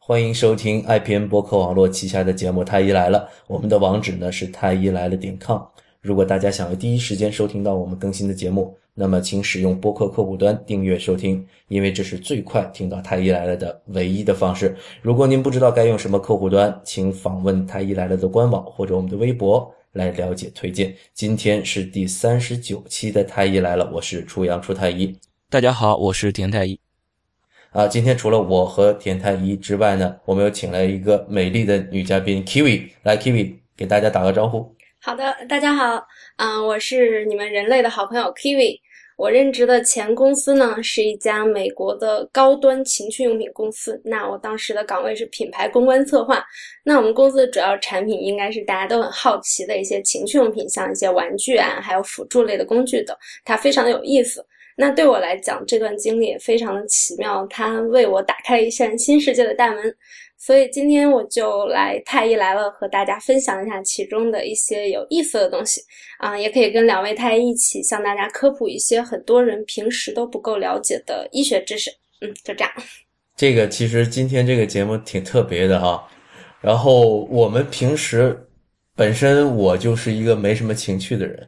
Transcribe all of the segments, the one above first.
欢迎收听爱篇播客网络旗下的节目太医来了，我们的网址呢是太医来了.com。如果大家想要第一时间收听到我们更新的节目，那么请使用播客客户端订阅收听，因为这是最快听到太医来了的唯一的方式。如果您不知道该用什么客户端，请访问太医来了的官网或者我们的微博来了解推荐。今天是第39期的太医来了，我是初阳出太医。 大家好，我是田太医。 今天除了我和田太医之外呢，我们又请来一个美丽的女嘉宾 Kiwi。 来 Kiwi 给大家打个招呼。 好的，大家好，我是你们人类的好朋友 Kiwi。我任职的前公司呢是一家美国的高端情趣用品公司，那我当时的岗位是品牌公关策划。那我们公司的主要产品应该是大家都很好奇的一些情趣用品，像一些玩具啊，还有辅助类的工具等，它非常的有意思。那对我来讲，这段经历也非常的奇妙，它为我打开了一扇新世界的大门。所以今天我就来太医来了，和大家分享一下其中的一些有意思的东西也可以跟两位太医一起向大家科普一些很多人平时都不够了解的医学知识。就这样。 这个其实今天这个节目挺特别的哈。然后我们平时本身我就是一个没什么情趣的人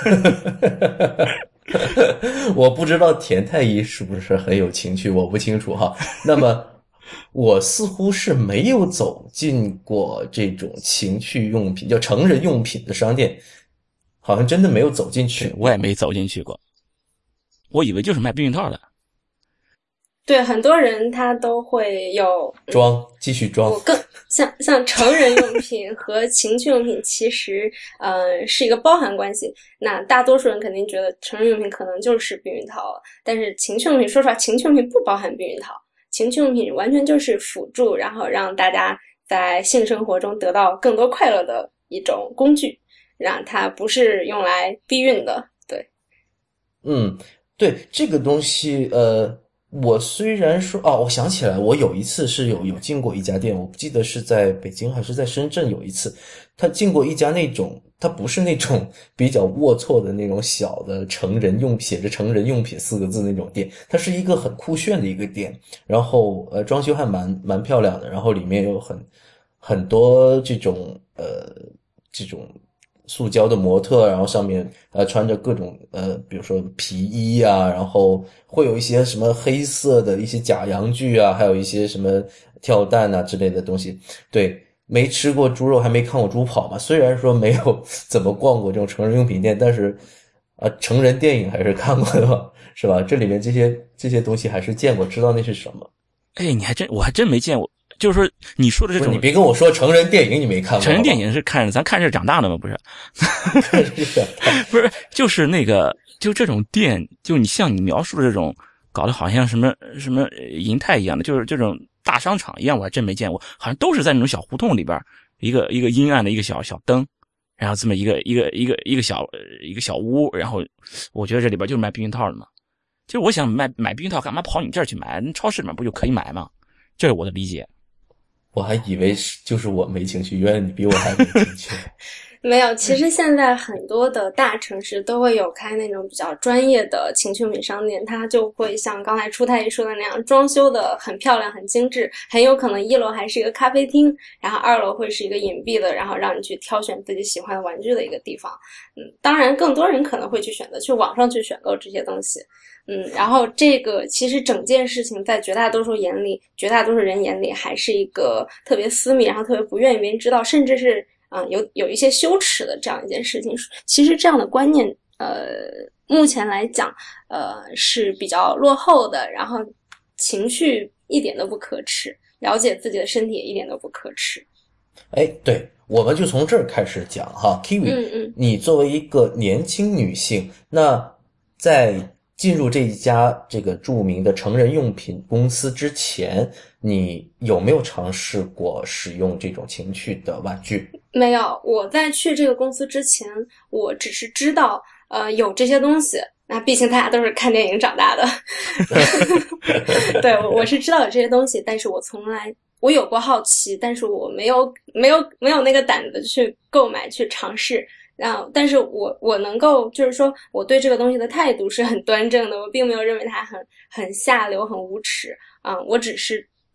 我不知道田太医是不是很有情趣，我不清楚哈。那么我似乎是没有走进过这种情趣用品叫成人用品的商店，好像真的没有走进去。 我也没走进去过，我以为就是卖避孕套的。 对，很多人他都会有继续装。 我更像成人用品和情趣用品其实是一个包含关系。那大多数人肯定觉得成人用品可能就是避孕套，但是情趣用品说实话，情趣用品不包含避孕套，情趣用品完全就是辅助，然后让大家在性生活中得到更多快乐的一种工具，让它不是用来避孕的。对， 对，这个东西我虽然说我想起来，我有一次是有进过一家店，我不记得是在北京还是在深圳。有一次他进过一家那种，他不是那种比较龌龊的那种小的成人用写着成人用品4个字那种店，它是一个很酷炫的一个店，然后装修还蛮漂亮的，然后里面有很多这种塑胶的模特，然后上面穿着各种比如说皮衣啊，然后会有一些什么黑色的一些假阳具啊，还有一些什么跳蛋啊之类的东西。对，没吃过猪肉还没看过猪跑嘛，虽然说没有怎么逛过这种成人用品店，但是成人电影还是看过的吧，是吧？这里面这些东西还是见过，知道那是什么。 我还真没见过。就是说你说的这种， 你别跟我说成人电影你没看过。 成人电影是咱看着长大的吗？不是不是，就是那个就这种店，就你像你描述的这种搞得好像什么银泰一样的，就是这种大商场一样，我还真没见过。好像都是在那种小胡同里边，一个阴暗的一个小灯，然后这么一个小屋，然后我觉得这里边就是卖避孕套的嘛。就是我想买避孕套，干嘛跑你这儿去买？超市里面不就可以买吗？这是我的理解。 我还以为就是我没情绪，原来你比我还没情绪。 没有，其实现在很多的大城市都会有开那种比较专业的情趣用品商店，它就会像刚才初太医说的那样，装修的很漂亮很精致，很有可能1楼还是一个咖啡厅，然后2楼会是一个隐蔽的，然后让你去挑选自己喜欢的玩具的一个地方。当然更多人可能会去选择去网上去选购这些东西。然后这个其实整件事情在绝大多数人眼里还是一个特别私密，然后特别不愿意别人知道，甚至是有一些羞耻的这样一件事情。其实这样的观念目前来讲是比较落后的，然后情绪一点都不可耻，了解自己的身体也一点都不可耻。 对，我们就从这儿开始讲哈。 Kiwi，你作为一个年轻女性，那在进入这一家这个著名的成人用品公司之前，你有没有尝试过使用这种情趣的玩具？ 没有，我在去这个公司之前，我只是知道有这些东西。那毕竟大家都是看电影长大的对，我是知道有这些东西，但是我有过好奇，但是我没有那个胆子去购买去尝试。但是我能够就是说我对这个东西的态度是很端正的，我并没有认为它很下流很无耻我只是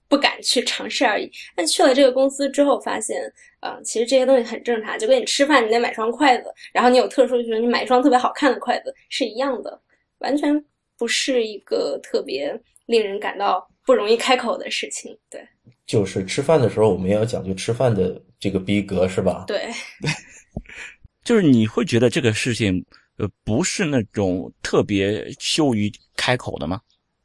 不敢去尝试而已。但去了这个公司之后发现其实这些东西很正常，就跟你吃饭你得买双筷子，然后你有特殊需求你买一双特别好看的筷子是一样的，完全不是一个特别令人感到不容易开口的事情。对， 就是吃饭的时候我们也要讲究吃饭的这个逼格，是吧？ 对， 就是你会觉得这个事情不是那种特别羞于开口的吗？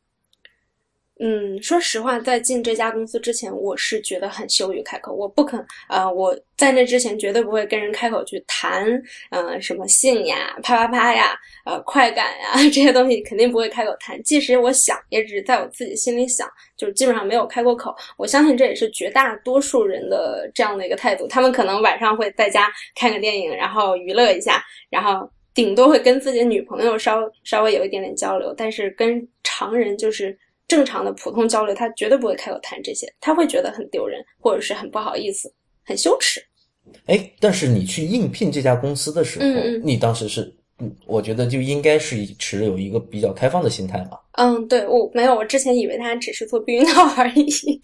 说实话，在进这家公司之前，我是觉得很羞于开口。我不肯，我在那之前绝对不会跟人开口去谈，什么性呀、啪啪啪呀、快感呀这些东西，肯定不会开口谈。即使我想，也只是在我自己心里想，就是基本上没有开过口。我相信这也是绝大多数人的这样的一个态度。他们可能晚上会在家看个电影，然后娱乐一下，然后顶多会跟自己的女朋友稍微有一点点交流，但是跟常人就是正常的普通交流，他绝对不会开口谈这些，他会觉得很丢人，或者是很不好意思，很羞耻。 但是你去应聘这家公司的时候，你当时是，我觉得就应该是持有一个比较开放的心态吧。 对，我没有，我之前以为他只是做避孕套而已。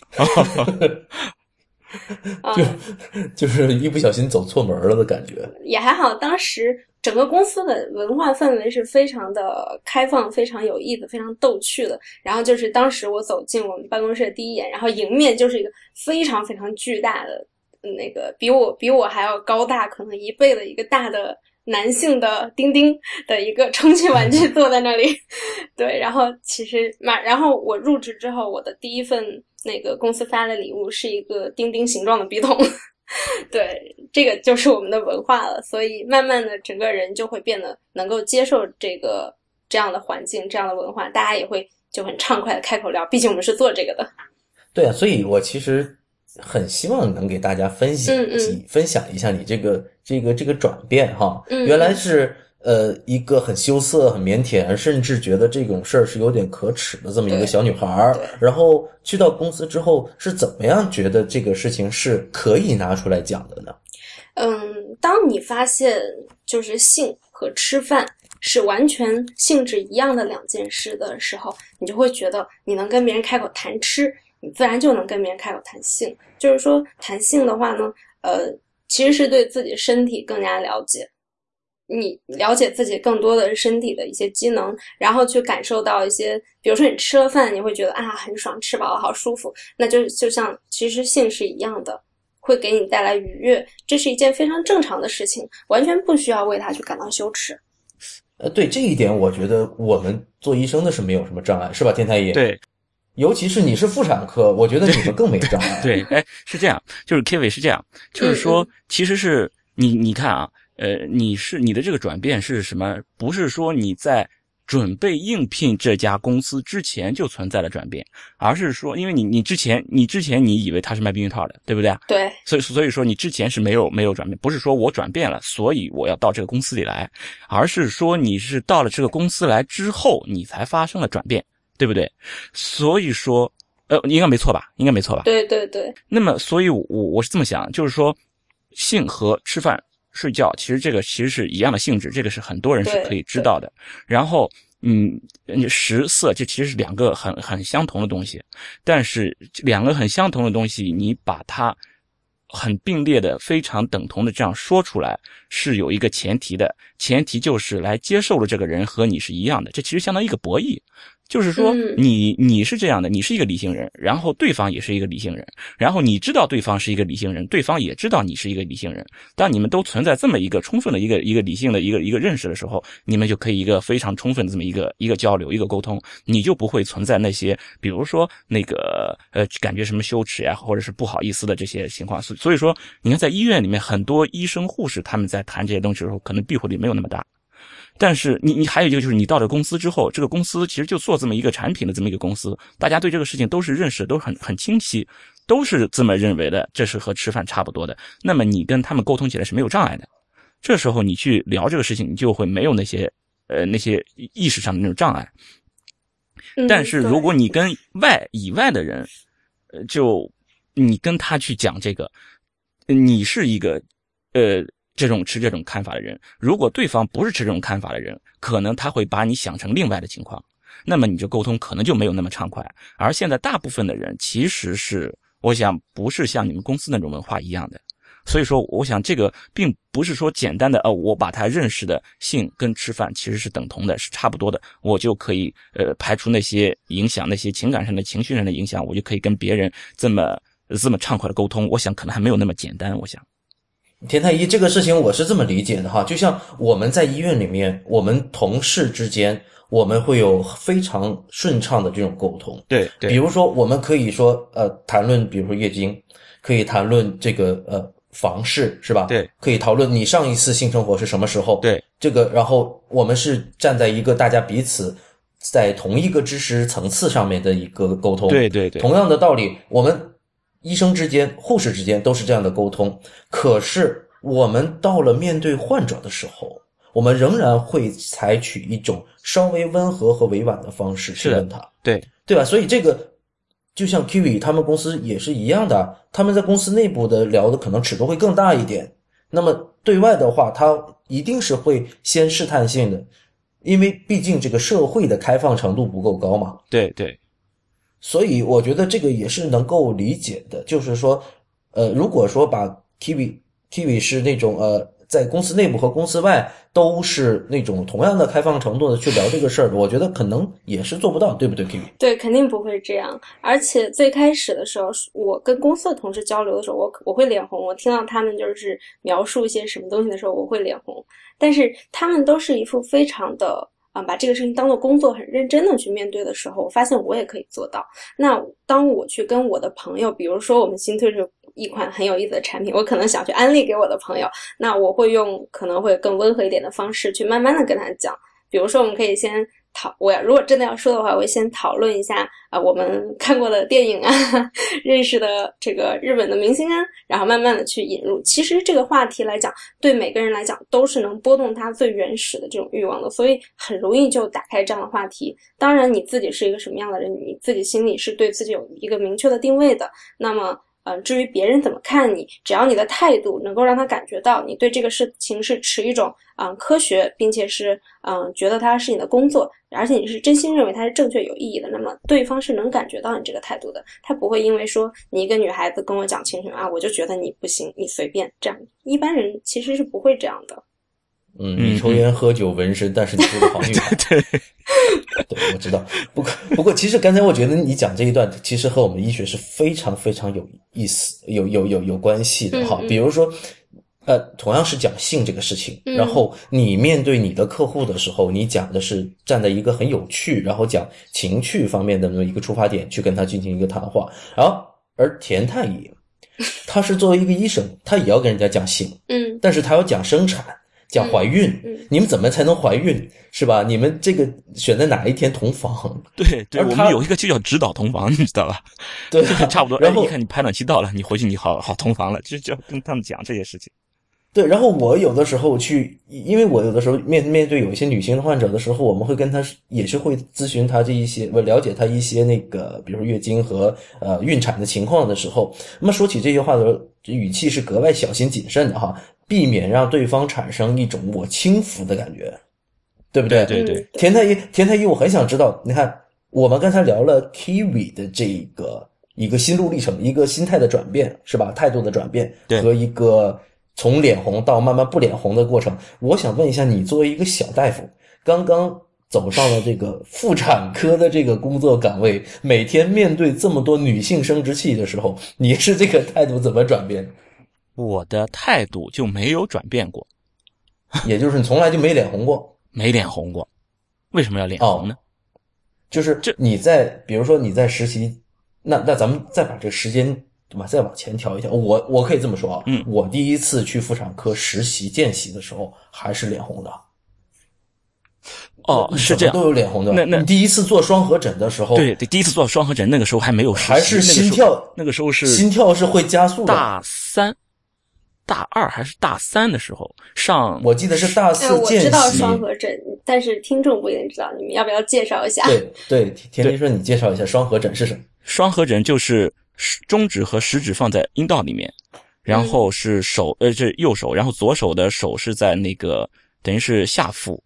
就是一不小心走错门了的感觉。 也还好，当时整个公司的文化氛围是非常的开放，非常有意思，非常逗趣的。然后就是当时我走进我们办公室的第一眼，然后迎面就是一个非常非常巨大的那个比我还要高大可能1倍的一个大的男性的丁丁的一个充气玩具坐在那里。对，然后然后我入职之后，我的第一份那个公司发的礼物是一个丁丁形状的笔筒。对，这个就是我们的文化了，所以慢慢的整个人就会变得能够接受这样的环境，这样的文化，大家也会就很畅快的开口聊，毕竟我们是做这个的。 对啊，所以我其实很希望能给大家分享一下你这个转变哈。原来是一个很羞涩、很腼腆，甚至觉得这种事儿是有点可耻的这么一个小女孩，然后去到公司之后是怎么样觉得这个事情是可以拿出来讲的呢？ 当你发现就是性和吃饭是完全性质一样的两件事的时候，你就会觉得你能跟别人开口谈吃，你自然就能跟别人开口谈性。就是说谈性的话呢，其实是对自己身体更加了解，你了解自己更多的身体的一些机能，然后去感受到一些，比如说你吃了饭你会觉得很爽，吃饱了好舒服，那就像其实性是一样的，会给你带来愉悦，这是一件非常正常的事情，完全不需要为它去感到羞耻。 对，这一点我觉得我们做医生的是没有什么障碍，是吧，田太医？ 对， 尤其是你是妇产科，我觉得你们更没障碍。 对，是这样，就是 Kiwi 是这样，就是说，其实是你看啊，你的这个转变是什么？不是说你在准备应聘这家公司之前就存在了转变，而是说，因为你之前你以为他是卖避孕套的，对不对？ 对。 所以说你之前是没有转变，不是说我转变了，所以我要到这个公司里来，而是说你是到了这个公司来之后，你才发生了转变，对不对？所以说，应该没错吧？ 对对对。 那么，所以我是这么想，就是说，性和吃饭睡觉，其实是一样的性质，这个是很多人是可以知道的。然后，食色这其实是两个很相同的东西，但是两个很相同的东西，你把它很并列的、非常等同的这样说出来，是有一个前提的，前提就是来接受了这个人和你是一样的，这其实相当于一个博弈。就是说你是这样的，你是一个理性人，然后对方也是一个理性人，然后你知道对方是一个理性人，对方也知道你是一个理性人，当你们都存在这么一个充分的一个理性的一个认识的时候，你们就可以一个非常充分的这么一个交流，一个沟通，你就不会存在那些比如说那个感觉什么羞耻呀，或者是不好意思的这些情况。所以说你看在医院里面很多医生护士他们在谈这些东西的时候，可能避讳率没有那么大。但是你还有一个就是你到了公司之后，这个公司其实就做这么一个产品的这么一个公司，大家对这个事情都是认识，都很清晰，都是这么认为的，这是和吃饭差不多的。那么你跟他们沟通起来是没有障碍的。这时候你去聊这个事情，你就会没有那些意识上的那种障碍。但是如果你跟以外的人，就你跟他去讲这个，你是一个持这种看法的人，如果对方不是持这种看法的人，可能他会把你想成另外的情况。 那么你这沟通可能就没有那么畅快。而现在大部分的人其实是，我想不是像你们公司那种文化一样的。所以说我想这个并不是说简单的我把他认识的性跟吃饭其实是等同的，是差不多的，我就可以排除那些影响，那些情感上的情绪上的影响，我就可以跟别人这么畅快的沟通。我想可能还没有那么简单。我想田太医，这个事情我是这么理解的哈，就像我们在医院里面，我们同事之间我们会有非常顺畅的这种沟通。 对， 比如说我们可以说谈论比如说月经，可以谈论这个房事是吧？ 对， 可以讨论你上一次性生活是什么时候？ 对， 这个然后我们是站在一个大家彼此在同一个知识层次上面的一个沟通。 对， 同样的道理，我们医生之间、护士之间都是这样的沟通。可是我们到了面对患者的时候，我们仍然会采取一种稍微温和和委婉的方式去问他。对吧？所以这个就像 Kiwi 他们公司也是一样的，他们在公司内部的聊的可能尺度会更大一点。那么对外的话，他一定是会先试探性的，因为毕竟这个社会的开放程度不够高嘛。 对， 所以我觉得这个也是能够理解的，就是说如果说把 Kiwi 是那种在公司内部和公司外都是那种同样的开放程度的去聊这个事儿，我觉得可能也是做不到，对不对 Kiwi？ 对，肯定不会这样。而且最开始的时候，我跟公司的同事交流的时候，我会脸红，我听到他们就是描述一些什么东西的时候，我会脸红。但是他们都是一副非常的把这个事情当做工作很认真的去面对的时候，我发现我也可以做到。那当我去跟我的朋友，比如说我们新推出一款很有意思的产品，我可能想去安利给我的朋友，那我会用可能会更温和一点的方式去慢慢的跟他讲。比如说我们可以先如果真的要说的话，我会先讨论一下我们看过的电影啊，认识的这个日本的明星啊，然后慢慢的去引入。其实这个话题来讲，对每个人来讲都是能拨动他最原始的这种欲望的，所以很容易就打开这样的话题。当然你自己是一个什么样的人，你自己心里是对自己有一个明确的定位的，那么至于别人怎么看你，只要你的态度能够让他感觉到你对这个事情是持一种科学，并且是觉得它是你的工作，而且你是真心认为它是正确有意义的，那么对方是能感觉到你这个态度的。他不会因为说你一个女孩子跟我讲情绪我就觉得你不行，你随便，这样一般人其实是不会这样的。 你抽烟喝酒纹身，但是你是个好女孩。 对， 我知道。不过，其实刚才我觉得你讲这一段，其实和我们医学是非常非常有意思、有关系的哈。比如说，同样是讲性这个事情，然后你面对你的客户的时候，你讲的是站在一个很有趣，然后讲情趣方面的那么一个出发点去跟他进行一个谈话，而田太医，他是作为一个医生，他也要跟人家讲性，但是他要讲生产。讲怀孕，你们怎么才能怀孕是吧？你们这个选在哪一天同房？ 对，我们有一个就叫指导同房，你知道吧？ 对， 差不多。 然后一看你排卵期到了，你回去你好同房了，就要跟他们讲这些事情。 对，然后我有的时候因为我有的时候面对有一些女性患者的时候，我们会跟她也是会咨询她这一些，我了解她一些那个比如说月经和孕产的情况的时候，那么说起这些话的时候，语气是格外小心谨慎的哈。避免让对方产生一种我轻浮的感觉，对不对？ 对。 田太医，我很想知道，你看我们刚才聊了 Kiwi 的这个一个心路历程，一个心态的转变，是吧？态度的转变和一个从脸红到慢慢不脸红的过程。我想问一下，你作为一个小大夫，刚刚走上了这个妇产科的这个工作岗位，每天面对这么多女性生殖器的时候，你是这个态度怎么转变？ 我的态度就没有转变过， 也就是你从来就没脸红过。 没脸红过，为什么要脸红呢？ 就是比如说你在实习，那咱们再把这个时间对吧，再往前调一调。我可以这么说我第一次去妇产科实习见习的时候还是脸红的。 是这样， 都有脸红的。 那你第一次做双合诊的时候， 对，第一次做双合诊那个时候还没有实习， 还是心跳， 那个时候是心跳是会加速的。 大3、大2还是大3的时候上， 我记得是大4见习。 我知道双合诊，但是听众不一定知道，你们要不要介绍一下？ 对，田医生你介绍一下双合诊是什么？ 双合诊就是中指和食指放在阴道里面，然后是这右手，然后左手的手是在那个等于是下腹，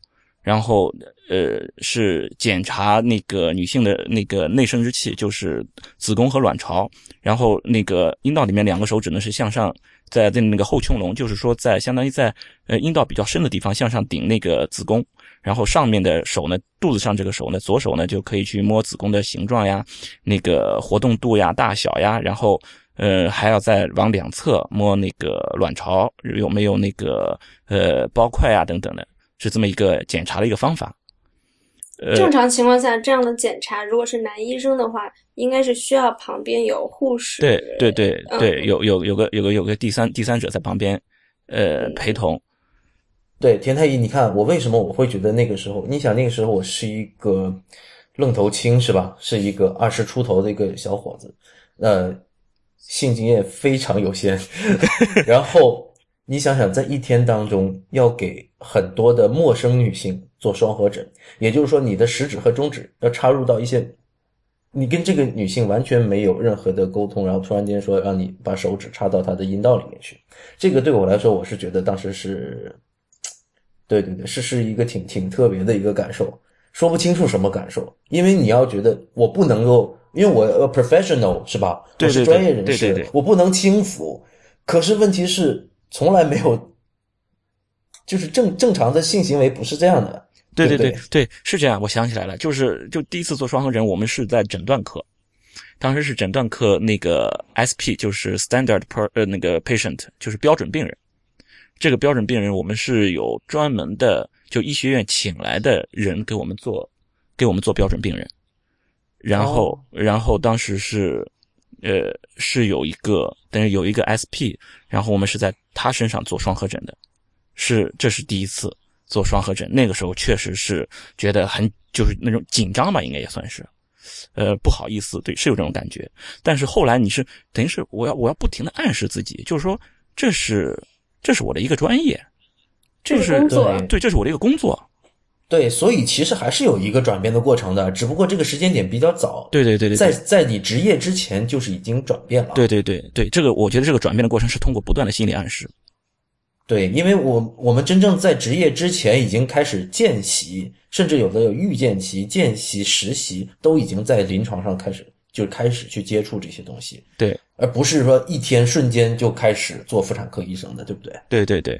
然后是检查那个女性的那个内生殖器，就是子宫和卵巢，然后那个阴道里面2个手指呢是向上，在那个后穹窿，就是说在相当于在阴道比较深的地方向上顶那个子宫，然后上面的手呢，肚子上这个手呢，左手呢就可以去摸子宫的形状呀，那个活动度呀、大小呀，然后还要再往2侧摸那个卵巢有没有那个包块啊等等的，是这么一个检查的一个方法。 正常情况下，这样的检查，如果是男医生的话，应该是需要旁边有护士。 对，有个第三者在旁边陪同。 对，田太医，你看我为什么我会觉得那个时候，你想那个时候我是一个愣头青是吧？是一个20出头的一个小伙子，性经验非常有限，然后你想想，在一天当中要给很多的陌生女性做双合诊，也就是说你的食指和中指要插入到一些你跟这个女性完全没有任何的沟通，然后突然间说让你把手指插到她的阴道里面去，这个对我来说，我是觉得当时是对，是一个挺特别的一个感受，说不清楚什么感受，因为你要觉得我不能够，因为我professional 是吧？我是专业人士， 对， 我不能轻浮。可是问题是从来没有，就是正常的性行为不是这样的。 对，是这样。我想起来了，就第一次做双合诊，我们是在诊断科，当时是诊断科那个 SP， 就是 standard 那个 patient， 就是标准病人。这个标准病人我们是有专门的就医学院请来的人给我们做标准病人，然后当时是有一个等于有一个 SP， 然后我们是在他身上做双合诊的，这是第一次做双合诊，那个时候确实是觉得就是那种紧张吧，应该也算是不好意思，对，是有这种感觉。但是后来你是等于是我要不停的暗示自己，就是说这是我的一个专业，这是工作， 对，这是我的一个工作。 对，所以其实还是有一个转变的过程的，只不过这个时间点比较早。 对， 在你职业之前就是已经转变了。 对，这个我觉得这个转变的过程是通过不断的心理暗示。 对，因为我们真正在职业之前已经开始见习，甚至有的有预见习、见习、实习，都已经在临床上开始去接触这些东西。 对， 而不是说一天瞬间就开始做妇产科医生的，对不对？ 对。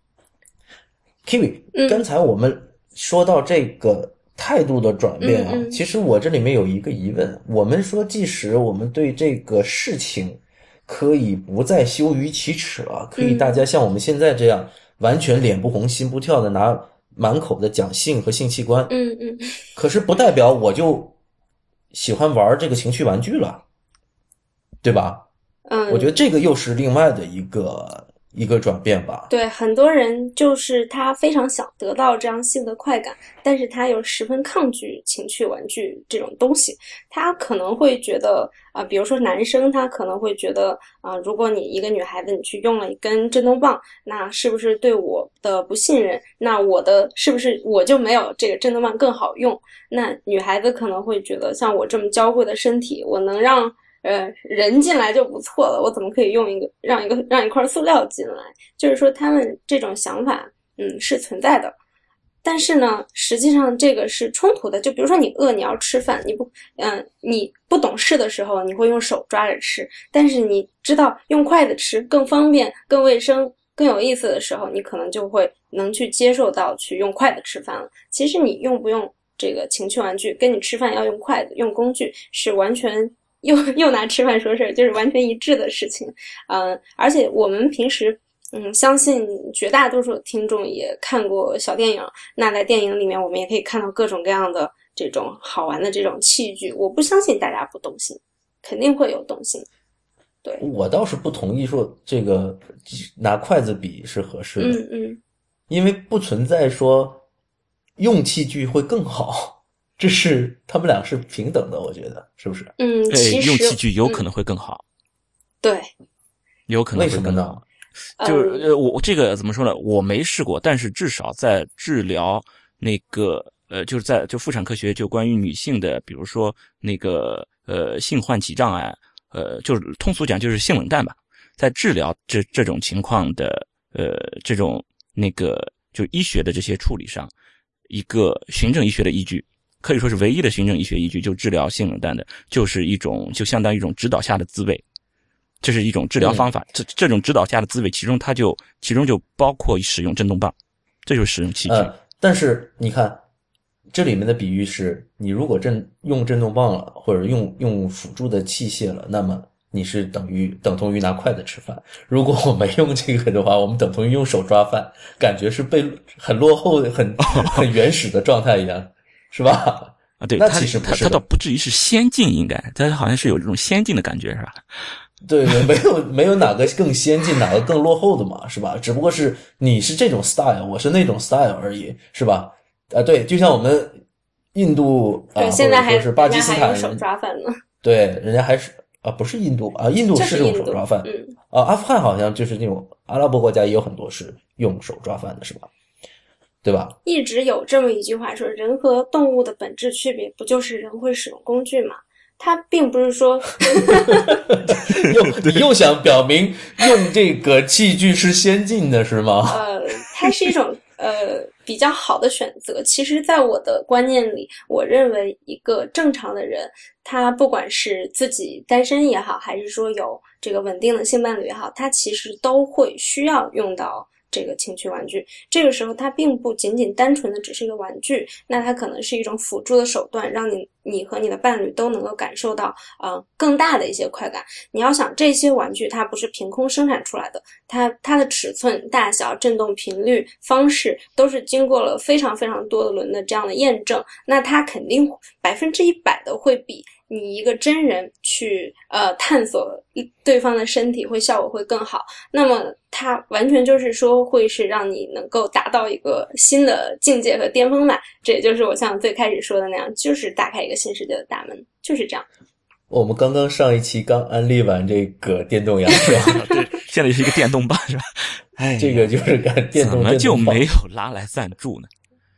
Kiwi，刚才我们说到这个态度的转变啊，其实我这里面有一个疑问，我们说即使我们对这个事情可以不再羞于启齿了，可以大家像我们现在这样完全脸不红心不跳的拿满口的讲性和性器官，可是不代表我就喜欢玩这个情趣玩具了，对吧？我觉得这个又是另外的一个转变吧。 对，很多人就是他非常想得到这样性的快感，但是他又十分抗拒情趣玩具这种东西。他可能会觉得比如说男生他可能会觉得如果你一个女孩子你去用了一根震动棒，那是不是对我的不信任？那是不是我就没有这个震动棒更好用？那女孩子可能会觉得像我这么娇贵的身体，我能让人进来就不错了，我怎么可以用让一块塑料进来？就是说他们这种想法是存在的。但是呢，实际上这个是冲突的。就比如说你饿，你要吃饭，你不懂事的时候，你会用手抓着吃，但是你知道用筷子吃更方便、更卫生、更有意思的时候，你可能就会能去接受到去用筷子吃饭了。其实你用不用这个情趣玩具，跟你吃饭要用筷子、用工具是完全又拿吃饭说事儿，就是完全一致的事情。而且我们平时相信绝大多数听众也看过小电影，那在电影里面我们也可以看到各种各样的这种好玩的这种器具，我不相信大家不动心，肯定会有动心。对， 我倒是不同意说这个拿筷子比是合适的，因为不存在说用器具会更好，这是他们俩是平等的，我觉得是不是？ 其实用器具有可能会更好， 对， 有可能会更好。就是我这个怎么说呢？我没试过，但是至少在治疗那个就是就妇产科学就关于女性的，比如说那个性唤起障碍，就是通俗讲就是性冷淡吧，在治疗这种情况的这种那个就医学的这些处理上， 一个循证医学的依据，可以说是唯一的循证医学依据，就治疗性冷淡的，就是一种就相当于一种指导下的自慰，这是一种治疗方法。这种指导下的自慰，其中就包括使用震动棒，这就是使用器具。 但是你看，这里面的比喻是，你如果用震动棒了，或者用辅助的器械了，那么你是等同于拿筷子吃饭。如果我没用这个的话，我们等同于用手抓饭，感觉是被很落后、很原始的状态一样，是吧？ 啊，对， 那其实不是， 它倒不至于是先进，应该它好像是有这种先进的感觉，是吧？ 对，没有哪个更先进，哪个更落后的嘛，是吧？只不过是你是这种 style， 我是那种 style 而已，是吧？对，就像我们印度对，现在还或者说是巴基斯坦人手抓饭呢。 对，人家还是不是印度印度是用手抓饭，阿富汗好像就是那种阿拉伯国家也有很多是用手抓饭的，是吧？对吧？ 一直有这么一句话说，人和动物的本质区别不就是人会使用工具吗？它并不是说你又想表明用这个器具是先进的是吗？ 它是一种比较好的选择。其实在我的观念里，我认为一个正常的人，他不管是自己单身也好，还是说有这个稳定的性伴侣也好，他其实都会需要用到这个情趣玩具。这个时候它并不仅仅单纯的只是一个玩具，那它可能是一种辅助的手段，让你和你的伴侣都能够感受到更大的一些快感。你要想这些玩具它不是凭空生产出来的，它的尺寸、大小、振动频率、方式都是经过了非常非常多的轮的这样的验证，那它肯定100%的会比你一个真人去探索对方的身体效果会更好。那么它完全就是说会是让你能够达到一个新的境界和巅峰吧。这也就是我像最开始说的那样，就是打开一个新世界的大门，就是这样。 我们刚刚上一期刚安利完这个电动牙刷对，现在是一个电动棒是吧？哎， 这个就是电动怎么就没有拉来赞助呢？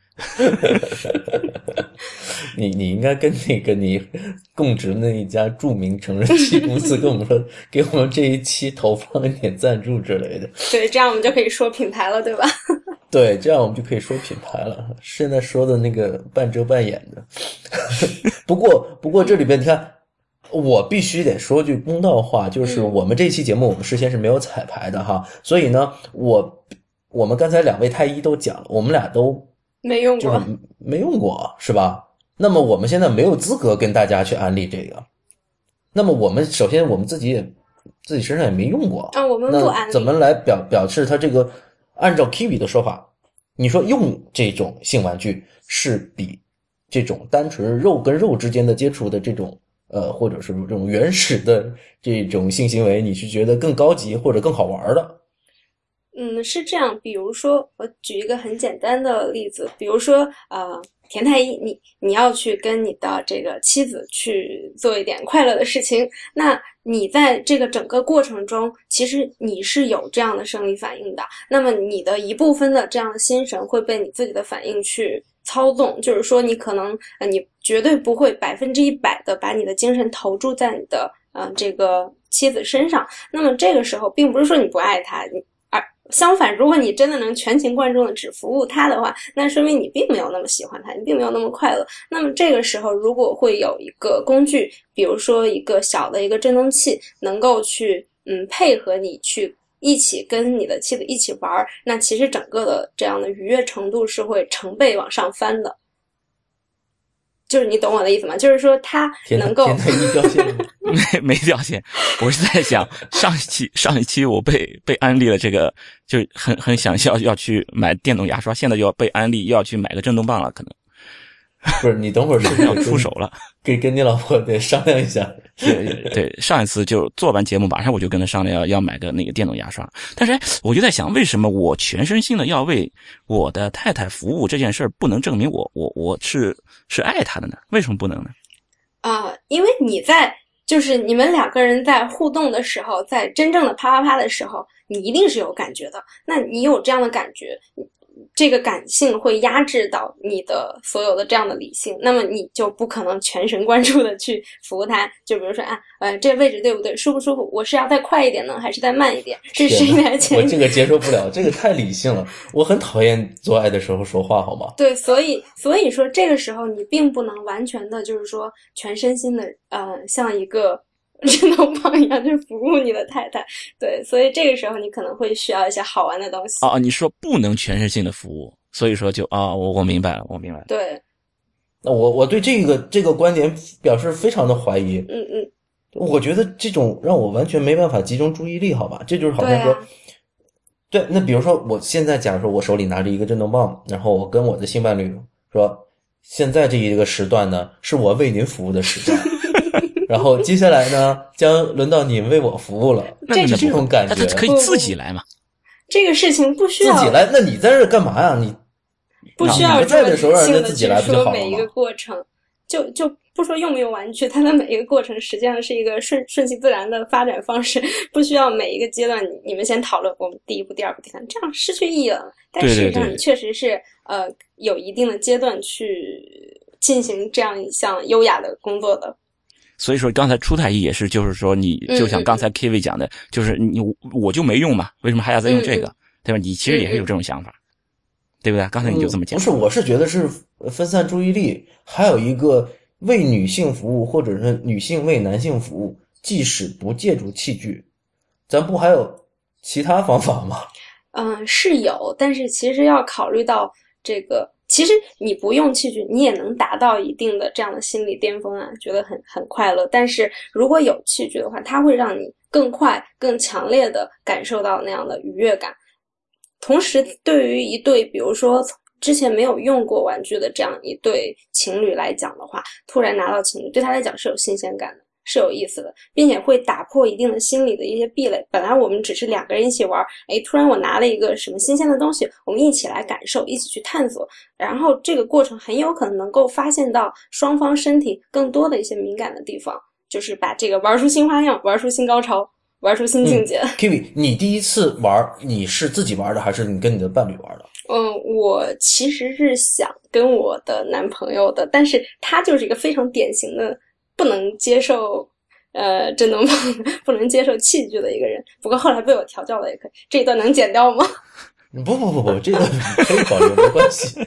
你应该跟那个你供职那一家著名成人器公司跟我们说，给我们这一期投放一点赞助之类的。 对，这样我们就可以说品牌了，对吧？ 对，这样我们就可以说品牌了。现在说的那个半遮半掩的。不过这里边你看，我必须得说句公道话，就是我们这期节目我们事先是没有彩排的哈，所以呢，我们刚才两位太医都讲了，我们俩都没用过， 就是没用过，是吧？那么我们现在没有资格跟大家去安利这个。那么我们首先我们自己身上也没用过我们不安利， 那怎么来表示它这个？按照 Kiwi 的说法，你说用这种性玩具是比这种单纯肉跟肉之间的接触的这种或者是这种原始的这种性行为，你是觉得更高级或者更好玩的？ 是这样。比如说，我举一个很简单的例子，比如说田太医，你要去跟你的这个妻子去做一点快乐的事情，那你在这个整个过程中，其实你是有这样的生理反应的，那么你的一部分的这样的心神会被你自己的反应去操纵，就是说你可能你绝对不会100%的把你的精神投注在你的这个妻子身上。那么这个时候并不是说你不爱他，相反，如果你真的能全情贯中的只服务他的话，那说明你并没有那么喜欢他，你并没有那么快乐。那么这个时候如果会有一个工具，比如说一个小的一个振动器，能够去配合你去一起跟你的妻子一起玩，那其实整个的这样的愉悦程度是会成倍往上翻的。就是你懂我的意思吗？就是说他能够天太医掉线了没掉线。我是在想上一期我被安利了这个，就很想要去买电动牙刷，现在又要被安利又要去买个震动棒了，可能不是。你等会儿是要出手了， 跟你老婆得商量一下。 对，上一次就做完节目马上我就跟他商量要买个那个电动牙刷，但是我就在想，为什么我全身心的要为我的太太服务这件事不能证明我是爱她的呢？为什么不能呢？ 因为就是你们两个人在互动的时候，在真正的啪啪啪的时候，你一定是有感觉的。那你有这样的感觉， 这个感性会压制到你的所有的这样的理性，那么你就不可能全神贯注的去服务他。就比如说这个位置对不对，舒不舒服，我是要再快一点呢还是再慢一点，这是应该前我这个接受不了，这个太理性了，我很讨厌做爱的时候说话，好吗？ 对，所以说这个时候你并不能完全的就是说全身心的像一个智能棒一样去服务你的太太。对，所以这个时候你可能会需要一些好玩的东西。 你说不能全身心的服务，所以说就我明白了，我明白了。 对， 那我对这个观点表示非常的怀疑。我觉得这种让我完全没办法集中注意力，好吧？这就是好像说，对，那比如说我现在假如说我手里拿着一个震动棒，然后我跟我的性伴侣说，现在这一个时段呢是我为您服务的时段。然后接下来呢，将轮到你为我服务了。 这种感觉， 他可以自己来嘛？ 这个事情不需要自己来。那你在这干嘛呀？你不需要在的时候让人自己来不就好了吗？ 每一个过程，就不说用不用玩具，它的每一个过程实际上是一个顺其自然的发展方式，不需要每一个阶段你们先讨论我们第一步、第二步、第三步，这样失去意义了。但事实上，你确实是有一定的阶段去进行这样一项优雅的工作的。 所以说刚才出太医也是，就是说你就像刚才 KV 讲的，就是我就没用嘛，为什么还要再用这个，对吧？你其实也是有这种想法，对不对？刚才你就这么讲。 不是，我是觉得是分散注意力，还有一个为女性服务，或者是女性为男性服务，即使不借助器具，咱不还有其他方法吗？ 是有，但是其实要考虑到这个。其实你不用器具，你也能达到一定的这样的心理巅峰啊，觉得很快乐。但是如果有器具的话，它会让你更快、更强烈的感受到那样的愉悦感。同时，对于一对比如说之前没有用过玩具的这样一对情侣来讲的话，突然拿到情侣，对他来讲是有新鲜感的，是有意思的，并且会打破一定的心理的一些壁垒。本来我们只是两个人一起玩，突然我拿了一个什么新鲜的东西，我们一起来感受，一起去探索，然后这个过程很有可能能够发现到双方身体更多的一些敏感的地方，就是把这个玩出新花样，玩出新高潮，玩出新境界。 Kiwi， 你第一次玩你是自己玩的还是你跟你的伴侣玩的？ 我其实是想跟我的男朋友的，但是他就是一个非常典型的不能接受震动棒，不能接受器具的一个人。不过后来被我调教了也可以。这一段能剪掉吗？ 不，这段可以保留，没关系。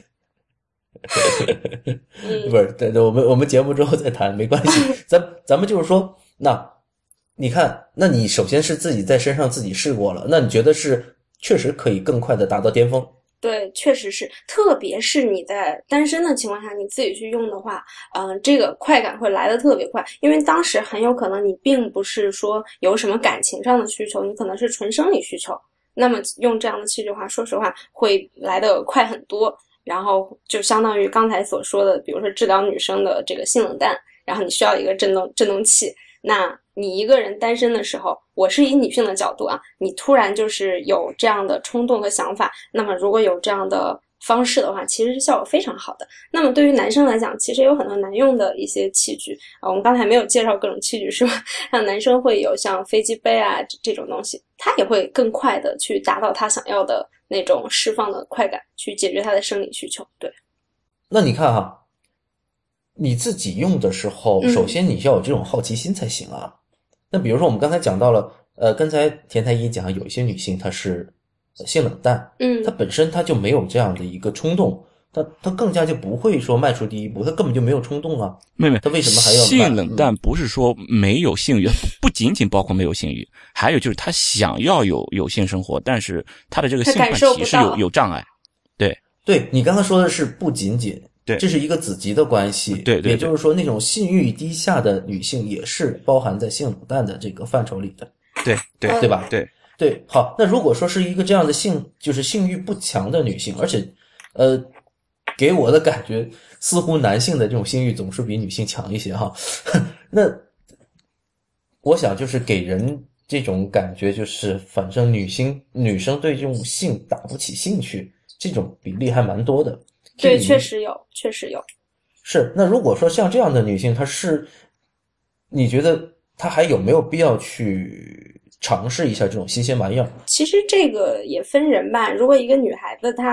不是，对，我们节目之后再谈，没关系。咱们就是说，那你看，那你首先是自己在身上自己试过了，那你觉得是确实可以更快的达到巅峰？ 对，确实是，特别是你在单身的情况下，你自己去用的话，这个快感会来得特别快，因为当时很有可能你并不是说有什么感情上的需求，你可能是纯生理需求，那么用这样的器具的话，说实话会来得快很多，然后就相当于刚才所说的，比如说治疗女生的这个性冷淡，然后你需要一个震动器，那你一个人单身的时候，我是以女性的角度啊，你突然就是有这样的冲动和想法，那么如果有这样的方式的话，其实是效果非常好的。那么对于男生来讲，其实有很多难用的一些器具我们刚才没有介绍各种器具是吧？像男生会有像飞机杯啊这种东西，他也会更快的去达到他想要的那种释放的快感，去解决他的生理需求。对， 那你看哈，你自己用的时候，首先你要有这种好奇心才行啊。那比如说我们刚才讲到了，刚才田太医讲有一些女性她是性冷淡，她本身她就没有这样的一个冲动，她更加就不会说迈出第一步，她根本就没有冲动啊。 妹妹， 她为什么还要性冷淡？不是说没有性欲，不仅仅包括没有性欲，还有就是她想要有性生活，但是她的这个性唤起是有障碍。 对，你刚才说的是不仅仅。 对， 这是一个子集的关系， 对， 也就是说，那种性欲低下的女性也是包含在性冷淡的这个范畴里的， 对吧？对，好，那如果说是一个这样的就是性欲不强的女性，而且，给我的感觉似乎男性的这种性欲总是比女性强一些哈，那我想就是给人这种感觉就是，反正女生对这种性打不起兴趣，这种比例还蛮多的。 对，确实有。 是，那如果说像这样的女性，你觉得她还有没有必要去尝试一下这种新鲜玩意儿？ 其实这个也分人吧。如果一个女孩子她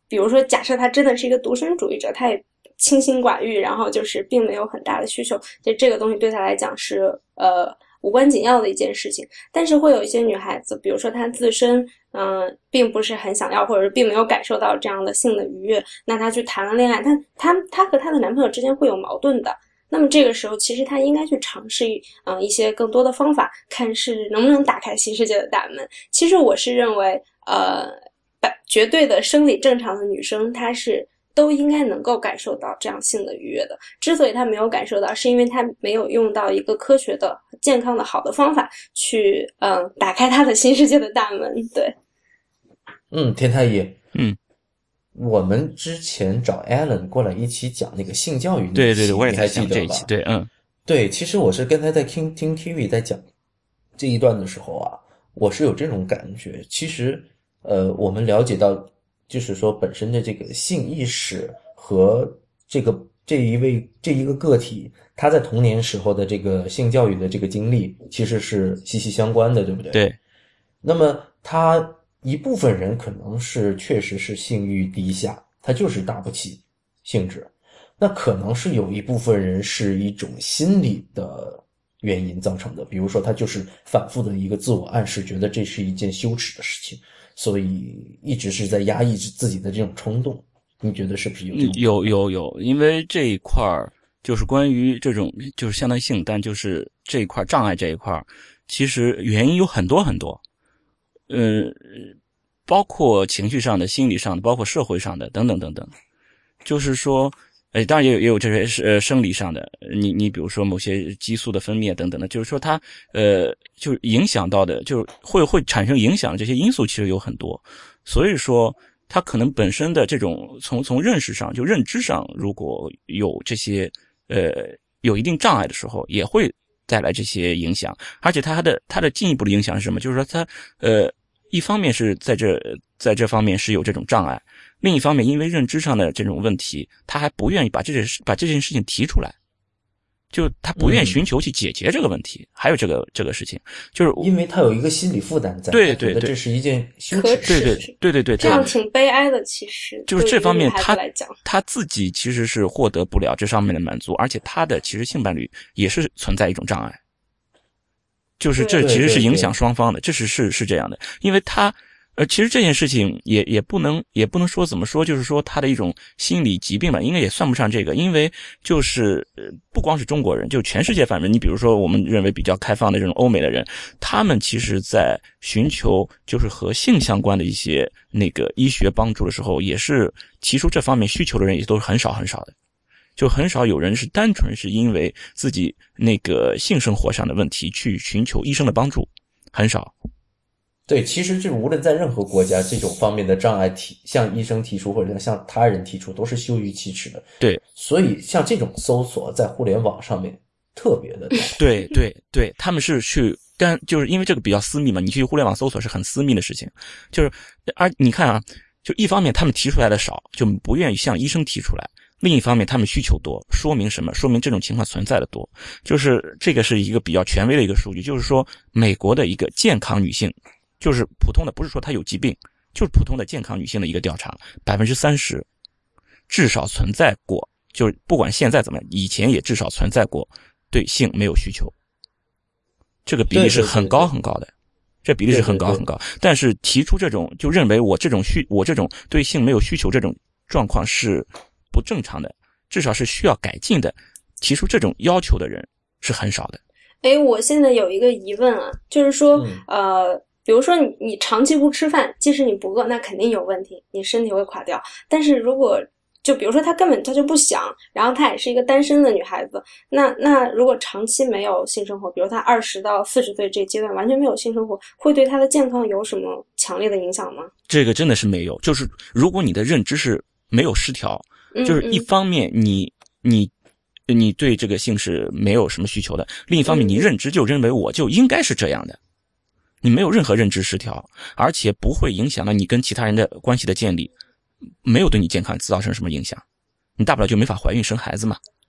比如说假设他真的是一个独身主义者，他也清心寡欲，然后就是并没有很大的需求，就这个东西对他来讲是无关紧要的一件事情。但是会有一些女孩子，比如说她自身并不是很想要，或者是并没有感受到这样的性的愉悦，那她去谈了恋爱，她和她的男朋友之间会有矛盾的。那么这个时候其实她应该去尝试一些更多的方法，看是能不能打开新世界的大门。其实我是认为绝对的生理正常的女生，她是都应该能够感受到这样性的愉悦的。之所以她没有感受到，是因为她没有用到一个科学的、健康的、好的方法去打开她的新世界的大门。对， 田太医，我们之前找 Alan 过来一起讲那个性教育那期， 对，我也在想这一期，对， 对，其实我是跟他在听 TV 在讲这一段的时候啊，我是有这种感觉。其实我们了解到，就是说本身的这个性意识和这一个个体，他在童年时候的这个性教育的这个经历，其实是息息相关的，对不对？ 对。 那么他一部分人可能是确实是性欲低下，他就是打不起兴致。那可能是有一部分人是一种心理的原因造成的，比如说他就是反复的一个自我暗示，觉得这是一件羞耻的事情，所以一直是在压抑自己的这种冲动。你觉得是不是有这种？ 有，因为这一块就是关于这种就是相当于性，但就是这一块障碍这一块，其实原因有很多很多，包括情绪上的、心理上的，包括社会上的等等等等，就是说。当然也有这些生理上的，你比如说某些激素的分泌等等的，就是说它就影响到的，就是会产生影响的这些因素其实有很多，所以说它可能本身的这种从认识上就认知上如果有这些有一定障碍的时候，也会带来这些影响，而且它的进一步的影响是什么？就是说它一方面是在这方面是有这种障碍。另一方面，因为认知上的这种问题，他还不愿意把这件事情提出来，就他不愿意寻求去解决这个问题。还有这个事情，就是因为他有一个心理负担在， 对， 这是一件羞耻， 对， 这样挺悲哀的。其实就是这方面他自己其实是获得不了这上面的满足，而且他的其实性伴侣也是存在一种障碍，就是这其实是影响双方的，这是这样的，因为他。其实这件事情也不能说怎么说，就是说他的一种心理疾病吧，应该也算不上这个，因为就是不光是中国人，就全世界范围，你比如说我们认为比较开放的这种欧美的人，他们其实在寻求就是和性相关的一些那个医学帮助的时候，也是提出这方面需求的人也都是很少很少的，就很少有人是单纯是因为自己那个性生活上的问题去寻求医生的帮助，很少。 对，其实这无论在任何国家，这种方面的障碍向医生提出或者向他人提出，都是羞于启齿的。 对， 所以像这种搜索在互联网上面特别的多。 对，他们是去就是因为这个比较私密嘛，你去互联网搜索是很私密的事情，就是你看啊，就一方面他们提出来的少，就不愿意向医生提出来。另一方面他们需求多，说明什么？说明这种情况存在的多。就是这个是一个比较权威的一个数据，就是说美国的一个健康女性，就是普通的，不是说她有疾病，就是普通的健康女性的一个调查，30%至少存在过，就是不管现在怎么样，以前也至少存在过对性没有需求。这个比例是很高很高的，这比例是很高很高。但是提出这种就认为我这种对性没有需求这种状况是不正常的，至少是需要改进的，提出这种要求的人是很少的。 我现在有一个疑问啊，就是说比如说你长期不吃饭，即使你不饿，那肯定有问题，你身体会垮掉。但是如果就比如说她根本她就不想，然后她也是一个单身的女孩子，那如果长期没有性生活，比如她20到40岁这阶段完全没有性生活，会对她的健康有什么强烈的影响吗？ 这个真的是没有，就是如果你的认知是没有失调，就是一方面你对这个性是没有什么需求的，另一方面你认知就认为我就应该是这样的，你没有任何认知失调，而且不会影响到你跟其他人的关系的建立，没有对你健康造成什么影响，你大不了就没法怀孕生孩子嘛。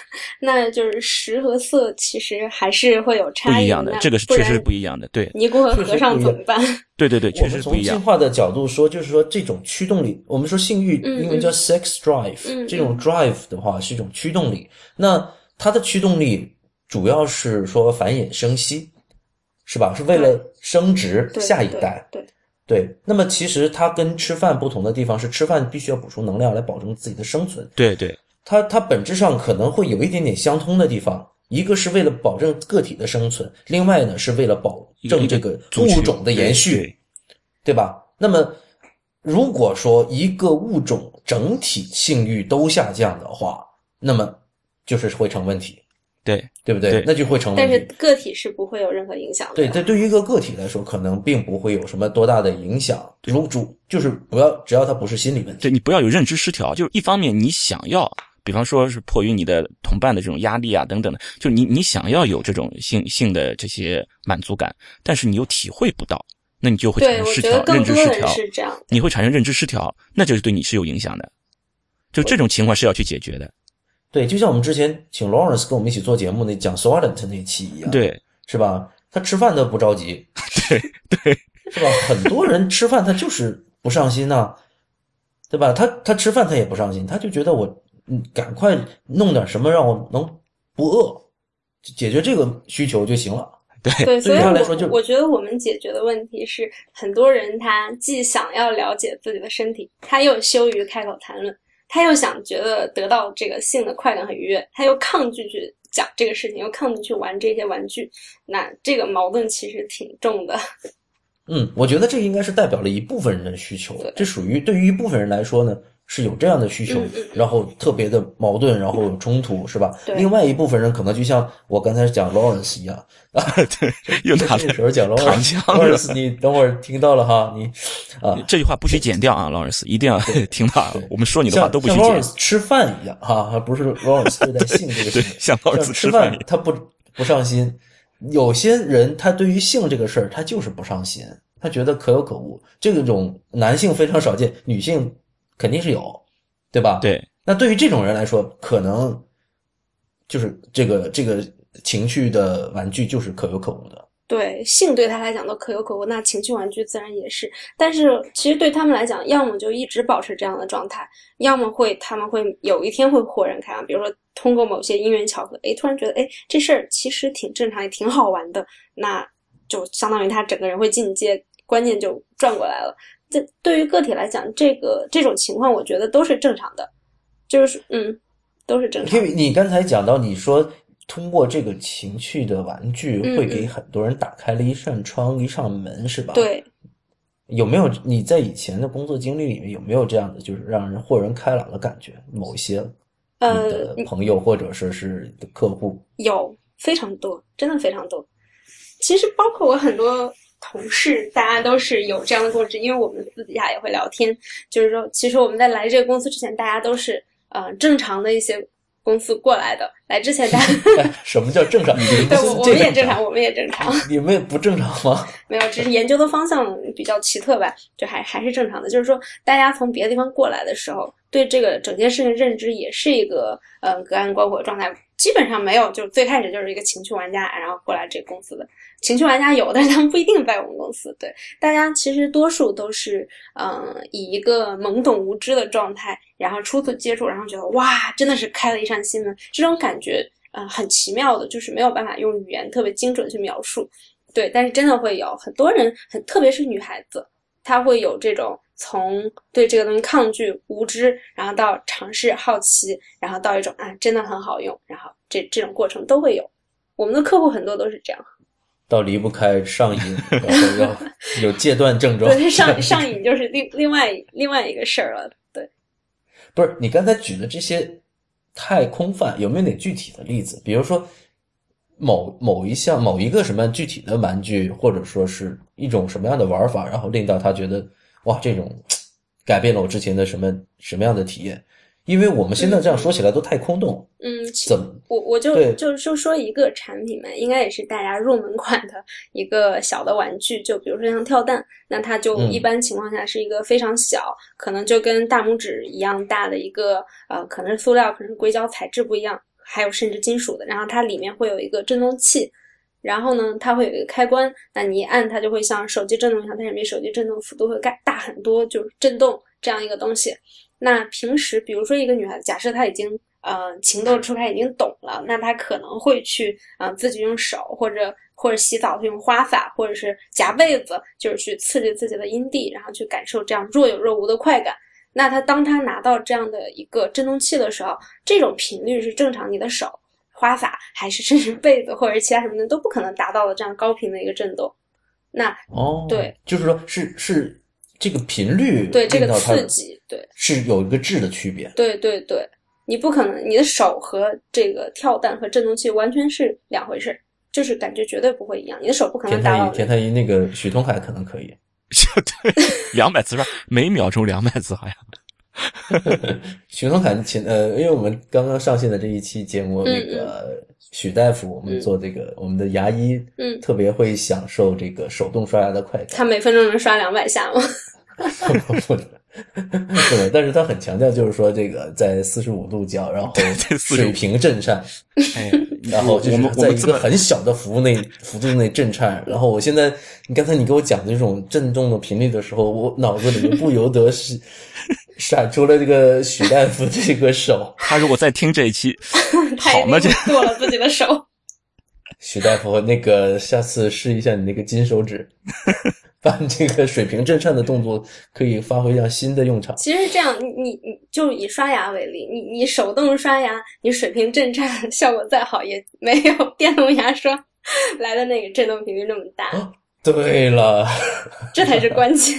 那就是实和色其实还是会有差异不一样的，这个是确实是不一样的。对， 尼姑和和尚怎么办？ 对，确实不一样。 我们从进化的角度说，就是说这种驱动力，我们说性欲英文叫 sex drive，这种 drive 的话是一种驱动力。那它的驱动力主要是说繁衍生息，是吧？是为了生殖下一代。对，那么其实它跟吃饭不同的地方是，吃饭必须要补充能量来保证自己的生存。 对， 它本质上可能会有一点点相通的地方，一个是为了保证个体的生存，另外呢是为了保证这个物种的延续，对吧？那么如果说一个物种整体性欲都下降的话，那么就是会成问题。对不对？那就会成问题。 但是个体是不会有任何影响的。 对，这对于一个个体来说，可能并不会有什么多大的影响。就是只要它不是心理问题。 对，你不要有认知失调。就是一方面你想要，比方说是迫于你的同伴的这种压力啊等等的，就是你想要有这种性的这些满足感，但是你又体会不到，那你就会产生失调，认知失调。 是这样的， 你会产生认知失调，那就是对你是有影响的。就这种情况是要去解决的。 对，就像我们之前请 Lawrence 跟我们一起做节目那讲 Sordent 那期一样， 对， 是吧？他吃饭都不着急， 对， 是吧？很多人吃饭他就是不上心呐，对吧？他吃饭他也不上心，他就觉得我赶快弄点什么让我能不饿，解决这个需求就行了。 对，所以他来说我觉得我们解决的问题是，很多人他既想要了解自己的身体，他又羞于开口谈论。他又想觉得得到这个性的快感和愉悦，他又抗拒去讲这个事情，又抗拒去玩这些玩具，那这个矛盾其实挺重的。 我觉得这应该是代表了一部分人的需求，这属于对于一部分人来说呢是有这样的需求，然后特别的矛盾，然后有冲突，是吧？另外一部分人可能就像我刚才讲 Lawrence 一样啊， 对，又拿这时候讲 Lawrence， 你等会儿听到了哈，你啊， 这句话不许剪掉啊 ，Lawrence 一定要听到，我们说你的话都不许剪。 像 Lawrence 吃饭一样哈，不是 Lawrence 对待性这个事情， 像 Lawrence 吃饭他不上心，有些人他对于性这个事儿他就是不上心，他觉得可有可无，这种男性非常少见，女性肯定是有，对吧？ 对。 那对于这种人来说，可能就是这个情趣的玩具就是可有可无的。 对，性对他来讲都可有可无，那情趣玩具自然也是。但是其实对他们来讲，要么就一直保持这样的状态，要么他们会有一天会豁然开朗，比如说通过某些因缘巧合，突然觉得这事儿其实挺正常也挺好玩的，那就相当于他整个人会进阶，观念就转过来了。这对于个体来讲，这种情况我觉得都是正常的，就是都是正常的。 因为你刚才讲到你说通过这个情趣的玩具会给很多人打开了一扇窗一扇门，是吧？ 对。 有没有你在以前的工作经历里面有没有这样的就是让人豁然开朗的感觉？某一些你的朋友或者说是你的客户？ 有非常多，真的非常多。其实包括我很多同事，大家都是有这样的共识，因为我们私底下也会聊天，就是说其实我们在来这个公司之前，大家都是正常的一些公司过来的，来之前大家什么叫正常？ 对，我们也正常，我们也正常。 你们也不正常吗？ 没有，只是研究的方向比较奇特吧，就还是正常的。就是说，大家从别的地方过来的时候，对这个整件事情认知也是一个隔岸观火的状态，基本上没有，就最开始就是一个情趣玩家，然后过来这个公司的情趣玩家有，但是他们不一定在我们公司。对，大家其实多数都是以一个懵懂无知的状态，然后初次接触，然后觉得哇，真的是开了一扇新门，这种感觉很奇妙的，就是没有办法用语言特别精准去描述。对，但是真的会有很多人，特别是女孩子，她会有这种从对这个东西抗拒、无知，然后到尝试、好奇，然后到一种真的很好用，然后这种过程都会有。我们的客户很多都是这样， 到离不开上瘾，然后要有戒断症状。 对，上瘾就是另外一个事儿了。对， 不是你刚才举的这些太空泛，有没有点具体的例子？比如说某一个什么具体的玩具，或者说是一种什么样的玩法，然后令到他觉得哇，这种改变了我之前的什么样的体验？因为我们现在这样说起来都太空洞。 我就说一个产品嘛，应该也是大家入门款的一个小的玩具，就比如说像跳蛋，那它就一般情况下是一个非常小，可能就跟大拇指一样大的一个可能是塑料，可能是硅胶，材质不一样， 还有甚至金属的，然后它里面会有一个振动器，然后呢它会有一个开关，那你一按它就会像手机震动一样，但是比手机震动幅度会大很多，就是震动这样一个东西。那平时比如说一个女孩子，假设她已经情窦初开已经懂了，那她可能会去自己用手或者洗澡会用花洒，或者是夹被子，就是去刺激自己的阴蒂，然后去感受这样若有若无的快感。那当他拿到这样的一个振动器的时候，这种频率是正常你的手、花洒还是甚至被子或者其他什么的都不可能达到的这样高频的一个震动。那对， 就是说是这个频率， 对这个刺激，对是有一个质的区别。 对对对，你不可能你的手和这个跳蛋和振动器完全是两回事，就是感觉绝对不会一样，你的手不可能达到。 田太医那个许东海可能可以。 对，200次是吧？每秒钟200次好像。 许东海因为我们刚刚上线的这一期节目，那个许大夫，我们做这个我们的牙医，特别会享受这个手动刷牙的快感。 他每分钟能刷200下吗？ 对，但是他很强调，就是说这个在45度角，然后水平震颤，然后就是在一个很小的幅度内震颤。然后我现在，刚才你给我讲的这种震动的频率的时候，我脑子里面不由得是闪出了这个许大夫这个手。 他如果再听这一期，好吗？这剁了自己的手。 许大夫，那个下次试一下你那个金手指。把这个水平震颤的动作可以发挥上新的用场。 其实这样，你就以刷牙为例，你手动刷牙，你水平震颤效果再好，也没有电动牙刷来的那个震动频率那么大。 对了， 这才是关键。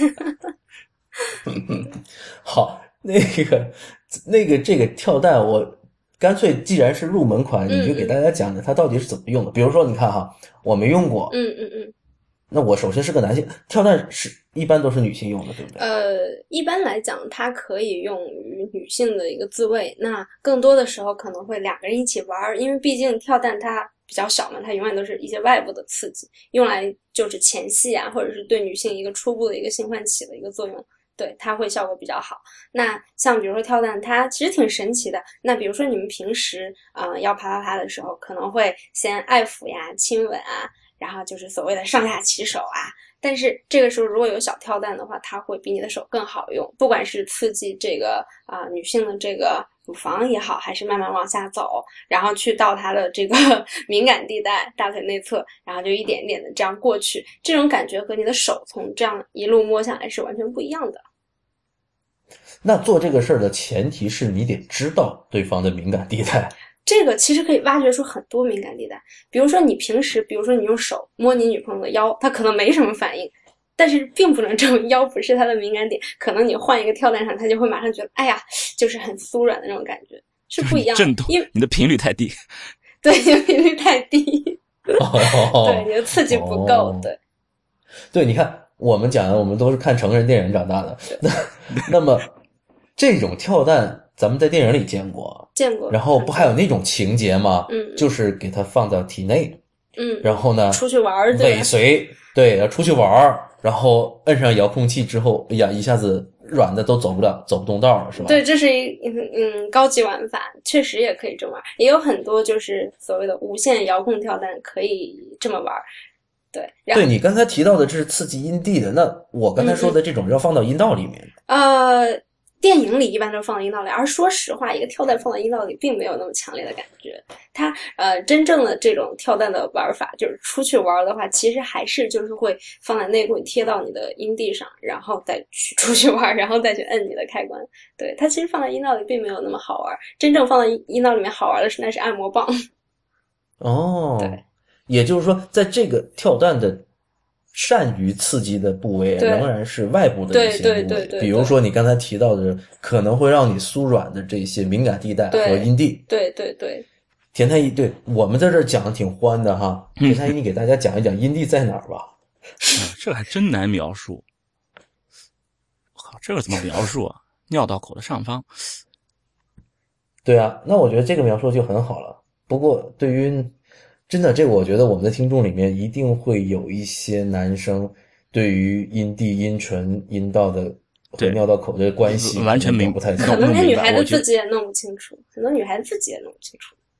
好，这个跳蛋，我干脆既然是入门款，你就给大家讲讲它到底是怎么用的。比如说，你看哈，我没用过。那我首先是个男性，跳蛋一般都是女性用的，对不对？ 一般来讲，它可以用于女性的一个自慰。那更多的时候可能会两个人一起玩，因为毕竟跳蛋它比较小嘛，它永远都是一些外部的刺激，用来就是前戏啊，或者是对女性一个初步的一个性唤起的一个作用。对，它会效果比较好。那像比如说跳蛋，它其实挺神奇的。那比如说你们平时要啪的时候，可能会先爱抚呀、亲吻啊。然后就是所谓的上下其手啊，但是这个时候如果有小跳蛋的话，它会比你的手更好用，不管是刺激这个女性的这个乳房也好，还是慢慢往下走，然后去到它的这个敏感地带大腿内侧，然后就一点一点的这样过去，这种感觉和你的手从这样一路摸下来是完全不一样的。 那做这个事儿的前提是你得知道对方的敏感地带。 这个其实可以挖掘出很多敏感地带，比如说你平时，比如说你用手摸你女朋友的腰，她可能没什么反应，但是并不能证明腰不是她的敏感点，可能你换一个跳蛋上，她就会马上觉得，哎呀，就是很酥软的那种感觉，是不一样的。 震动，因为你的频率太低。 对，你的频率太低。对，你的刺激不够。 对，你看我们讲的，我们都是看成人电影长大的，那么这种跳蛋。咱们在电影里见过，然后不还有那种情节吗？就是给它放到体内，然后呢， 出去玩， 尾随，对，要出去玩，然后摁上遥控器之后，哎呀，一下子软的都走不动道了，是吧？ 对，这是高级玩法，确实也可以这么玩，也有很多就是所谓的无线遥控跳蛋可以这么玩。对， 对，你刚才提到的这是刺激阴蒂的，那我刚才说的这种要放到阴道里面。 电影里一般都放到阴道里，而说实话，一个跳蛋放到阴道里并没有那么强烈的感觉。它真正的这种跳蛋的玩法，就是出去玩的话，其实还是就是会放在内裤贴到你的阴蒂上，然后再去出去玩，然后再去摁你的开关。对，它其实放在阴道里并没有那么好玩，真正放到阴道里面好玩的是那是按摩棒。 哦， 对， 也就是说，在这个跳蛋的善于刺激的部位仍然是外部的一些部位，比如说你刚才提到的可能会让你酥软的这些敏感地带和阴蒂。 对， 田太医，对，我们在这儿讲的挺欢的哈。田太医，你给大家讲一讲阴蒂在哪儿吧。 这还真难描述。靠，这个怎么描述啊？尿道口的上方。 对啊，那我觉得这个描述就很好了。不过对于真的，这个我觉得我们的听众里面一定会有一些男生对于阴蒂、阴唇、阴道的和尿道口的关系完全不太清楚， 可能连女孩子自己也弄不清楚，很多女孩子自己也弄不清楚。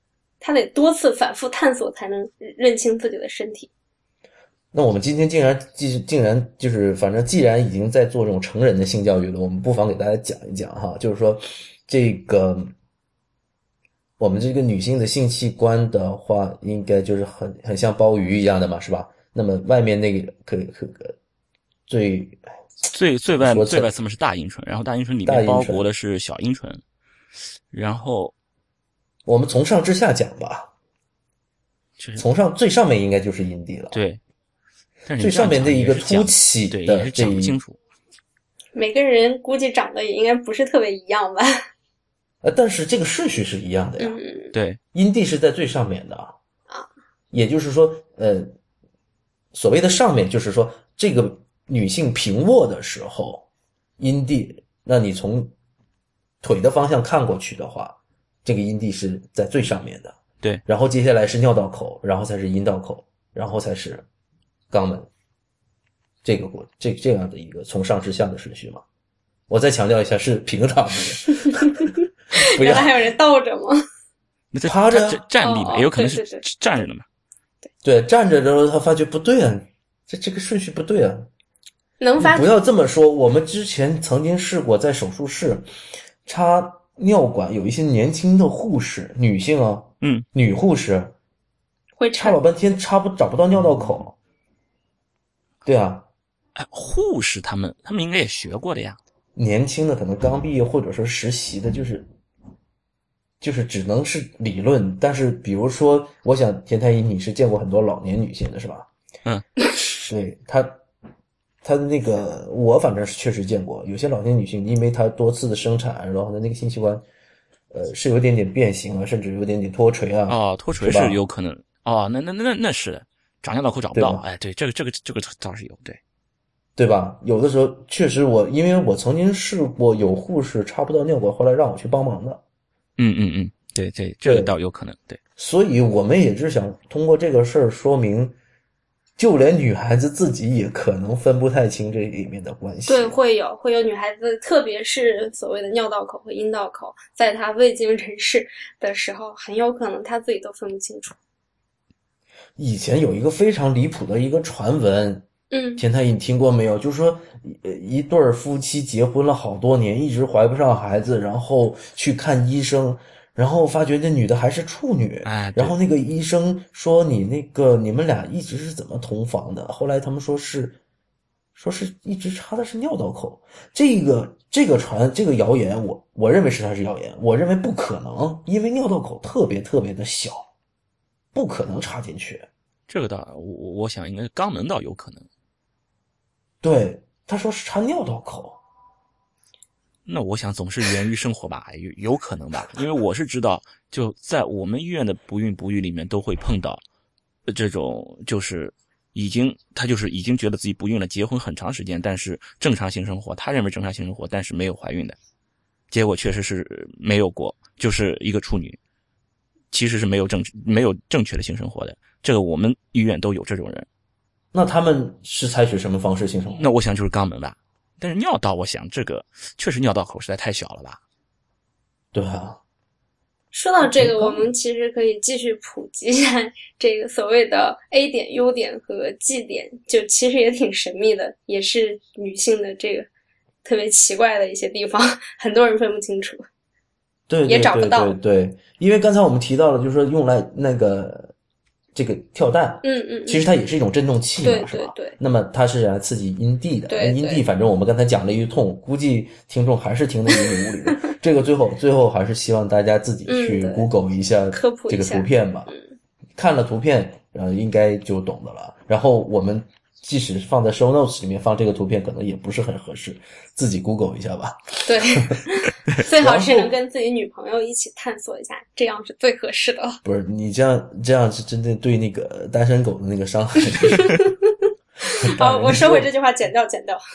他得多次反复探索才能认清自己的身体。 那我们今天竟然就是反正既然已经在做这种成人的性教育了，我们不妨给大家讲一讲哈，就是说这个我们这个女性的性器官的话，应该就是很像鲍鱼一样的嘛，是吧？那么外面那个最外侧面是大阴唇，然后大阴唇里面包裹的是小阴唇，然后我们从上至下讲吧，从最上面应该就是阴蒂了， 对，但是最上面这一个凸起的， 对，也是讲不清楚。 每个人估计长得也应该不是特别一样吧？ 但是这个顺序是一样的呀。 对， 阴蒂是在最上面的啊，也就是说，所谓的上面，就是说这个女性平卧的时候，阴蒂，那你从腿的方向看过去的话，这个阴蒂是在最上面的。 对， 然后接下来是尿道口，然后才是阴道口，然后才是肛门。这样的一个从上至下的顺序嘛。我再强调一下，是平躺的。 原来还有人倒着吗？ 趴着站立吧，也有可能是站着的嘛。 对，站着的时候他发觉不对啊，这个顺序不对啊。 能发不要这么说，我们之前曾经试过在手术室插尿管，有一些年轻的护士，女性啊，女护士会插老半天找不到尿道口。对啊， 护士他们应该也学过的呀。 年轻的可能刚毕业或者说实习的，就是只能是理论。但是比如说，我想田太医你是见过很多老年女性的是吧？对，她的那个我反正是确实见过，有些老年女性因为她多次的生产，然后她那个性器官是有点点变形啊，甚至有点点脱垂啊。 脱垂是有可能。那是的，长尿道口找不到。哎，对，这个倒是有， 对吧？有的时候确实因为我曾经试过有护士插不到尿管，后来让我去帮忙的。 对，这个倒有可能。对， 所以我们也是想通过这个事儿说明，就连女孩子自己也可能分不太清这里面的关系。 对，会有女孩子，特别是所谓的尿道口和阴道口，在她未经人事的时候，很有可能她自己都分不清楚。 以前有一个非常离谱的一个传闻，田太医你听过没有？就是说一对夫妻结婚了好多年，一直怀不上孩子，然后去看医生，然后发觉这女的还是处女。然后那个医生说你们俩一直是怎么同房的？后来他们说是一直插的是尿道口。这个谣言我认为它是谣言，我认为不可能，因为尿道口特别特别的小，不可能插进去。 这个倒我想应该是肛门倒有可能。 对，他说是插尿道口。 那我想总是源于生活吧，有可能吧，因为我是知道，就在我们医院的不孕不育里面都会碰到这种，就是他已经觉得自己不孕了，结婚很长时间，但是正常性生活，他认为正常性生活，但是没有怀孕的，结果确实是没有过，就是一个处女，其实是没有正确的性生活的。这个我们医院都有这种人。 那他们是采取什么方式性生活？ 那我想就是肛门吧。但是尿道，我想这个确实尿道口实在太小了吧？ 对啊。 说到这个，我们其实可以继续普及一下这个所谓的 A 点、优点和 G 点，就其实也挺神秘的，也是女性的这个特别奇怪的一些地方，很多人分不清楚， 对， 也找不到。 对，因为刚才我们提到了，就是说用来这个跳蛋，其实它也是一种振动器嘛，是吧？ 对。 那么它是来刺激阴蒂的， 对， 阴蒂反正我们刚才讲了一通，估计听众还是听得云里雾里的。这个最后还是希望大家自己去 Google 一下这个图片吧，看了图片，应该就懂的了。然后我们即使放在 show notes 里面放这个图片，可能也不是很合适，自己 Google 一下吧。 对，最好是能跟自己女朋友一起探索一下，这样是最合适的。 不是你这样是真的对那个单身狗的那个伤害。 好，我收回这句话，剪掉。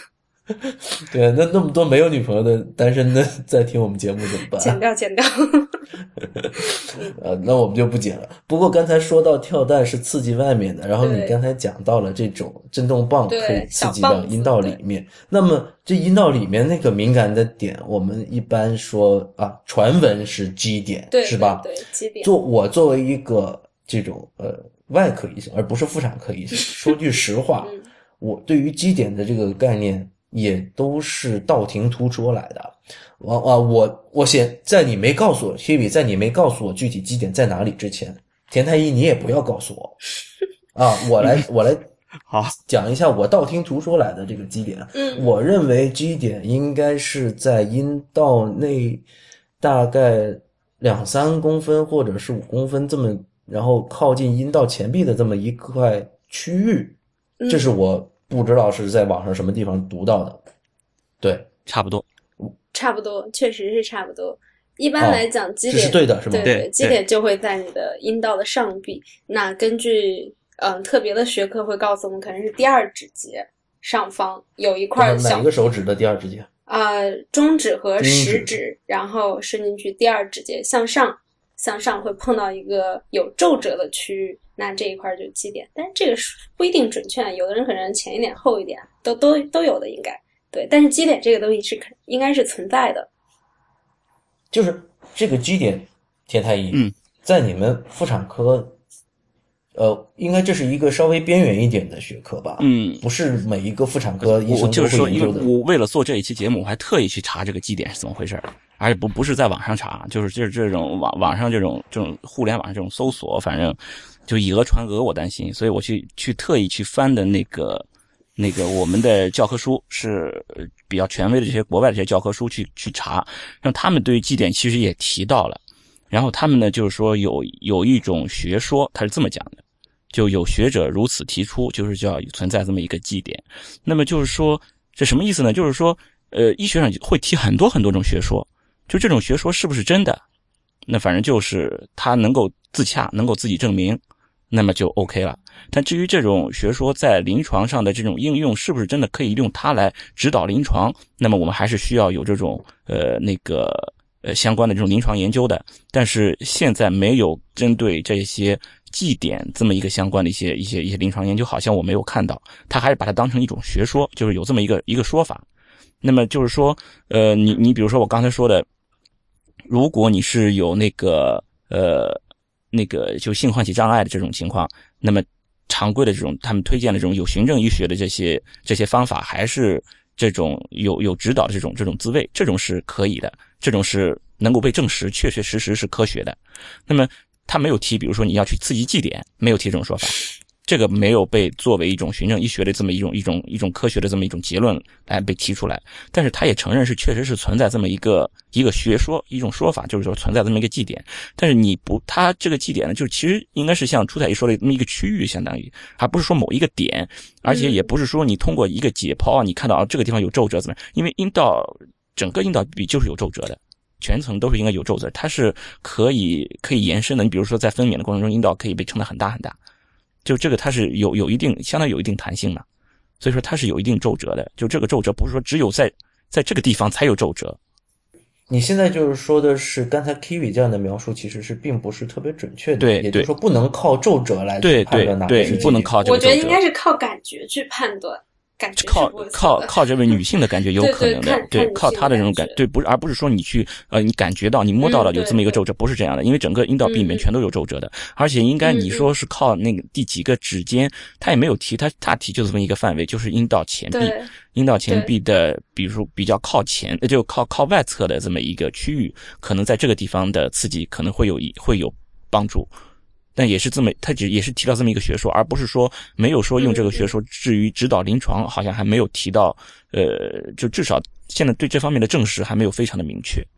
对，那么多没有女朋友的单身的在听我们节目怎么办？ 剪掉。 那我们就不剪了。不过刚才说到跳蛋是刺激外面的，然后你刚才讲到了这种震动棒可以刺激到阴道里面。那么这阴道里面那个敏感的点，我们一般说啊，传闻是 G 点， 对， 是吧？ 对 ，G 点。 我作为一个这种外科医生，而不是妇产科医生，说句实话，我对于 G 点的这个概念也都是道听途说来的。我先在你没告诉我 Hebe 在你没告诉我具体基点在哪里之前，田太医你也不要告诉我啊，我来好讲一下我道听途说来的这个基点。我认为基点应该是在阴道内大概2-3公分或者是5公分这么，然后靠近阴道前壁的这么一块区域，这是我不知道是在网上什么地方读到的。对， 差不多， 确实是差不多。一般来讲，基点这是对的，是吗？ 对，基点就会在你的阴道的上壁。那根据特别的学科会告诉我们，可能是第2指节上方有一块小。 哪一个手指的第2指节？ 中指和食指，然后伸进去第2指节向上会碰到一个有皱褶的区域，那这一块就是基点。但是这个不一定准确，有的人可能前一点后一点，都有的应该。对，但是基点这个东西应该是存在的。 就是这个基点，田太医，在你们妇产科，应该这是一个稍微边缘一点的学科吧？不是每一个妇产科医生都会研究的。 就是说，因为我为了做这一期节目，我还特意去查这个基点是怎么回事，而且不是在网上查，就是这种网上这种互联网这种搜索，反正就以讹传讹，我担心，所以我去特意去翻的那个我们的教科书是比较权威的这些国外的这些教科书去查，让他们对于基点其实也提到了，然后他们呢就是说有一种学说，他是这么讲的，就有学者如此提出，就是叫存在这么一个基点。那么就是说这什么意思呢？就是说医学上会提很多种学说，就这种学说是不是真的，那反正就是他能够自洽，能够自己证明，那么就 OK 了。但至于这种学说在临床上的这种应用是不是真的可以用它来指导临床，那么我们还是需要有这种相关的这种临床研究的。但是现在没有针对这些基点这么一个相关的一些临床研究，好像我没有看到，他还是把它当成一种学说，就是有这么一个说法。那么就是说你比如说我刚才说的，如果你是有那个就性唤起障碍的这种情况，那么常规的这种他们推荐的这种有循证医学的这些方法，还是这种有指导的这种自慰，这种是可以的，这种是能够被证实确实是科学的。那么他没有提比如说你要去刺激基点，没有提这种说法，这个没有被作为一种循证医学的这么一种科学的这么一种结论来被提出来。但是他也承认是确实是存在这么一个学说，一种说法，就是说存在这么一个基点。但是他这个基点呢，就是其实应该是像初太医说的这么一个区域，相当于还不是说某一个点，而且也不是说你通过一个解剖你看到这个地方有皱褶怎么样，因为整个阴道壁就是有皱褶的，全程都是应该有皱褶，它是可以延伸的。你比如说在分娩的过程中，阴道可以被撑得很大很大，就这个它是有一定相当有一定弹性的，所以说它是有一定皱褶的。就这个皱褶不是说只有在这个地方才有皱褶。 你现在就是说的是刚才 Kiwi 这样的描述其实是并不是特别准确的， 对， 也就是说不能靠皱褶来去判断哪个是基点， 不能靠这个皱褶。 我觉得应该是靠感觉去判断。感觉靠这位女性的感觉有可能的，对，靠她的这种感，对，而不是说你去你感觉到你摸到了有这么一个皱褶，不是这样的，因为整个阴道壁里面全都有皱褶的，而且应该你说是靠那个第几个指尖，他也没有提，他提就这么一个范围，就是阴道前壁的，比如说比较靠前，就靠外侧的这么一个区域，可能在这个地方的刺激可能会有帮助。但也是他也是提到这么一个学说，而不是说没有说用这个学说至于指导临床，好像还没有提到，就至少现在对这方面的证实还没有非常的明确。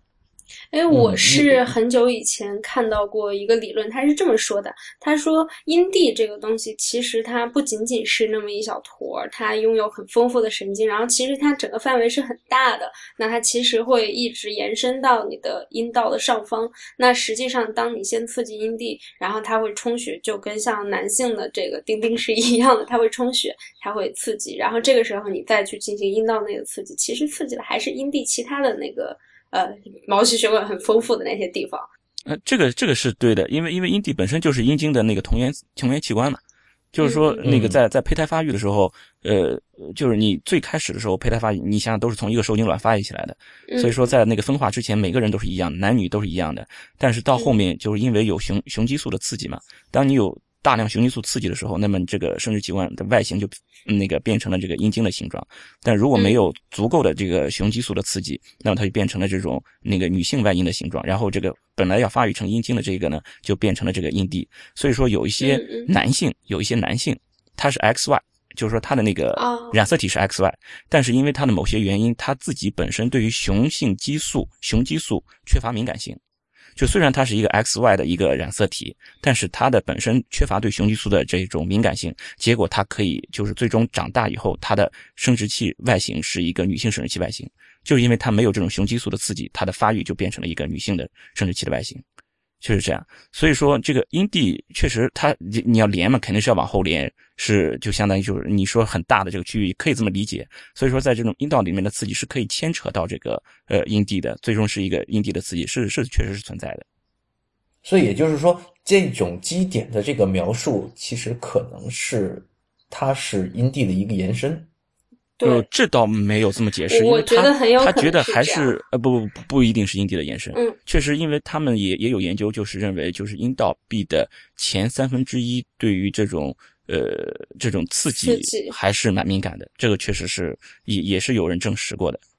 我是很久以前看到过一个理论，他是这么说的，他说阴蒂这个东西其实它不仅仅是那么一小坨，它拥有很丰富的神经，然后其实它整个范围是很大的，那它其实会一直延伸到你的阴道的上方，那实际上当你先刺激阴蒂，然后它会充血，就跟像男性的这个丁丁是一样的，它会充血，它会刺激，然后这个时候你再去进行阴道内的刺激，其实刺激的还是阴蒂其他的那个毛细血管很丰富的那些地方。 这个是对的，因为阴蒂本身就是阴茎的那个同源器官嘛，就是说那个在胚胎发育的时候，就是你最开始的时候胚胎发育，你想想都是从一个受精卵发育起来的，所以说在那个分化之前，每个人都是一样的，男女都是一样的，但是到后面就是因为有雄激素的刺激嘛，当你有大量雄激素刺激的时候，那么这个生殖器官的外形就那个变成了这个阴茎的形状。但如果没有足够的这个雄激素的刺激，那么它就变成了这种那个女性外阴的形状。然后这个本来要发育成阴茎的这个呢，就变成了这个阴蒂。所以说有一些男性，他是 XY， 就是说他的那个染色体是 XY， 但是因为他的某些原因，他自己本身对于雄激素缺乏敏感性。就虽然它是一个 XY 的一个染色体，但是它的本身缺乏对雄激素的这种敏感性，结果它可以就是最终长大以后，它的生殖器外形是一个女性生殖器外形，就是因为它没有这种雄激素的刺激，它的发育就变成了一个女性的生殖器的外形，就是这样。所以说这个阴蒂确实它你要连嘛，肯定是要往后连，是就相当于就是你说很大的这个区域，可以这么理解。所以说在这种阴道里面的刺激是可以牵扯到这个阴蒂的，最终是一个阴蒂的刺激是确实是存在的。 所以也就是说，这种基点的这个描述，其实可能是它是阴蒂的一个延伸。 对， 这倒没有这么解释，因为他觉得还是不一定是阴蒂的延伸。确实，因为他们也有研究，就是认为就是阴道壁的前1/3对于这种刺激还是蛮敏感的，这个确实是也是有人证实过的。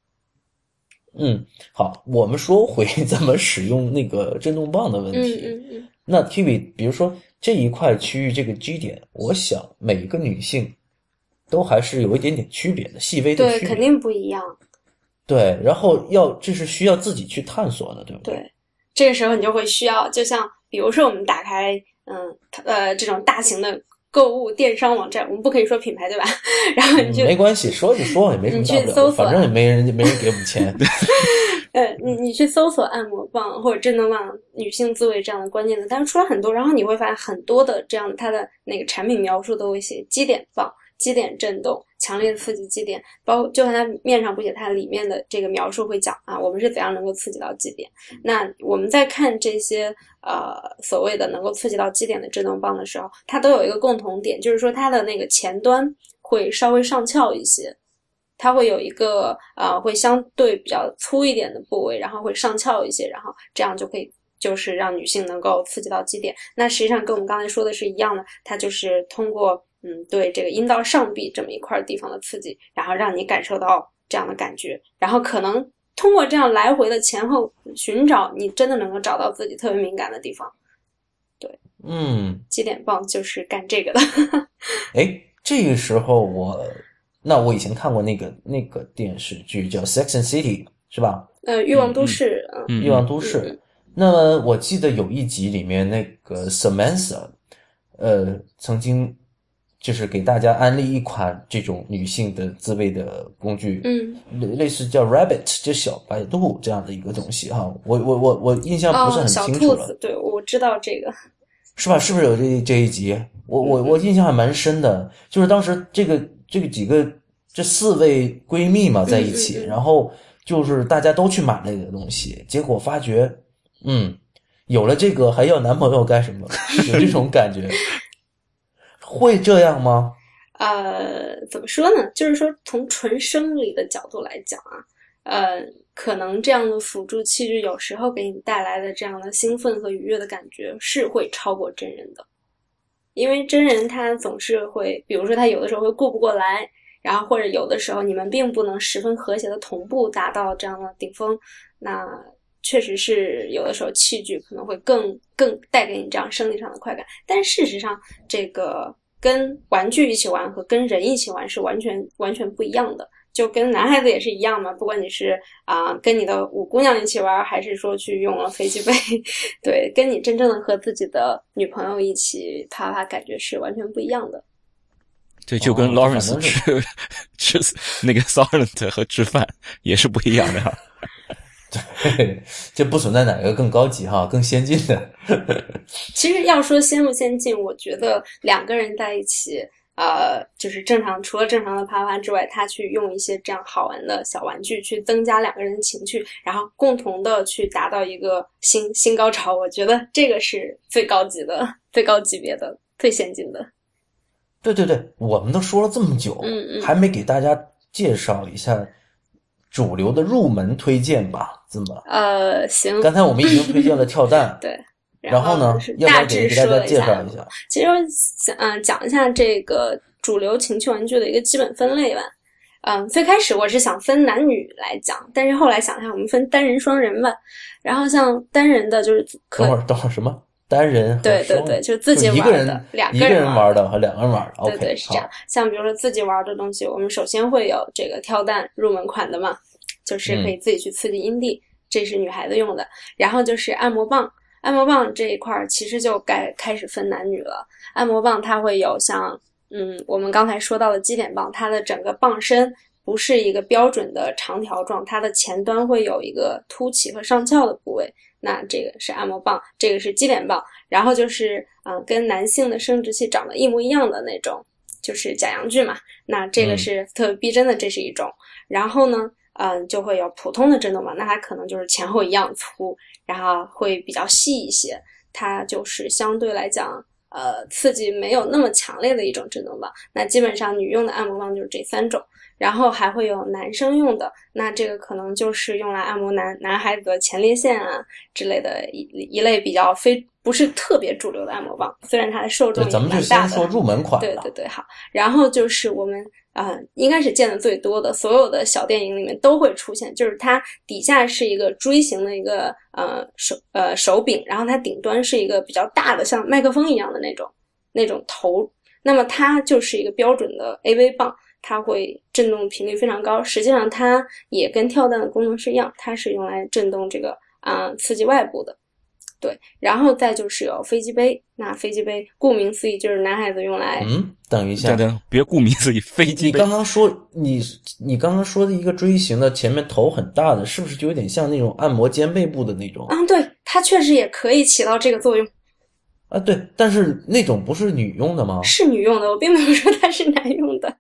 好，我们说回怎么使用那个震动棒的问题。那 Kiwi， 比如说这一块区域这个基点，我想每一个女性都还是有一点点区别的，细微的区别， 对，肯定不一样。 对，然后这是需要自己去探索的，对不对？ 对，这个时候你就会需要，就像比如说我们打开这种大型的购物电商网站，我们不可以说品牌对吧？然后你就没关系，说就说也没什么大不了的，反正也没人给我们钱。 你去搜索按摩棒或者震动棒、女性自慰这样的关键的，但是出来很多，然后你会发现很多的这样它的那个产品描述都会写基点棒、基点震动、强烈刺激基点，包括就算它面上不写，它里面的这个描述会讲我们是怎样能够刺激到基点。那我们在看这些所谓的能够刺激到基点的震动棒的时候，它都有一个共同点，就是说它的那个前端会稍微上翘一些。它会有一个会相对比较粗一点的部位，然后会上翘一些，然后这样就可以就是让女性能够刺激到基点。那实际上跟我们刚才说的是一样的，它就是通过对这个阴道上壁这么一块地方的刺激，然后让你感受到这样的感觉，然后可能通过这样来回的前后寻找，你真的能够找到自己特别敏感的地方。对，基点棒就是干这个的。 这个时候我以前看过那个电视剧叫《Sex and City》，是吧？ 欲望都市， 欲望都市。那么我记得有一集里面那个 Samantha，曾经就是给大家安利一款这种女性的自慰的工具，类似叫 Rabbit， 就小白兔这样的一个东西哈。我印象不是很清楚了。 小兔子，对，我知道这个。 是吧？是不是有这一集？我印象还蛮深的，就是当时这几个这4位闺蜜嘛在一起，然后就是大家都去买那个东西，结果发觉，有了这个还要男朋友干什么？有这种感觉，会这样吗？ 怎么说呢？就是说从纯生理的角度来讲可能这样的辅助器具有时候给你带来的这样的兴奋和愉悦的感觉是会超过真人的，因为真人他总是会，比如说他有的时候会顾不过来，然后或者有的时候你们并不能十分和谐的同步达到这样的顶峰，那确实是有的时候器具可能会更带给你这样生理上的快感，但事实上这个跟玩具一起玩和跟人一起玩是完全不一样的。 就跟男孩子也是一样嘛，不管你是跟你的五姑娘一起玩，还是说去用了飞机杯，对，跟你真正的和自己的女朋友一起啪啪感觉是完全不一样的。 对，就跟 Lawrence 吃那个 Silent 和吃饭也是不一样的哈。 对，这不存在哪个更高级哈，更先进的。 其实要说先不先进，我觉得两个人在一起，就是正常，除了正常的啪啪之外，他去用一些这样好玩的小玩具去增加两个人的情趣，然后共同的去达到一个新高潮，我觉得这个是最高级的、最高级别的、最先进的。 对对对，我们都说了这么久，还没给大家介绍一下主流的入门推荐吧？这么行。 刚才我们已经推荐了跳蛋， 对。 然后呢，要不要给大家介绍一下？ 其实讲一下这个主流情趣玩具的一个基本分类吧。最开始我是想分男女来讲，但是后来想一下，我们分单人、双人吧。然后像单人的，就是等会儿什么？单人和对对对，就是自己玩的， 一个人玩的和两个人玩的。 对对，是这样。像比如说自己玩的东西，我们首先会有这个跳蛋入门款的嘛，就是可以自己去刺激阴蒂，这是女孩子用的。然后就是按摩棒。按摩棒这一块其实就该开始分男女了。按摩棒它会有像我们刚才说到的基点棒，它的整个棒身不是一个标准的长条状，它的前端会有一个凸起和上翘的部位，那这个是按摩棒，这个是基点棒。然后就是跟男性的生殖器长得一模一样的那种，就是假阳具嘛，那这个是特别逼真的，这是一种。然后呢就会有普通的震动棒，那它可能就是前后一样粗，然后会比较细一些，它就是相对来讲刺激没有那么强烈的一种震动棒。那基本上女用的按摩棒就是这三种。然后还会有男生用的，那这个可能就是用来按摩男孩子的前列腺啊之类的一类比较不是特别主流的按摩棒，虽然它的受众也蛮大的。 咱们就先说入门款吧。 对对对，好。然后就是我们应该是见的最多的，所有的小电影里面都会出现，就是它底下是一个锥形的一个手柄，然后它顶端是一个比较大的像麦克风一样的那种头，那么它就是一个标准的 AV 棒。它会震动频率非常高，实际上它也跟跳蛋的功能是一样，它是用来震动这个刺激外部的。对，然后再就是有飞机杯，那飞机杯顾名思义就是男孩子用来等一下， 别顾名思义，飞机杯。 你刚刚说你刚刚说的一个锥形的，前面头很大的，是不是就有点像那种按摩肩背部的那种？ 对，它确实也可以起到这个作用。 对，但是那种不是女用的吗？ 是女用的，我并没有说它是男用的。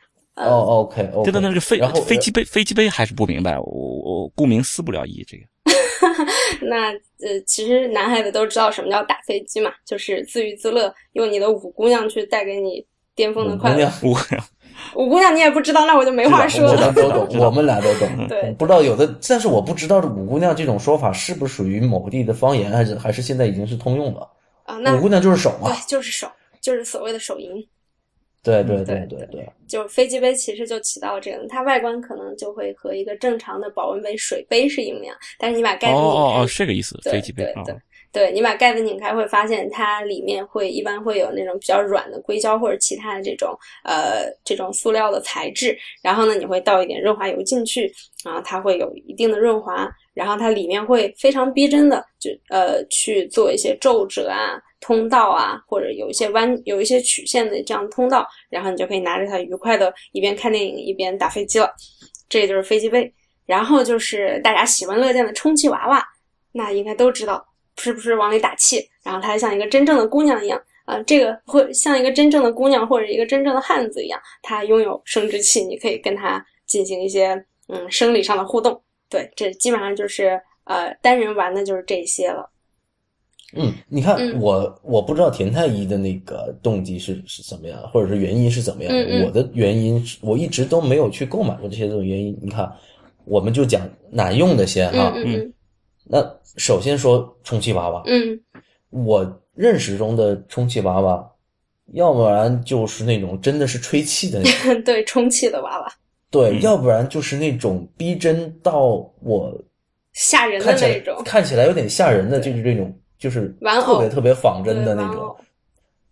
OK， 对，那个飞机杯还是不明白，我顾名思不了义这个。 那其实男孩子都知道什么叫打飞机嘛，就是自娱自乐，用你的五姑娘去带给你巅峰的快乐。五姑娘你也不知道，那我就没话说了。 我们都懂，我们俩都懂。 对， 不知道有的，但是我不知道这五姑娘这种说法是不是属于某地的方言，还是现在已经是通用了。 那五姑娘就是手嘛。 对，就是手，就是所谓的手淫。 对， 就飞机杯其实就起到这个，它外观可能就会和一个正常的保温杯、水杯是一模一样，但是你把盖子拧开， 这个意思，飞机杯。 对，你把盖子拧开会发现它里面一般会有那种比较软的硅胶或者其他的这种塑料的材质，然后呢你会倒一点润滑油进去，然后它会有一定的润滑，然后它里面会非常逼真的去做一些皱褶啊、通道啊，或者有一些曲线的这样通道，然后你就可以拿着它愉快的一边看电影一边打飞机了。这就是飞机杯。然后就是大家喜闻乐见的充气娃娃，那应该都知道是不是往里打气，然后它像一个真正的姑娘一样这个会像一个真正的姑娘或者一个真正的汉子一样，它拥有生殖器，你可以跟它进行一些生理上的互动。对，这基本上就是单人玩的就是这些了。 你看我不知道田太医的那个动机是怎么样，或者是原因是怎么样的。我的原因我一直都没有去购买过这些种原因。你看，我们就讲男用的先哈。那首先说充气娃娃。我认识中的充气娃娃，要不然就是那种真的是吹气的那种对，充气的娃娃。 对，要不然就是那种逼真到我吓人的那种， 看起来有点吓人的，就是这种就是特别特别仿真的那种。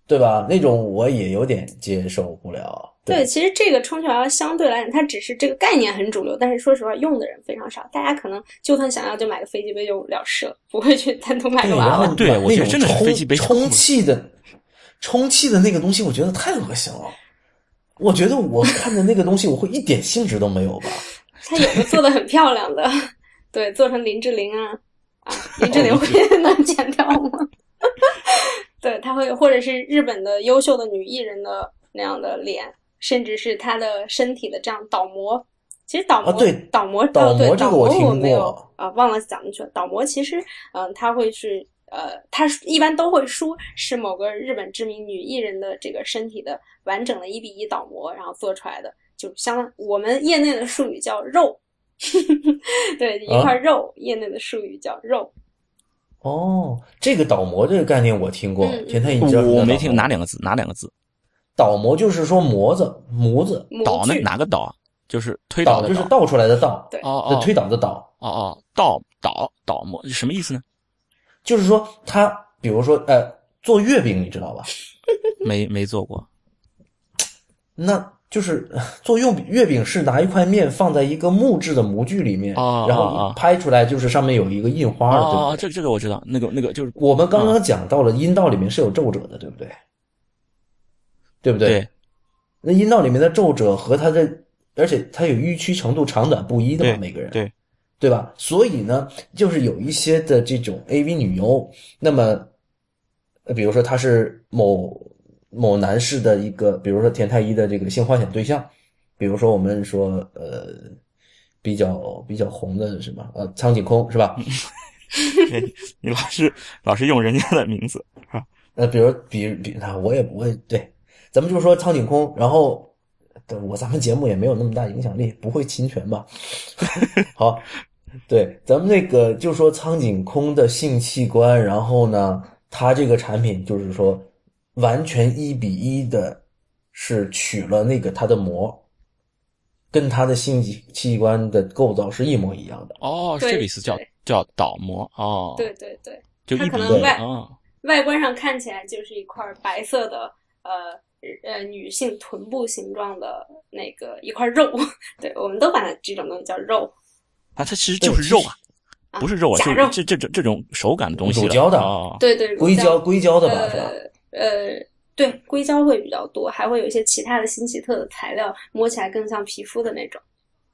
对吧？那种我也有点接受不了。 对，其实这个充气娃娃相对来讲，它只是这个概念很主流，但是说实话，用的人非常少。大家可能就算想要，就买个飞机杯就了事了，不会去单独买个娃娃。 对，我觉得真的是飞机杯充气的那个东西，我觉得太恶心了。我觉得我看的那个东西，我会一点兴致都没有吧？ 它有的做的很漂亮的，对，做成林志玲啊，林志玲会能剪掉吗？对，它会，或者是日本的优秀的女艺人的那样的脸，甚至是她的身体的这样倒模。其实倒模， 对， 倒模这个我听过， 没有忘了讲进去了。倒模其实，它会是它一般都会说是某个日本知名女艺人的这个身体的完整的1:1倒模，然后做出来的，就相当我们业内的术语叫肉，对，一块肉，业内的术语叫肉。 哦，这个倒模这个概念我听过，田太医你知道什么？ 我没听哪两个字？ 倒模就是说模子。 倒呢？哪个倒？就是推倒的就是倒出来的倒， 对， 推倒的倒。 倒模什么意思呢？ 就是说他比如说做月饼你知道吧？ 没做过。 那就是做月饼是拿一块面放在一个木质的模具里面，然后拍出来就是上面有一个印花的，对不对？ 这个我知道，那个就是我们刚刚讲到了阴道里面是有皱褶的，对不对？对不对？ 对。 那阴道里面的皱褶和它的，而且它有迂曲程度长短不一的嘛，每个人，对吧？所以呢，就是有一些的这种 AV 女优，那么比如说她是某男士的一个，比如说田太医的这个性幻想对象，比如说我们说比较红的什么苍井空是吧？ 你老是用人家的名字啊？ 比我也不会对，咱们就说苍井空，然后咱们节目也没有那么大影响力，不会侵权吧？好，对，咱们那个就说苍井空的性器官，然后呢，它这个产品就是说完全1:1的是取了那个它的膜，跟它的性器官的构造是一模一样的。 这个意思叫倒模哦。 对， 就它可能外观上看起来就是一块白色的女性臀部形状的那个一块肉，对，我们都把它这种东西叫肉它其实就是肉不是肉假肉， 这种手感的东西， 乳胶的， 对， 硅胶的吧，是吧？ 对，硅胶会比较多，还会有一些其他的新奇特的材料，摸起来更像皮肤的那种。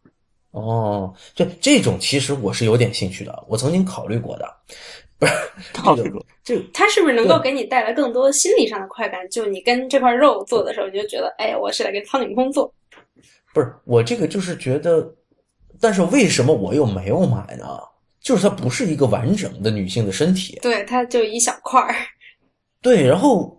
这种其实我是有点兴趣的，我曾经考虑过的。不是考虑过， 它是不是能够给你带来更多心理上的快感？就你跟这块肉做的时候，你就觉得，哎，我是来跟苍井空做。 不是，我这个就是觉得，但是为什么我又没有买呢？就是它不是一个完整的女性的身体， 对，它就一小块儿。 对，然后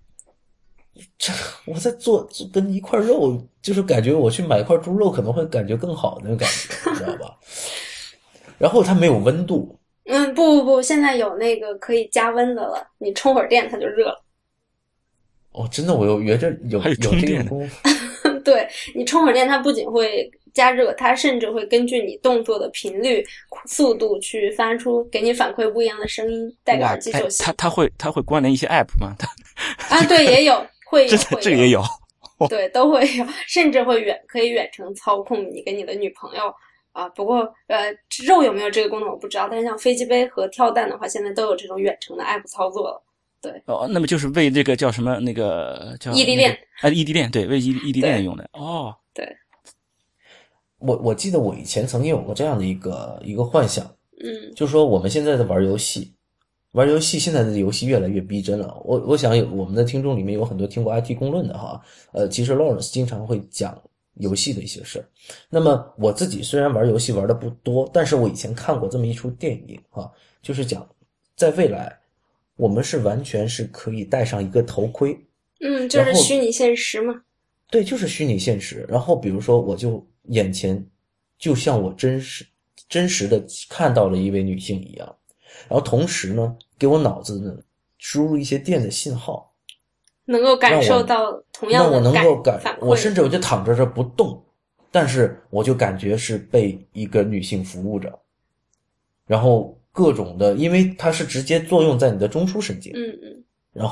我在做跟一块肉，就是感觉我去买一块猪肉可能会感觉更好的那种感觉，你知道吧？然后它没有温度。 不，现在有那个可以加温的了，你充会儿电它就热了。 真的，我有觉着有这个功夫。 对，你充会儿电，它不仅会加热，它甚至会根据你动作的频率、速度去发出给你反馈不一样的声音，戴个耳机就行。 它会关联一些 app 吗？ 对，也有，会有， 这个也有， 对，都会有，甚至会可以远程操控你跟你的女朋友。不过肉有没有这个功能我不知道，但是像飞机杯和跳蛋的话，现在都有这种远程的 app 操作了。对， 那么就是为这个叫什么那个叫异地恋， 异地恋，对，为异地恋用的。 对， 我记得我以前曾经有过这样的一个幻想，就是说我们现在在玩游戏，现在的游戏越来越逼真了。我想我们的听众里面有很多听过 IT 公论的哈，其实 Lawrence 经常会讲游戏的一些事。那么我自己虽然玩游戏玩的不多，但是我以前看过这么一出电影就是讲在未来我们是完全是可以戴上一个头盔， 就是虚拟现实嘛。 对，就是虚拟现实。然后比如说我就眼前就像我真实的看到了一位女性一样，然后同时呢给我脑子呢输入一些电的信号， 能够感受到同样的让我能够反馈。 我甚至我就躺着这不动，但是我就感觉是被一个女性服务着，然后各种的，因为它是直接作用在你的中枢神经，然后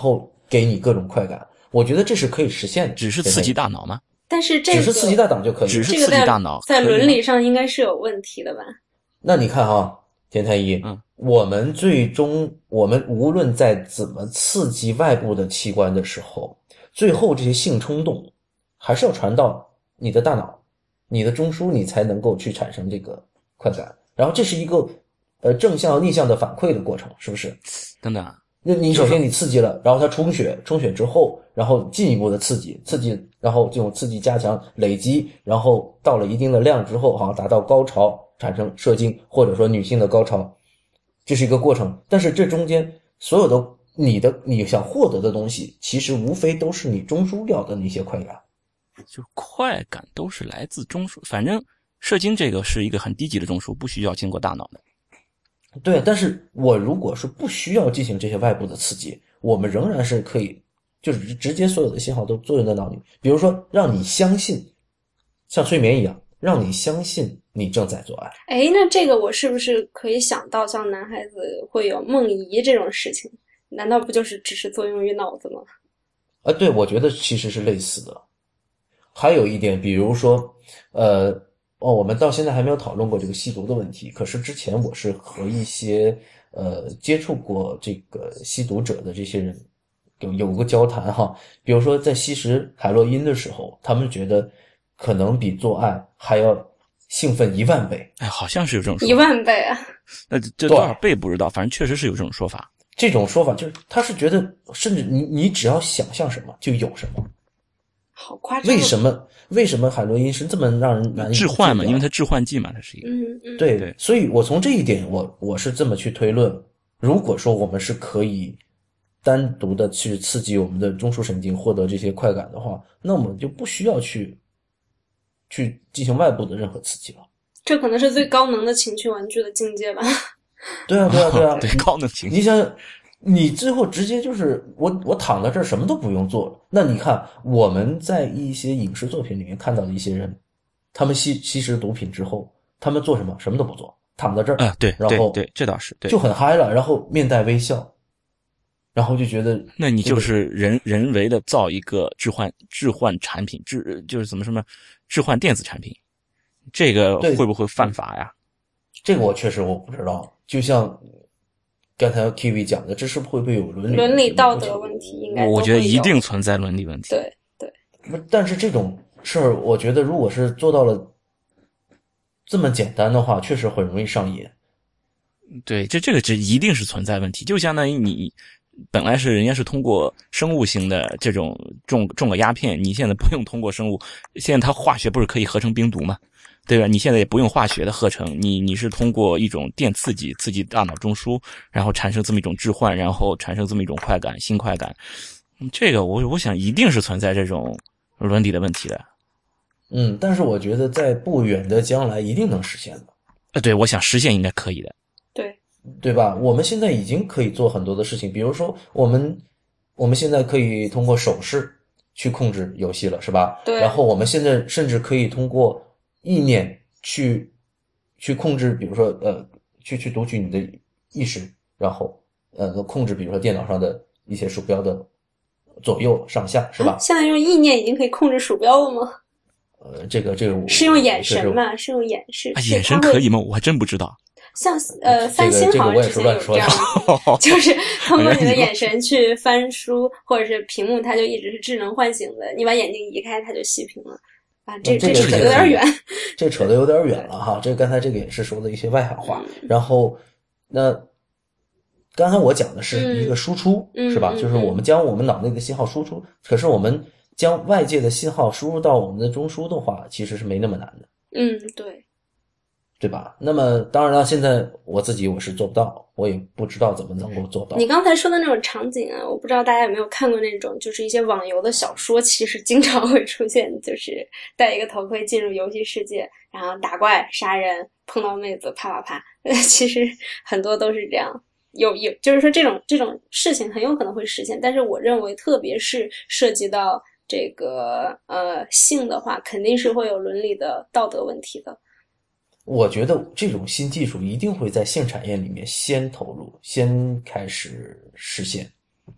给你各种快感，我觉得这是可以实现的。 只是刺激大脑吗？ 但是这个只是刺激大脑就可以， 只是刺激大脑， 在伦理上应该是有问题的吧？ 那你看哈，田太医，我们无论在怎么刺激外部的器官的时候，最后这些性冲动还是要传到你的大脑，你的中枢，你才能够去产生这个快感。然后这是一个正向逆向的反馈的过程，是不是？ 等等， 那你首先你刺激了，然后它充血之后，然后进一步的刺激，然后这种刺激加强累积，然后到了一定的量之后，好像达到高潮，产生射精，或者说女性的高潮，这是一个过程。但是这中间所有的你想获得的东西，其实无非都是你中枢要的那些快感， 就快感都是来自中枢，反正射精这个是一个很低级的中枢，不需要经过大脑的。 对，但是我如果是不需要进行这些外部的刺激，我们仍然是可以，就是直接所有的信号都作用在脑里。比如说，让你相信，像催眠一样，让你相信你正在做爱。 哎，那这个我是不是可以想到，像男孩子会有梦遗这种事情？难道不就是只是作用于脑子吗？ 对，我觉得其实是类似的。还有一点，比如说，我们到现在还没有讨论过这个吸毒的问题。可是之前我是和一些接触过这个吸毒者的这些人有个交谈哈。比如说在吸食海洛因的时候，他们觉得可能比做爱还要兴奋10000倍。 哎，好像是有这种说法。 10000倍啊！ 那这多少倍不知道，反正确实是有这种说法。 这种说法就是他是觉得，甚至你只要想象什么就有什么。 好夸张！ 为什么海洛因是这么让人难以致幻嘛？因为它致幻剂嘛，它是一个。 对，所以我从这一点我是这么去推论，如果说我们是可以单独的去刺激我们的中枢神经获得这些快感的话，那我们就不需要去进行外部的任何刺激了。 这可能是最高能的情趣玩具的境界吧？ 对啊， 对，高能情趣。 你想想，你最后直接就是我躺在这儿什么都不用做了。那你看我们在一些影视作品里面看到的一些人，他们吸食毒品之后，他们做什么？什么都不做，躺在这儿对， 然后对，这倒是对， 就很嗨了，然后面带微笑，然后就觉得那你就是人为的造一个置换产品，就是什么置换电子产品，这个会不会犯法呀？ 这个我确实不知道。就像刚才 Kiwi 讲的，这是会不会有伦理道德问题？应该我觉得一定存在伦理问题。 对。 但是这种事儿，我觉得如果是做到了这么简单的话，确实很容易上瘾。 对，这一定是存在问题。就相当于你本来是人家是通过生物性的这种种个鸦片，你现在不用通过生物，现在它化学不是可以合成冰毒吗？对吧？你现在也不用化学的合成，你是通过一种电刺激大脑中枢，然后产生这么一种置换，然后产生这么一种快感，新快感。这个我想一定是存在这种伦理的问题的。 但是我觉得在不远的将来一定能实现的。 对，我想实现应该可以的。 对吧？我们现在已经可以做很多的事情，比如说我们现在可以通过手势去控制游戏了，是吧？ 对。 然后我们现在甚至可以通过意念去控制，比如说去读取你的意识，然后控制比如说电脑上的一些鼠标的左右上下，是吧？ 现在用意念已经可以控制鼠标了吗？ 这个是用眼神吗？是用眼神？ 眼神可以吗？我还真不知道。 像三星好像之前有这样的，就是通过你的眼神去翻书或者是屏幕，它就一直是智能唤醒的，你把眼睛移开，它就熄屏了。这扯得有点远， 这扯得有点远了哈。这刚才这个也是说的一些外行话。然后那刚才我讲的是一个输出，是吧？就是我们将我们脑内的信号输出，可是我们将外界的信号输入到我们的中枢的话，其实是没那么难的。对吧？那么当然了，现在我是做不到，我也不知道怎么能够做到。 你刚才说的那种场景啊，我不知道大家有没有看过那种，就是一些网游的小说，其实经常会出现，就是戴一个头盔进入游戏世界，然后打怪、杀人、碰到妹子，啪啪啪。其实很多都是这样，有就是说这种事情很有可能会实现，但是我认为，特别是涉及到这个性的话，肯定是会有伦理的道德问题的。 我觉得这种新技术一定会在性产业里面先投入，先开始实现。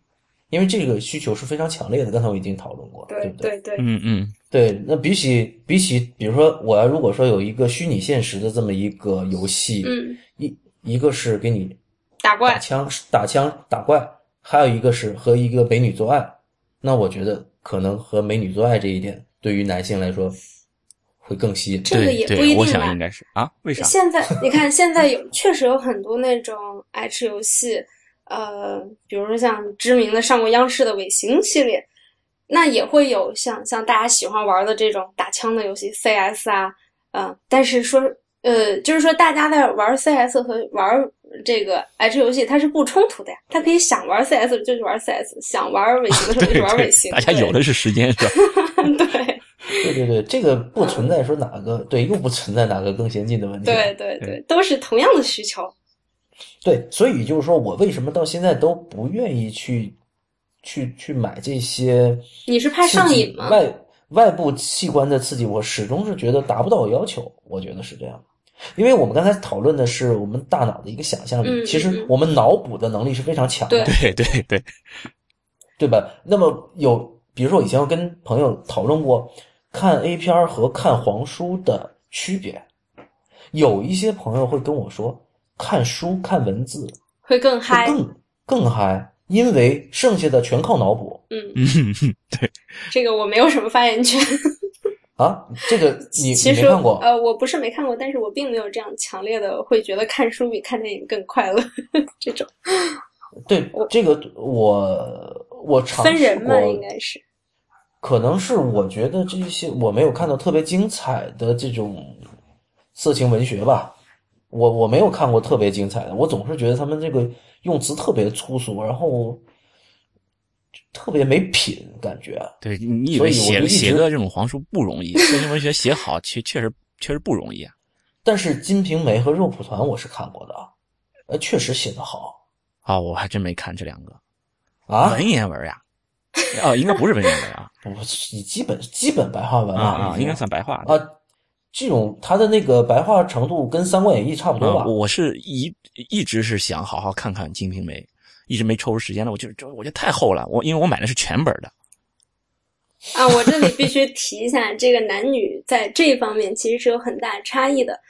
因为这个需求是非常强烈的，刚才我已经讨论过了， 对不对？ 对， 对，那比起，比如说我要如果说有一个虚拟现实的这么一个游戏，一个是给你打怪、 打枪、打怪，还有一个是和一个美女做爱，那我觉得可能和美女做爱这一点，对于男性来说会更吸引。 这个也不一定吧， 我想应该是啊，为啥？ 现在你看，现在确实有很多那种爱吃游戏，比如说像知名的上过央视的尾行系列，那也会有像大家喜欢玩的这种打枪的游戏 CS 啊，但是说就是说大家在玩 CS 和玩这个爱吃游戏它是不冲突的呀，他可以想玩 CS 就去玩 CS， 想玩尾行的时候就去玩尾行， 大家有的是时间是吧？ 对，这个不存在说哪个对，又不存在哪个更先进的问题。 对，都是同样的需求。 对，所以就是说我为什么到现在都不愿意去买这些， 你是怕上瘾吗？ 外部器官的刺激，我始终是觉得达不到我要求，我觉得是这样。因为我们刚才讨论的是我们大脑的一个想象力，其实我们脑补的能力是非常强的， 对吧？那么比如说我以前我跟朋友讨论过看 A 片和看黄书的区别，有一些朋友会跟我说看书看文字会更嗨， 更嗨，因为剩下的全靠脑补。 对， 这个我没有什么发言权。 啊，这个你没看过？ 我不是没看过，但是我并没有这样强烈的会觉得看书比看电影更快乐这种。 对，这个我尝试过， 分人嘛，应该是。 可能是我觉得这些我没有看到特别精彩的这种色情文学吧，我没有看过特别精彩的，我总是觉得他们这个用词特别粗俗，然后特别没品感觉。 对，你以为写个这种黄书不容易，色情文学写好确实不容易啊。 但是《金瓶梅》和《肉蒲团》我是看过的，确实写得好。 我还真没看这两个啊， 文言文呀。应该不是文言文啊， 你基本白话文应该算白话啊。这种他的那个白话程度跟《三国演义》差不多吧。 我是一直是想好好看看《金瓶梅》，一直没抽出时间来。我觉得太厚了，因为我买的是全本的。 我这里必须提一下，这个男女在这一方面其实是有很大差异的。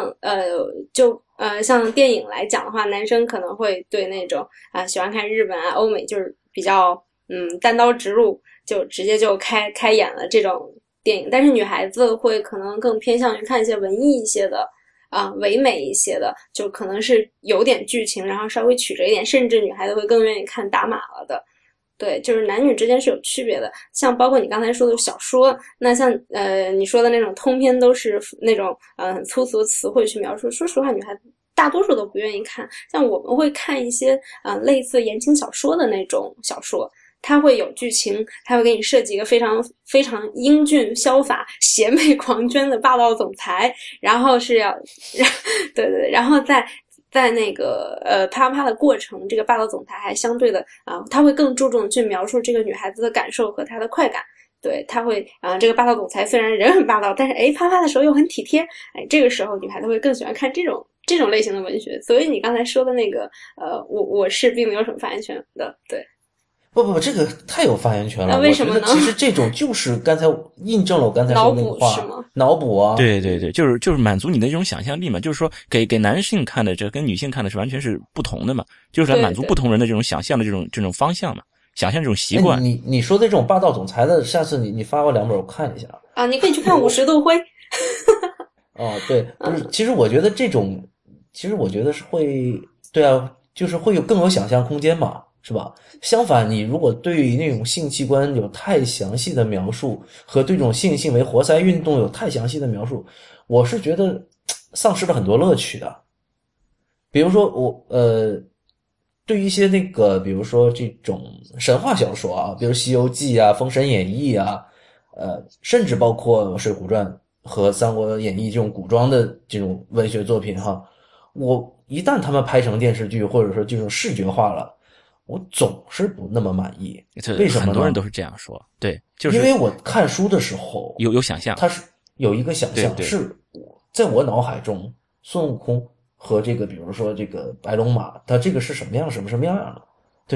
像电影来讲的话，男生可能会对那种喜欢看日本欧美，就是比较单刀直入，就直接就开演了这种电影。但是女孩子会可能更偏向于看一些文艺一些的唯美一些的，就可能是有点剧情，然后稍微曲折一点，甚至女孩子会更愿意看打码了的。对，就是男女之间是有区别的。像包括你刚才说的小说，那像你说的那种通篇都是那种很粗俗的词汇去描述，说实话女孩子大多数都不愿意看。像我们会看一些类似言情小说的那种小说，它会有剧情，它会给你设计一个非常非常英俊潇洒邪魅狂狷的霸道总裁，然后是要对，然后在那个啪啪的过程，这个霸道总裁还相对的他会更注重去描述这个女孩子的感受和她的快感。对，他会这个霸道总裁虽然人很霸道，但是啪啪的时候又很体贴，这个时候女孩子会更喜欢看这种类型的文学。所以你刚才说的那个我是并没有什么发言权的。对， 不，这个太有发言权了。 为什么呢？ 我觉得其实这种就是刚才印证了我刚才说的那个话， 脑补是吗？ 脑补啊， 对，就是满足你的这种想象力嘛。就是说，给男性看的这跟女性看的是完全是不同的嘛，就是来满足不同人的这种想象的这种方向嘛，想象这种习惯。 你说的这种霸道总裁的，下次你发我2本我看一下啊，你可以去看50度灰。 对，不是，其实我觉得是会，对啊，就是会有更有想象空间嘛。是吧？相反，你如果对于那种性器官有太详细的描述，和对这种性行为活塞运动有太详细的描述，我是觉得丧失了很多乐趣的。比如说对于一些那个，比如说这种神话小说啊，比如《西游记》啊、《封神演义》啊，甚至包括《水浒传》和《三国演义》这种古装的这种文学作品哈，我一旦他们拍成电视剧或者说这种视觉化了，我总是不那么满意。为什么呢？ 很多人都是这样说。对，就是因为我看书的时候有想象， 它是有一个想象， 对是在我脑海中孙悟空和这个比如说这个白龙马，它这个是什么样的，对吧？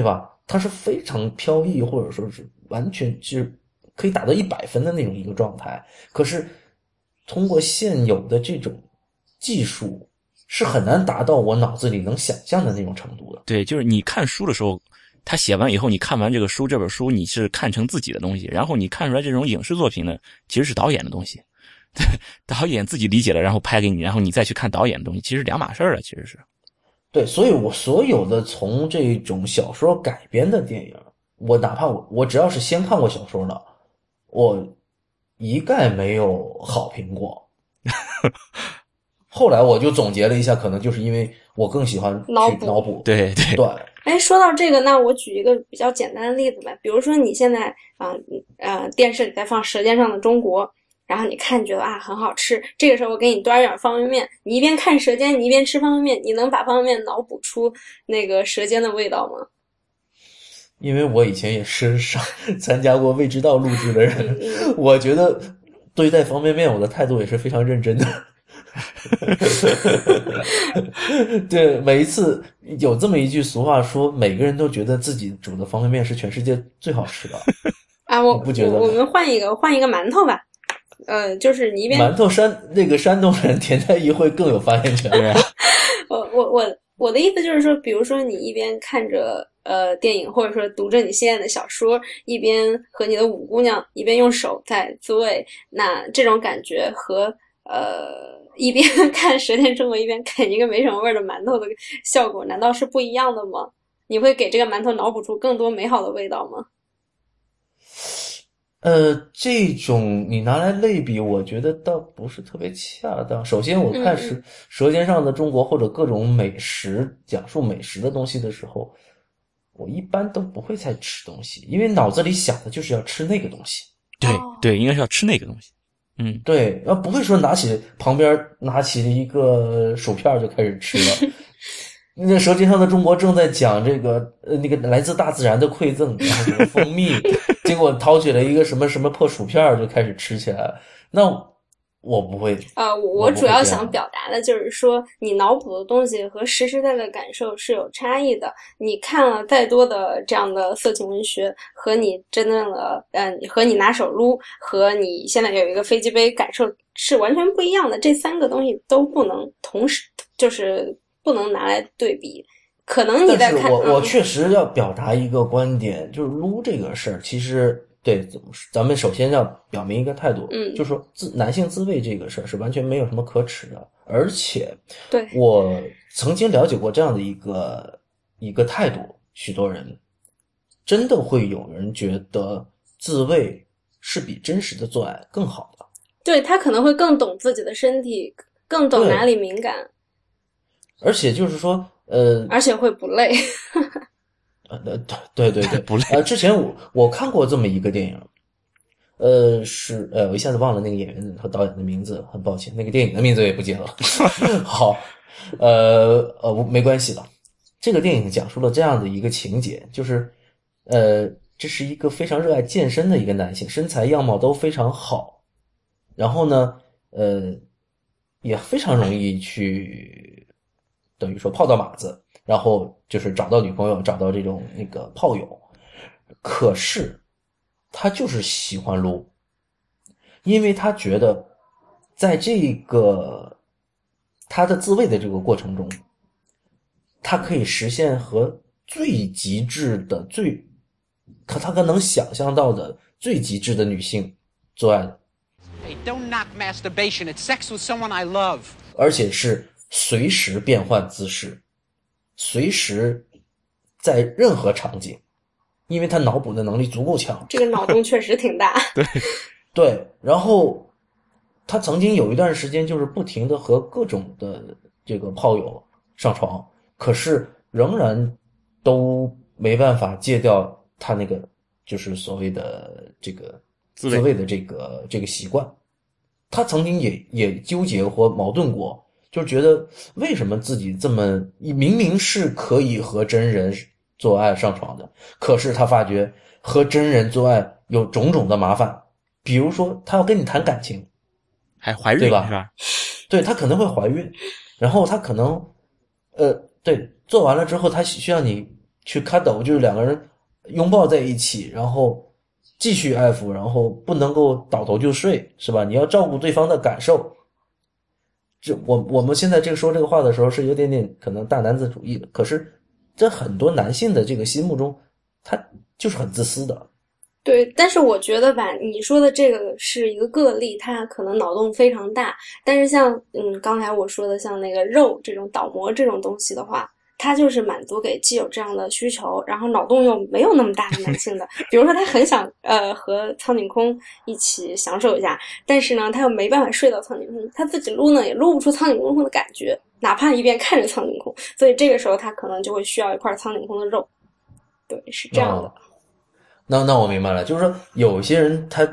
它是非常飘逸，或者说是完全是可以达到100分的那种一个状态。可是通过现有的这种技术，是很难达到我脑子里能想象的那种程度的。 对，就是你看书的时候，他写完以后，你看完这本书，你是看成自己的东西，然后你看出来这种影视作品呢，其实是导演的东西。对，导演自己理解了，然后拍给你，然后你再去看导演的东西，其实两码事了，其实是。 对，所以我所有的从这种小说改编的电影，我哪怕我只要是先看过小说的，我一概没有好评过。后来我就总结了一下，可能就是因为我更喜欢去脑补。 对对对。 哎，说到这个，那我举一个比较简单的例子吧。比如说你现在电视里在放《舌尖上的中国》，然后你看觉得很好吃，这个时候我给你端一碗方便面，你一边看舌尖，你一边吃方便面，你能把方便面脑补出那个舌尖的味道吗？ 因为我以前也是参加过未知道录制的人，我觉得对待方便面我的态度也是非常认真的。对，每一次有这么一句俗话说，每个人都觉得自己煮的方便面是全世界最好吃的。 我不觉得我们换一个馒头吧。就是你一边馒头山东人田太医会更有发言权。 我的意思就是说，比如说你一边看着电影，或者说读着你心爱的小说，一边和你的五姑娘一边用手在自慰，那这种感觉和一边看《舌尖中国》一边啃一个没什么味儿的馒头的效果，难道是不一样的吗？你会给这个馒头脑补出更多美好的味道吗？ 这种你拿来类比，我觉得倒不是特别恰当。首先，我看是《舌尖上的中国》或者各种美食讲述美食的东西的时候，我一般都不会再吃东西，因为脑子里想的就是要吃那个东西。 对对，应该是要吃那个东西。 对，不会说旁边拿起了一个薯片就开始吃了。那《舌尖上的中国》正在讲这个那个来自大自然的馈赠，然后什么蜂蜜，结果掏起了一个什么什么破薯片就开始吃起来。那我不会。 我主要想表达的就是说，你脑补的东西和实实在在的感受是有差异的。你看了再多的这样的色情文学，和你真正的和你拿手撸，和你现在有一个飞机杯感受是完全不一样的。这三个东西都不能同时，就是不能拿来对比。可能你在看， 但是我确实要表达一个观点，就是撸这个事儿，其实对，咱们首先要表明一个态度，就是说男性自慰这个事儿是完全没有什么可耻的，而且， 对， 我曾经了解过这样的一个态度，许多人真的会有人觉得自慰是比真实的做爱更好的， 对，他可能会更懂自己的身体，更懂哪里敏感， 而且就是说， 而且会不累。 对， 不累。 之前我看过这么一个电影，我一下子忘了那个演员和导演的名字，很抱歉，那个电影的名字我也不记得了。好，没关系了。这个电影讲述了这样的一个情节，就是这是一个非常热爱健身的一个男性，身材样貌都非常好，然后呢，也非常容易去等于说泡到马子。然后就是找到女朋友，找到这种那个炮友，可是他就是喜欢撸，因为他觉得在这个他的自慰的这个过程中，他可以实现和最极致的他可能想象到的最极致的女性做爱的。 Hey, don't knock masturbation. It's sex with someone I love. 而且是随时变换姿势。随时在任何场景，因为他脑补的能力足够强， 这个脑洞确实挺大。 对，然后他曾经有一段时间就是不停的和各种的这个炮友上床，可是仍然都没办法戒掉他那个就是所谓的这个自慰的这个习惯。他曾经也纠结或矛盾过。就觉得为什么自己这么明明是可以和真人做爱上床的，可是他发觉和真人做爱有种种的麻烦，比如说他要跟你谈感情， 还怀孕对吧？ 是吧？ 对，他可能会怀孕，然后他可能对做完了之后他需要你去 cuddle，就是两个人拥抱在一起，然后继续爱抚，然后不能够倒头就睡，是吧？你要照顾对方的感受。这我们现在说这个话的时候是有点点可能大男子主义的，可是在很多男性的这个心目中，他就是很自私的。 对，但是我觉得吧，你说的这个是一个个例，他可能脑洞非常大。但是像刚才我说的像那个肉这种倒模这种东西的话，他就是满足给既有这样的需求，然后脑洞又没有那么大的男性的。比如说他很想和苍井空一起享受一下，但是呢他又没办法睡到苍井空，他自己撸呢也撸不出苍井空的感觉，哪怕一边看着苍井空，所以这个时候他可能就会需要一块苍井空的肉。对，是这样的。 那我明白了，就是说有些人他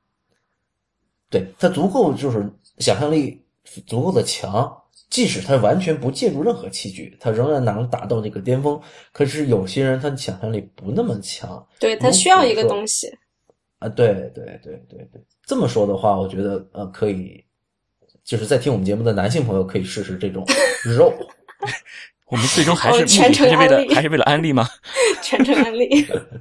足够就是想象力足够的强，即使他完全不借助任何器具，他仍然能达到这个巅峰。可是有些人他的想象力不那么强， 对，他需要一个东西啊。对，这么说的话，我觉得可以，就是在听我们节目的男性朋友可以试试这种肉。 我们最终还是全程安利， 还是为了安利吗？ 全程安利。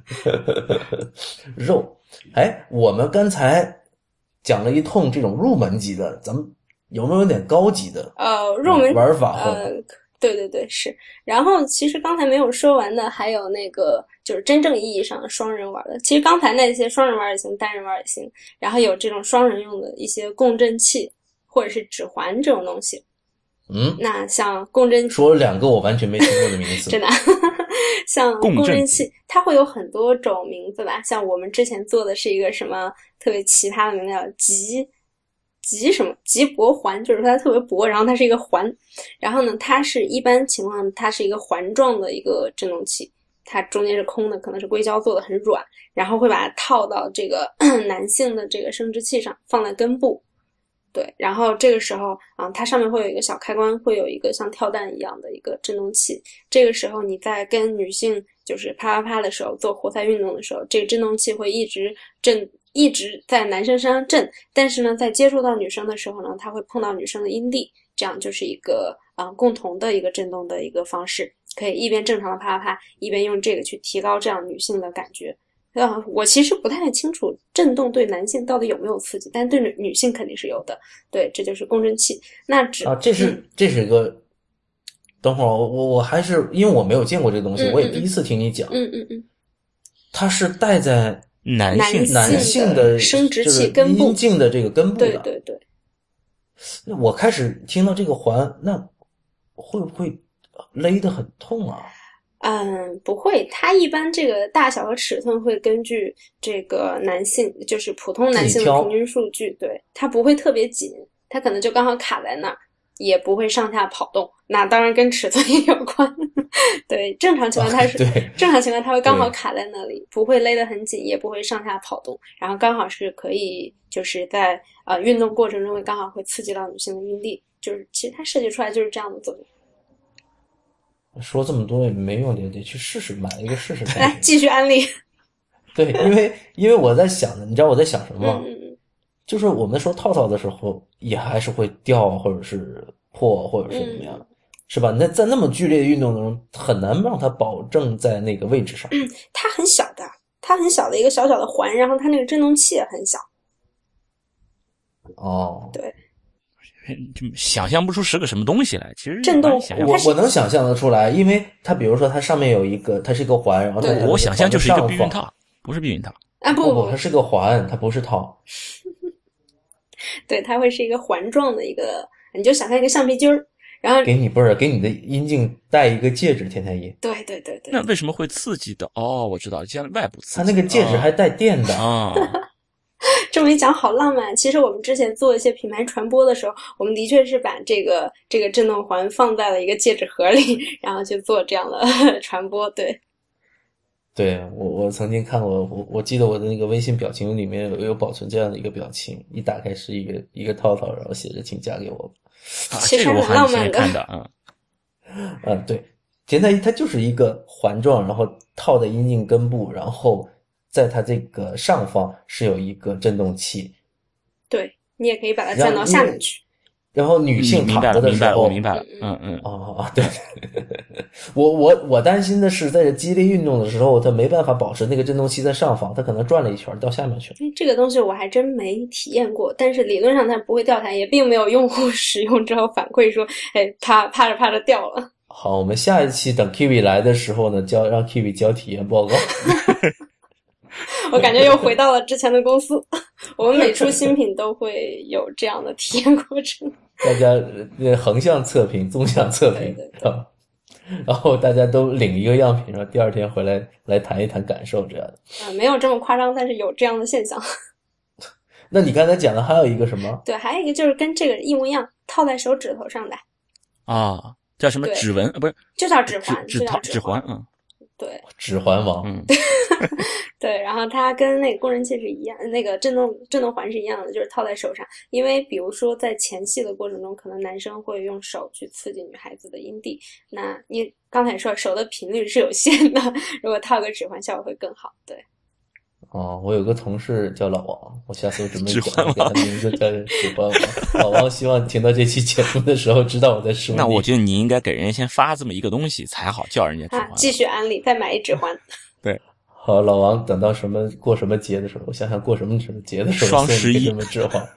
肉，我们刚才讲了一通这种入门级的，咱们有没有点高级的？ 入门玩法对是。然后其实刚才没有说完的，还有那个就是真正意义上的双人玩的。其实刚才那些双人玩也行，单人玩也行。然后有这种双人用的一些共振器或者是指环这种东西。那像共振器， 说了2个我完全没听过的名字。 真的。像共振器它会有很多种名字吧，像我们之前做的是一个什么特别奇葩的名字叫极薄环，就是说它特别薄，然后它是一个环，然后呢它是一般情况它是一个环状的一个振动器，它中间是空的，可能是硅胶做的很软，然后会把它套到这个男性的这个生殖器上，放在根部。对，然后这个时候它上面会有一个小开关，会有一个像跳蛋一样的一个振动器。这个时候你在跟女性就是啪啪啪的时候，做活塞运动的时候，这个振动器会一直在男生身上震，但是呢在接触到女生的时候呢，它会碰到女生的阴蒂，这样就是一个共同的一个振动的一个方式，可以一边正常的啪啪啪，一边用这个去提高这样女性的感觉。我其实不太清楚震动对男性到底有没有刺激，但对女性肯定是有的。对，这就是共振器。那这是一个，等会儿我还是因为我没有见过这个东西，我也第一次听你讲。它是带在男性的生殖器根部阴茎的这个根部的。 对。 那我开始听到这个环，那会不会勒得很痛啊？ 不会，它一般这个大小和尺寸会根据这个男性，就是普通男性的平均数据，对，它不会特别紧，它可能就刚好卡在那儿，也不会上下跑动。那当然跟尺寸也有关。对，正常情况正常情况它会刚好卡在那里，不会勒得很紧，也不会上下跑动，然后刚好是可以就是在运动过程中刚好会刺激到女性的阴蒂，就是其实它设计出来就是这样的作用。 说这么多也没用，得去试试，买一个试试看。 来继续安利。 对，因为我在想呢，你知道我在想什么吗？就是我们说套的时候也还是会掉或者是破或者是怎么样，是吧？那在那么剧烈的运动中很难让它保证在那个位置上。 它很小的一个小小的环，然后它那个振动器也很小。对。 想象不出是个什么东西来，其实震动我能想象得出来，因为它比如说它上面有一个，它是一个环，然后我想象就是一个避孕套，不是避孕套不， 它是个环，它不是套。 对，它会是一个环状的一个，你就想象一个橡皮筋儿，然后给你的阴茎戴一个戒指，天天一。 对。 那为什么会刺激的？我知道，这样外部刺激。 它那个戒指还带电的这么一讲好浪漫。其实我们之前做一些品牌传播的时候，我们的确是把这个振动环放在了一个戒指盒里，然后去做这样的传播。 对，我曾经看过，我记得我的那个微信表情里面有保存这样的一个表情，一打开是一个套，然后写着请嫁给我。 其实很浪漫的。 看的对，前台它就是一个环状，然后套在阴茎根部，然后在它这个上方是有一个振动器。 对，你也可以把它转到下面去。 然后女性躺着的时候， 我明白了， 对，我担心的是，在激烈运动的时候，它没办法保持那个振动器在上方，它可能转了一圈到下面去了。 这个东西我还真没体验过，但是理论上它不会掉下来，也并没有用户使用之后反馈说，它啪着掉了。 好，我们下一期等 Kiwi 来的时候呢，让 Kiwi 交体验报告。 我感觉又回到了之前的公司，我们每出新品都会有这样的体验过程。 大家横向测评、纵向测评， 对， 然后大家都领一个样品，然后第二天回来谈一谈感受这样的。 没有这么夸张，但是有这样的现象。 那你刚才讲的还有一个什么？ 对，还有一个就是跟这个一模一样，套在手指头上的啊，叫什么指纹？不是， 就叫指环， 指环， 对， 指环王， 对，然后它跟那个工人器是一样，那个震动环是一样的，就是套在手上。因为比如说在前戏的过程中，可能男生会用手去刺激女孩子的阴蒂，那你刚才说手的频率是有限的，如果套个指环效果会更好。对。 哦，我有个同事叫老王，我下次我准备讲给他名字叫指环王。老王希望听到这期节目的时候知道我在说你。 那我觉得你应该给人家先发这么一个东西才好叫人家指环。 继续安利，再买一指环。 对， 好，老王等到过什么节的时候，我想想过什么节的时候， 双11 什么指环。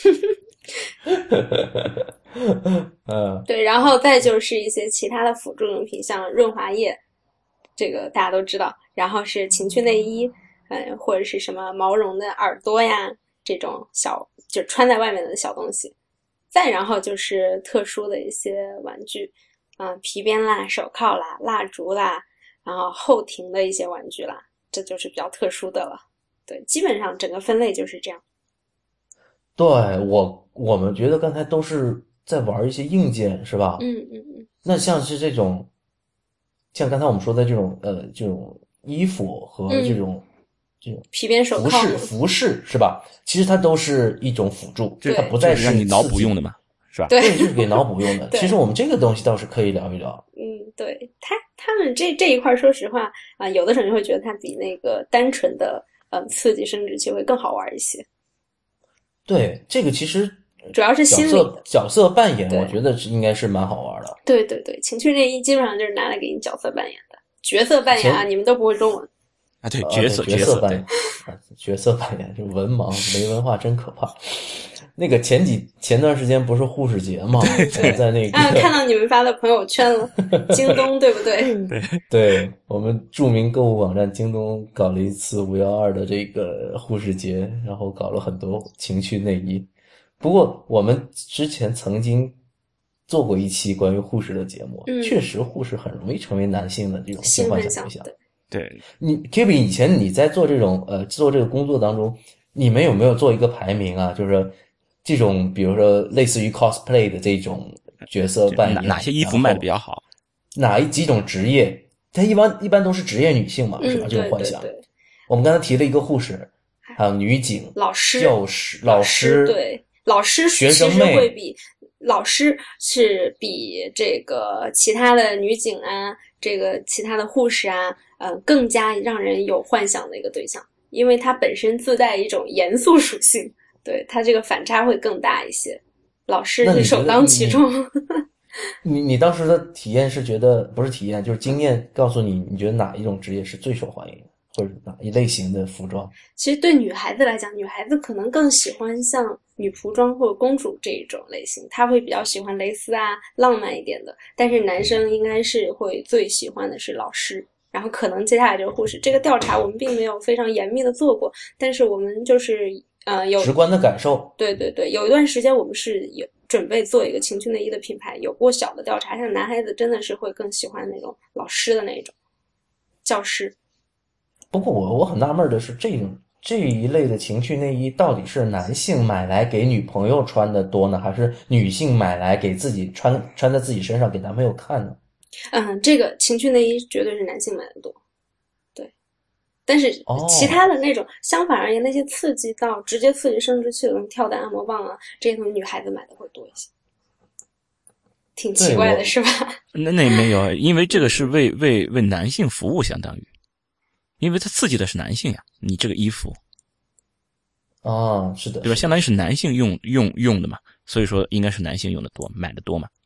对，然后再就是一些其他的辅助用品，像润滑液，这个大家都知道，然后是情趣内衣。或者是什么毛绒的耳朵呀，这种小就穿在外面的小东西。再然后就是特殊的一些玩具，皮鞭啦、手铐啦、蜡烛啦，然后后庭的一些玩具啦，这就是比较特殊的了。对，基本上整个分类就是这样。 对，我们觉得刚才都是在玩一些硬件，是吧？那像是这种，像刚才我们说的这种衣服和这种皮鞭手铐服饰是吧？其实它都是一种辅助，它不再是让你脑补用的嘛，是吧？ 对，就是给脑补用的。其实我们这个东西倒是可以聊一聊。 对，他们这一块，说实话有的时候你会觉得它比那个单纯的刺激生殖器会更好玩一些。 对，这个其实主要是心理的角色扮演，我觉得应该是蛮好玩的。 对，情趣内衣基本上就是拿来给你角色扮演的，角色扮演你们都不会中文。 对， 角色扮演，角色扮演，这文盲没文化真可怕。那个前段时间不是护士节吗？对，在那个看到你们发的朋友圈了，京东对不对？ 对，我们著名购物网站京东搞了一次512的这个护士节，然后搞了很多情趣内衣。不过我们之前曾经做过一期关于护士的节目，确实护士很容易成为男性的这种性幻想对象。 对， 你 Kiwi 以前你在做这个工作当中，你们有没有做一个排名啊？就是这种比如说类似于 cosplay 的这种角色扮演， 哪些衣服卖的比较好？ 几种职业？它一般都是职业女性嘛，是吧？这种幻想。 对， 我们刚才提了一个护士，还有女警、 老师、 教师、老师， 对，老师学生妹会比老师是比这个其他的女警啊，这个其他的护士啊，更加让人有幻想的一个对象，因为它本身自带一种严肃属性，对，它这个反差会更大一些。老师是首当其冲。 你当时的体验是觉得不是体验，就是经验告诉你，你觉得哪一种职业是最受欢迎的，或者哪一类型的服装？ 其实对女孩子来讲，女孩子可能更喜欢像女仆装或者公主这一种类型，她会比较喜欢蕾丝啊，浪漫一点的。但是男生应该是会最喜欢的是老师，然后可能接下来就是护士。这个调查我们并没有非常严密的做过，但是我们就是有直观的感受。 对，有一段时间我们是有准备做一个情趣内衣的品牌，有过小的调查，像男孩子真的是会更喜欢那种老师的那种教师。 不过我很纳闷的是，这一类的情趣内衣到底是男性买来给女朋友穿的多呢，还是女性买来给自己穿在自己身上给男朋友看呢？ 这个情趣内衣绝对是男性买的多，对。但是其他的那种，相反而言，那些直接刺激生殖器的跳蛋按摩棒啊，这些东西女孩子买的会多一些。挺奇怪的是吧？ 那没有，因为这个是为男性服务，相当于。因为它刺激的是男性呀，你这个衣服。 啊，是的， 对吧？相当于是男性用的嘛，所以说应该是男性用的多，买的多嘛。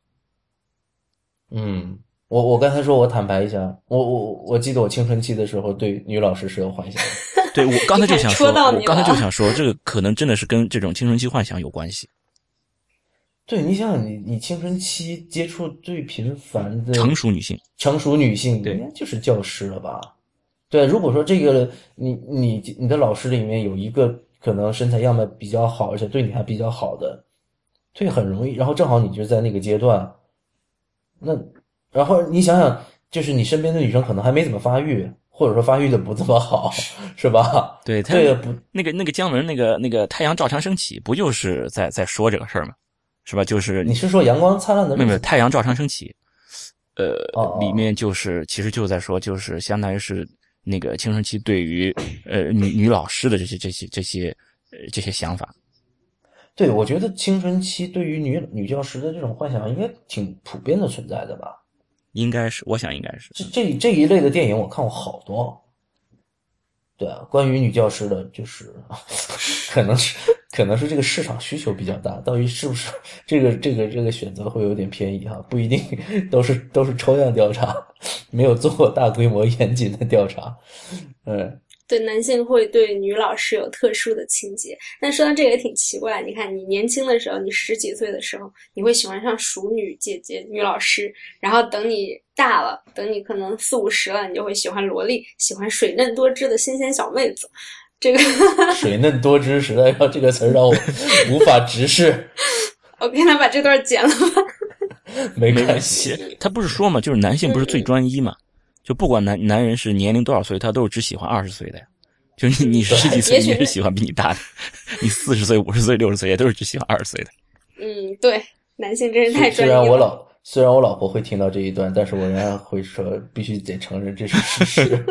我刚才说，我坦白一下，我记得我青春期的时候对女老师是有幻想的。 对，我刚才就想说， 我刚才就想说，这个可能真的是跟这种青春期幻想有关系。 对，你想想，你青春期接触最频繁的成熟女性， 对，应该就是教师了吧？对，如果说这个你的老师里面有一个可能身材样貌比较好，而且对你还比较好的，对，很容易。然后正好你就在那个阶段，那然后你想想，就是你身边的女生可能还没怎么发育，或者说发育的不这么好，是吧？ 对， 这个不那个姜文那个太阳照常升起，不就是在说这个事儿吗？是吧？就是你是说阳光灿烂的日子？ 没有太阳照常升起，里面就是其实就在说，就是相当于是那个青春期对于女老师的这些想法。 对，我觉得青春期对于女教师的这种幻想应该挺普遍的存在的吧？ 应该是，我想应该是。 这一类的电影我看过好多。对啊，关于女教师的，就是可能是这个市场需求比较大，到底是不是这个选择会有点偏移哈？不一定都是抽样调查，没有做过大规模严谨的调查。 对，男性会对女老师有特殊的情节。但说到这个也挺奇怪，你看你年轻的时候，你10几岁的时候，你会喜欢上熟女姐姐、女老师，然后等你大了，等你可能40、50了，你就会喜欢萝莉，喜欢水嫩多汁的新鲜小妹子。这个水嫩多汁实在这个词让我无法直视。 OK， 那把这段剪了吧。 没关系， 他不是说嘛，就是男性不是最专一嘛？就不管男人是年龄多少岁，他都是只喜欢20岁的呀。就你10几岁，你也是喜欢比你大的；你40岁、50岁、60岁，也都是只喜欢20岁的。 对，男性真是太专一了。 虽然我老婆会听到这一段，但是我仍然会说，必须得承认这是事实。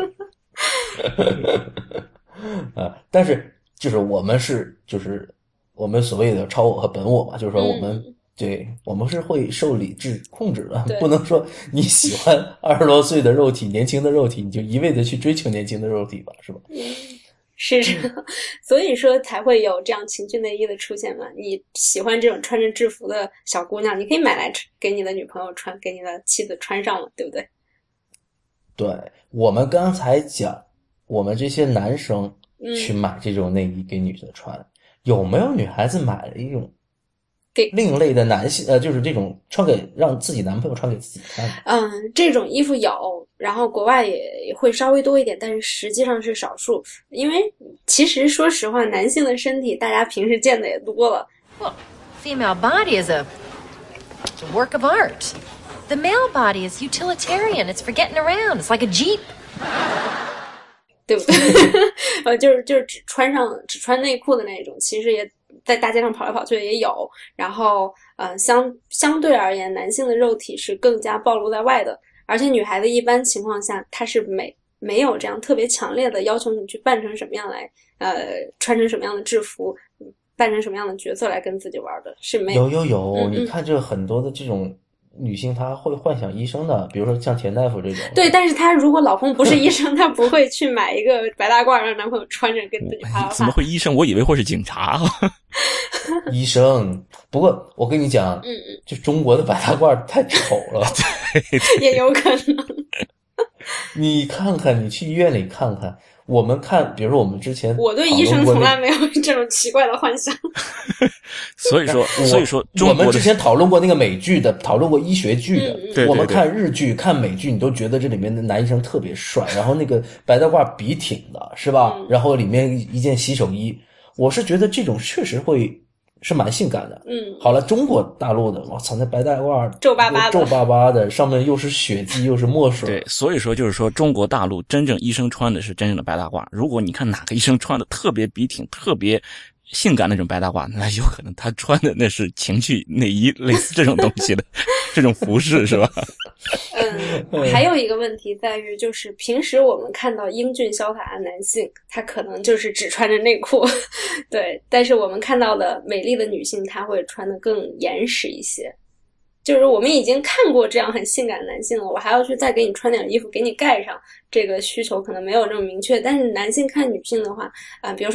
但是就是我们所谓的超我和本我嘛，就是说我们。对，我们是会受理智控制的，不能说你喜欢20多岁的肉体、年轻的肉体，你就一味的去追求年轻的肉体吧，是吧？ 是这样，所以说才会有这样情趣内衣的出现嘛。你喜欢这种穿着制服的小姑娘，你可以买来给你的女朋友穿，给你的妻子穿上了，对不对？ 对，我们刚才讲，我们这些男生去买这种内衣给女的穿，有没有女孩子买了一种另类的男性就是这种让自己男朋友穿给自己看？ 这种衣服有，然后国外也会稍微多一点，但是实际上是少数。因为其实说实话，男性的身体大家平时见的也多了。 Well, female body is a work of art. The male body is utilitarian. It's for getting around. It's like a Jeep. 对不对？就是只穿内裤的那种，其实也在大街上跑来跑去的也有。然后相对而言，男性的肉体是更加暴露在外的，而且女孩子一般情况下，她是没有这样特别强烈的要求你去扮成什么样来穿成什么样的制服，扮成什么样的角色来跟自己玩的，是没有。 有，你看这很多的这种女性她会幻想医生的，比如说像田大夫这种。 对，但是她如果老公不是医生，她不会去买一个白大褂让男朋友穿着跟自己啪啪啪。 怎么会医生？我以为会是警察。 医生，不过我跟你讲，就中国的白大褂太丑了。 也有可能。 你看看，你去医院里看看，我们看，比如说我们之前， 我对医生从来没有这种奇怪的幻想。 所以说， 我们之前讨论过那个美剧的，讨论过医学剧的，我们看日剧、看美剧，你都觉得这里面的男医生特别帅，然后那个白大褂笔挺的，是吧？然后里面一件洗手衣，我是觉得这种确实是蛮性感的。好了，中国大陆的，我操，那白大褂皱巴巴的，上面又是血迹又是墨水。 对，所以说就是说，中国大陆真正医生穿的是真正的白大褂。如果你看哪个医生穿的特别笔挺、特别性感那种白大褂，那有可能他穿的那是情趣内衣，类似这种东西的这种服饰，是吧？ 还有一个问题在于，就是平时我们看到英俊潇洒的男性，他可能就是只穿着内裤，对。但是我们看到的美丽的女性，她会穿得更严实一些。就是我们已经看过这样很性感的男性了，我还要去再给你穿点衣服给你盖上，这个需求可能没有这么明确。但是男性看女性的话，比如说你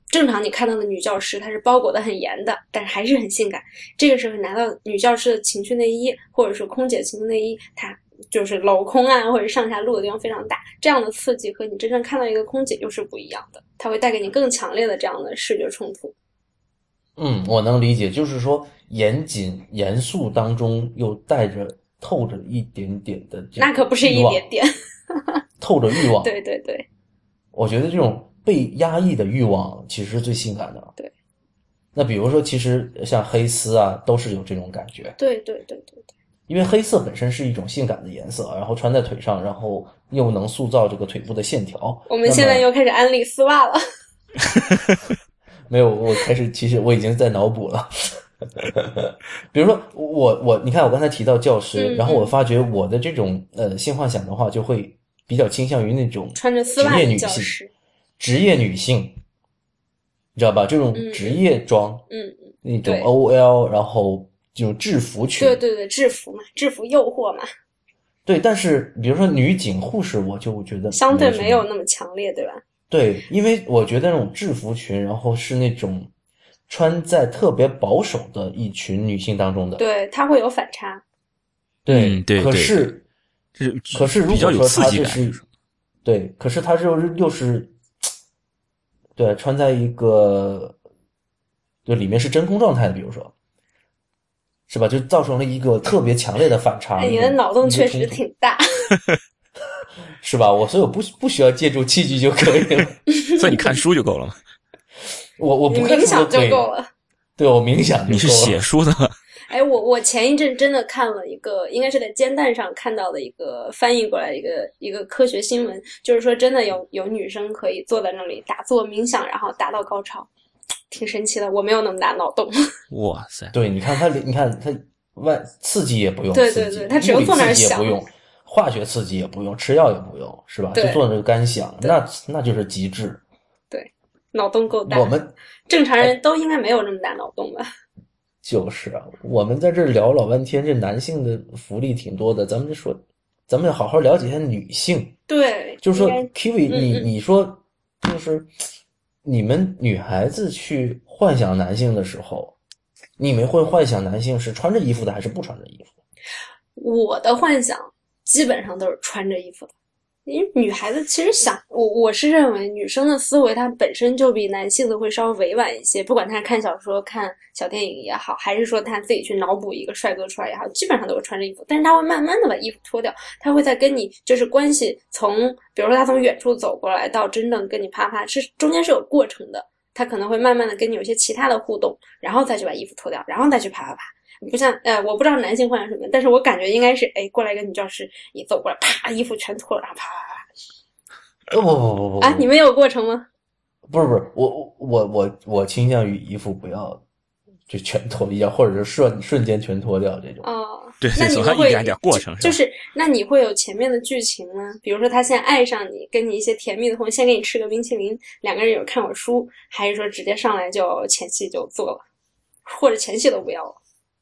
正常你看到的女教师她是包裹的很严的，但是还是很性感。这个时候拿到女教师的情趣内衣，或者是空姐情趣内衣，它就是镂空啊或者上下露的地方非常大，这样的刺激和你真正看到一个空姐又是不一样的，它会带给你更强烈的这样的视觉冲突。 我能理解，就是说严谨严肃当中又透着一点点的这个那可不是一点点透着欲望。 对对对， 我觉得这种被压抑的欲望其实是最性感的。 对， 那比如说其实像黑丝啊都是有这种感觉。 对对对对对， 因为黑色本身是一种性感的颜色，然后穿在腿上，然后又能塑造这个腿部的线条。 我们现在又开始安利丝袜了没有，其实我已经在脑补了。比如说你看我刚才提到教师，然后我发觉我的这种性幻想的话，就会比较倾向于那种穿着丝袜的教师， 职业女性，你知道吧？这种职业装，那种 OL， 然后这种制服裙， 对对对，制服嘛，制服诱惑嘛。 对，但是比如说女警、护士，我就觉得相对没有那么强烈，对吧？ 对，因为我觉得那种制服裙，然后是那种穿在特别保守的一群女性当中的， 对，它会有反差。 对， 对， 可是如果说它这是，对，可是它又是，对，穿在一个，就里面是真空状态的，比如说，是吧？就造成了一个特别强烈的反差。 你的脑洞确实挺大。 是吧？所以我不需要借助器具就可以了。 所以你看书就够了嘛。 我不看书冥想就够了。 对，我冥想就够了。 你是写书的吗？ 哎，我前一阵真的看了一个，应该是在煎蛋上看到的一个翻译过来一个科学新闻，就是说真的有女生可以坐在那里打坐冥想，然后达到高潮，挺神奇的。我没有那么大脑洞。 哇塞！ 对，你看它刺激也不用， 对对对，它只用坐那儿想， 也不用。化学刺激也不用，吃药也不用，是吧？就做那个干想，那就是极致。 对，脑洞够大。 我们正常人都应该没有那么大脑洞吧？ 就是啊，我们在这聊老半天，这男性的福利挺多的，咱们要好好了解一下女性。 对， 就是说 Kiwi，你说就是你们女孩子去幻想男性的时候，你们会幻想男性是穿着衣服的还是不穿着衣服的？ 我的幻想基本上都是穿着衣服的，因为女孩子其实我是认为女生的思维它本身就比男性的会稍微委婉一些，不管她是看小说、看小电影也好，还是说她自己去脑补一个帅哥出来也好，基本上都是穿着衣服，但是她会慢慢的把衣服脱掉，她会在跟你就是关系比如说她从远处走过来到真正跟你啪啪，中间是有过程的，她可能会慢慢的跟你有些其他的互动，然后再去把衣服脱掉，然后再去啪啪啪。不像我不知道男性幻想什么，但是我感觉应该是过来一个女教师，一走过来，啪，衣服全脱了，然后啪啪啪。 不啊，你们有过程吗？ 不是，我倾向于衣服不要就全脱掉，或者是瞬间全脱掉这种。 哦， 对， 那你会一点点过程就是那你会有前面的剧情吗？比如说他现在爱上你，跟你一些甜蜜的话，先给你吃个冰淇淋，两个人有看会儿书，还是说直接上来就前戏就做了，或者前戏都不要了？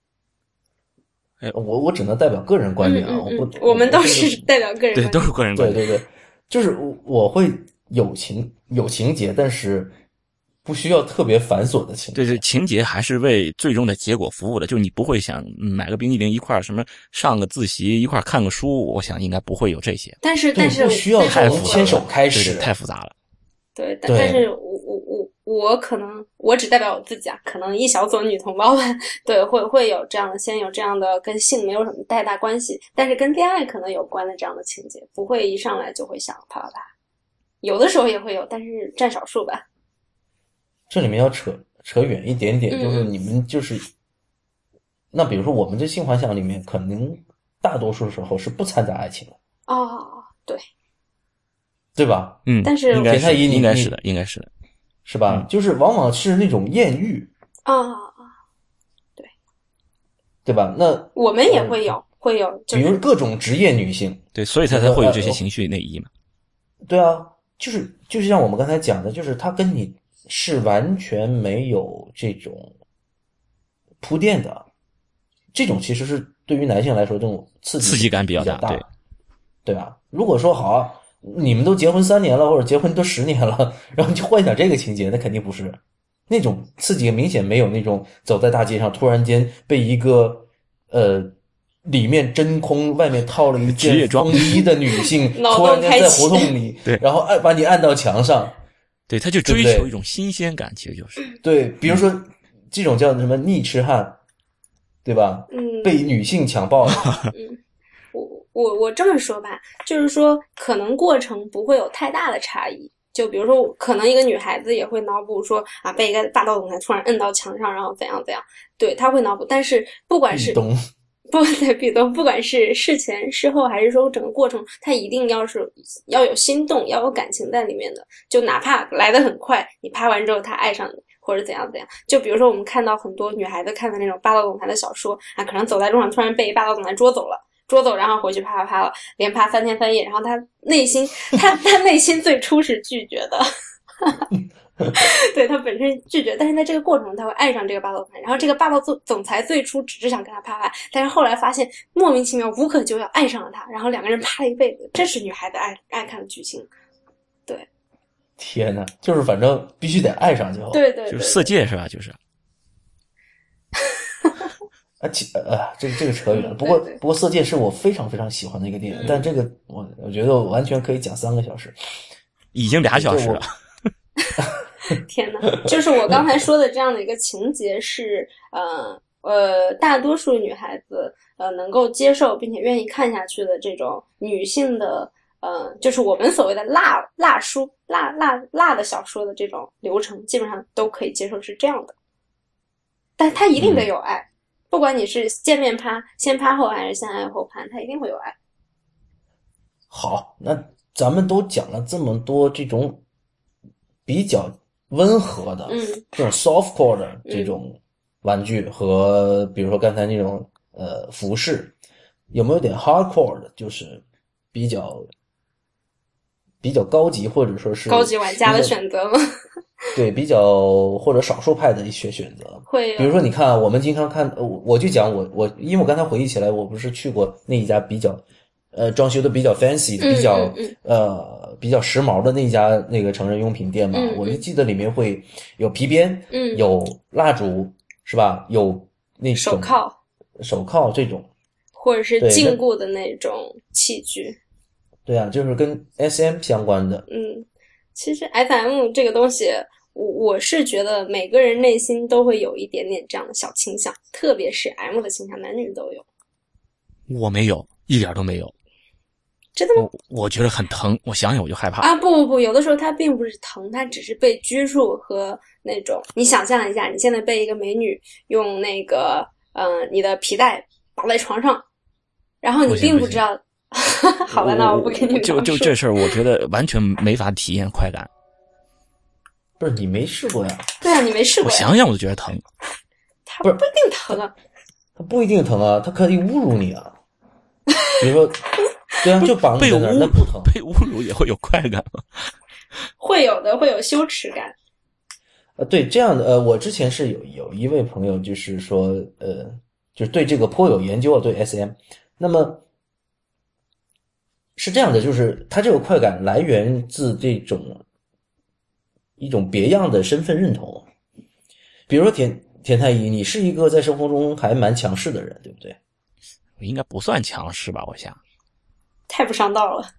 我只能代表个人观点啊， 我们都是代表个人观点， 对，都是个人观点。 对，就是我会有情节，但是不需要特别繁琐的情节。 对，情节还是为最终的结果服务的，就你不会想买个冰淇淋一块什么上个自习一块看个书，我想应该不会有这些。 但是不需要从牵手开始， 对，太复杂了。 对，但是我可能我只代表我自己啊，可能一小撮女同胞们对会有这样的，先有这样的跟性没有什么太大关系，但是跟恋爱可能有关的这样的情节，不会一上来就会想啪啪啪，有的时候也会有，但是占少数吧。 这里面要扯远一点点，就是你们就是那比如说我们这性幻想里面，可能大多数时候是不掺杂爱情的。 对。 对吧？ 但是应该是的， 是吧？就是往往是那种艳遇对吧？那我们也会有， 比如各种职业女性， 对，所以她才会有这些情绪内衣嘛。 对啊，就是像我们刚才讲的，就是她跟你是完全没有这种铺垫的，这种其实是对于男性来说，这种刺激感比较大， 对吧？如果说好啊。 你们都结婚3年了，或者结婚都10年了，然后你就幻想这个情节，那肯定不是。那种刺激明显没有那种走在大街上突然间被一个里面真空外面套了一件风衣的女性突然间在胡同里对， 然后把你按到墙上。 对，他就追求一种新鲜感，其实就是对，比如说这种叫什么逆痴汉，对吧？被女性强暴了。 我这么说吧，就是说可能过程不会有太大的差异。就比如说，可能一个女孩子也会脑补说啊，被一个霸道总裁突然摁到墙上，然后怎样怎样，对，她会脑补。但是不管是壁咚，不管是事前事后，还是说整个过程，她一定要有心动，要有感情在里面的。就哪怕来得很快，你拍完之后她爱上你，或者怎样怎样。就比如说我们看到很多女孩子看的那种霸道总裁的小说啊，可能走在路上突然被霸道总裁捉走了。然后回去啪了，连啪3天3夜，然后他内心最初是拒绝的，对，他本身拒绝，但是在这个过程中他会爱上这个霸道总裁，然后这个霸道总裁最初只是想跟他啪，但是后来发现莫名其妙无可救药爱上了他，然后2个人啪了一辈子，这是女孩子爱看的剧情。对， 天哪，就是反正必须得爱上就好。 对， 就是色戒是吧？就是。 这个扯远了。不过色戒是我非常非常喜欢的一个电影，但这个我觉得我完全可以讲3个小时， 已经2小时了。 天哪，就是我刚才说的这样的一个情节是大多数女孩子能够接受并且愿意看下去的这种女性的就是我们所谓的辣的小说的这种流程，基本上都可以接受是这样的，但它一定得有爱。不管你是见面啪先啪后还是先爱后啪，它一定会有爱。 好，那咱们都讲了这么多这种比较温和的这种 softcore 的这种玩具和比如说刚才那种服饰，有没有点 hardcore 的，就是比较高级或者说是高级玩家的选择吗？ 对，比较或者少数派的一些选择会， 比如说你看我们经常看我就讲我因为我刚才回忆起来，我不是去过那一家比较装修的比较 fancy 的比较时髦的那一家那个成人用品店嘛，我就记得里面会有皮鞭，有蜡烛是吧，有那种手铐这种， 或者是禁锢的那种器具。 对啊，就是跟 SM 相关的。 其实 SM 这个东西我是觉得每个人内心都会有一点点这样的小倾向，特别是 M 的倾向，男女都有。 我没有，一点都没有。 真的吗？ 我觉得很疼，我想想我就害怕啊！不，有的时候它并不是疼，它只是被拘束和那种，你想象一下，你现在被一个美女用那个你的皮带绑在床上，然后你并不知道。好吧，那我不跟你描述。 就这事儿，我觉得完全没法体验快感。 不是你没试过呀？ 对啊，你没试过。 我想想我就觉得疼。 它不一定疼啊。 它不一定疼啊，它可以侮辱你啊。比如说，对啊，就绑你在那儿，那不疼。 被侮辱也会有快感吗？ 会有的，会有羞耻感。 对，这样的我之前是有一位朋友，就是说就是对这个颇有研究啊，对 SM。那么是这样的，就是他这个快感来源自这种一种别样的身份认同。比如说田太医，你是一个在生活中还蛮强势的人，对不对？ 我应该不算强势吧，我想。 太不上道了。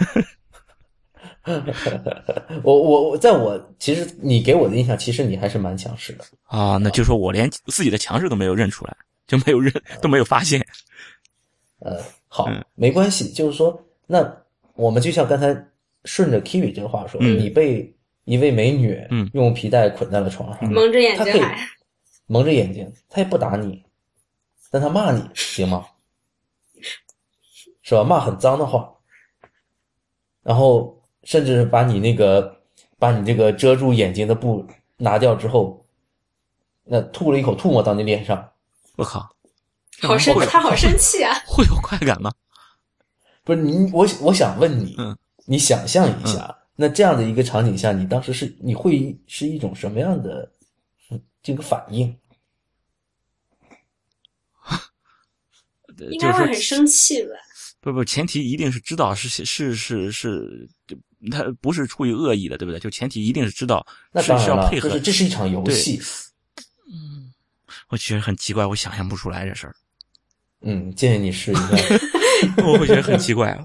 其实你给我的印象，其实你还是蛮强势的啊。那就说我连自己的强势都没有认出来，就都没有发现。 好，没关系，就是说，那我们就像刚才顺着 Kiwi 这个话说，你被一位美女用皮带捆在了床上， 蒙着眼睛蒙着眼睛，她也不打你，但她骂你行吗？是吧？骂很脏的话，然后甚至把你这个遮住眼睛的布拿掉之后，那吐了一口唾沫到你脸上， 我靠！ 他好生气啊！ 会有快感吗？ 不是你，我想问你，你想象一下，那这样的一个场景下，你当时你会是一种什么样的这个反应？ 应该会很生气吧？ 不，前提一定是知道是，他不是出于恶意的，对不对？就前提一定是知道， 那当然了， 是要配合， 这是一场游戏。 我觉得很奇怪，我想象不出来这事儿。 建议你试一下。 我会觉得很奇怪。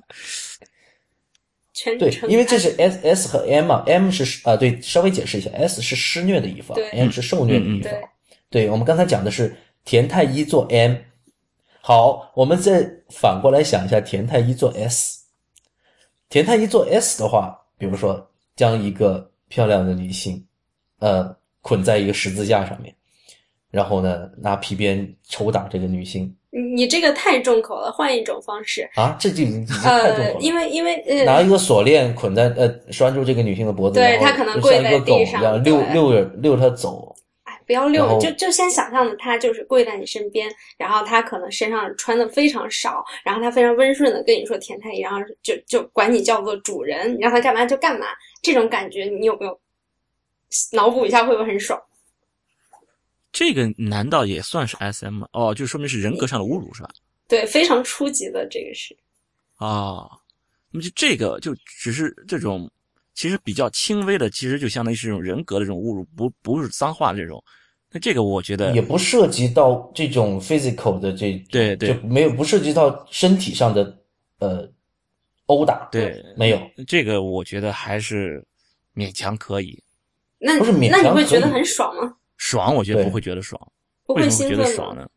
对，因为这是 S 和 M 嘛 ，M 是对，稍微解释一下 ，S 是施虐的一方 ，M 是受虐的一方。对，我们刚才讲的是田太一做 M。好，我们再反过来想一下田太一做 S。田太一做 S 的话，比如说将一个漂亮的女性捆在一个十字架上面，然后呢拿皮鞭抽打这个女性。 你这个太重口了，换一种方式啊，这就已经太重口了。 因为拿一个锁链捆在拴住这个女性的脖子， 对，她可能跪在地上， 像一个狗一样遛她走。 哎，不要遛，就先想象的她就是跪在你身边，然后她可能身上穿的非常少，然后她非常温顺的跟你说田太医，然后就管你叫做主人，你让她干嘛就干嘛，这种感觉你有没有脑补一下，会不会很爽？ 这个难道也算是 SM 吗？哦，就说明是人格上的侮辱是吧？ 对，非常初级的这个是。 那么就这个就只是这种其实比较轻微的，其实就相当于是这种人格的这种侮辱，不是脏话这种。那这个我觉得也不涉及到这种 physical 的对， 就不涉及到身体上的殴打。 对， 没有。 这个我觉得还是勉强可以。 那不是勉强可以， 那你会觉得很爽吗？ 爽，我觉得不会觉得爽。 不会为什么会觉得兴奋爽呢？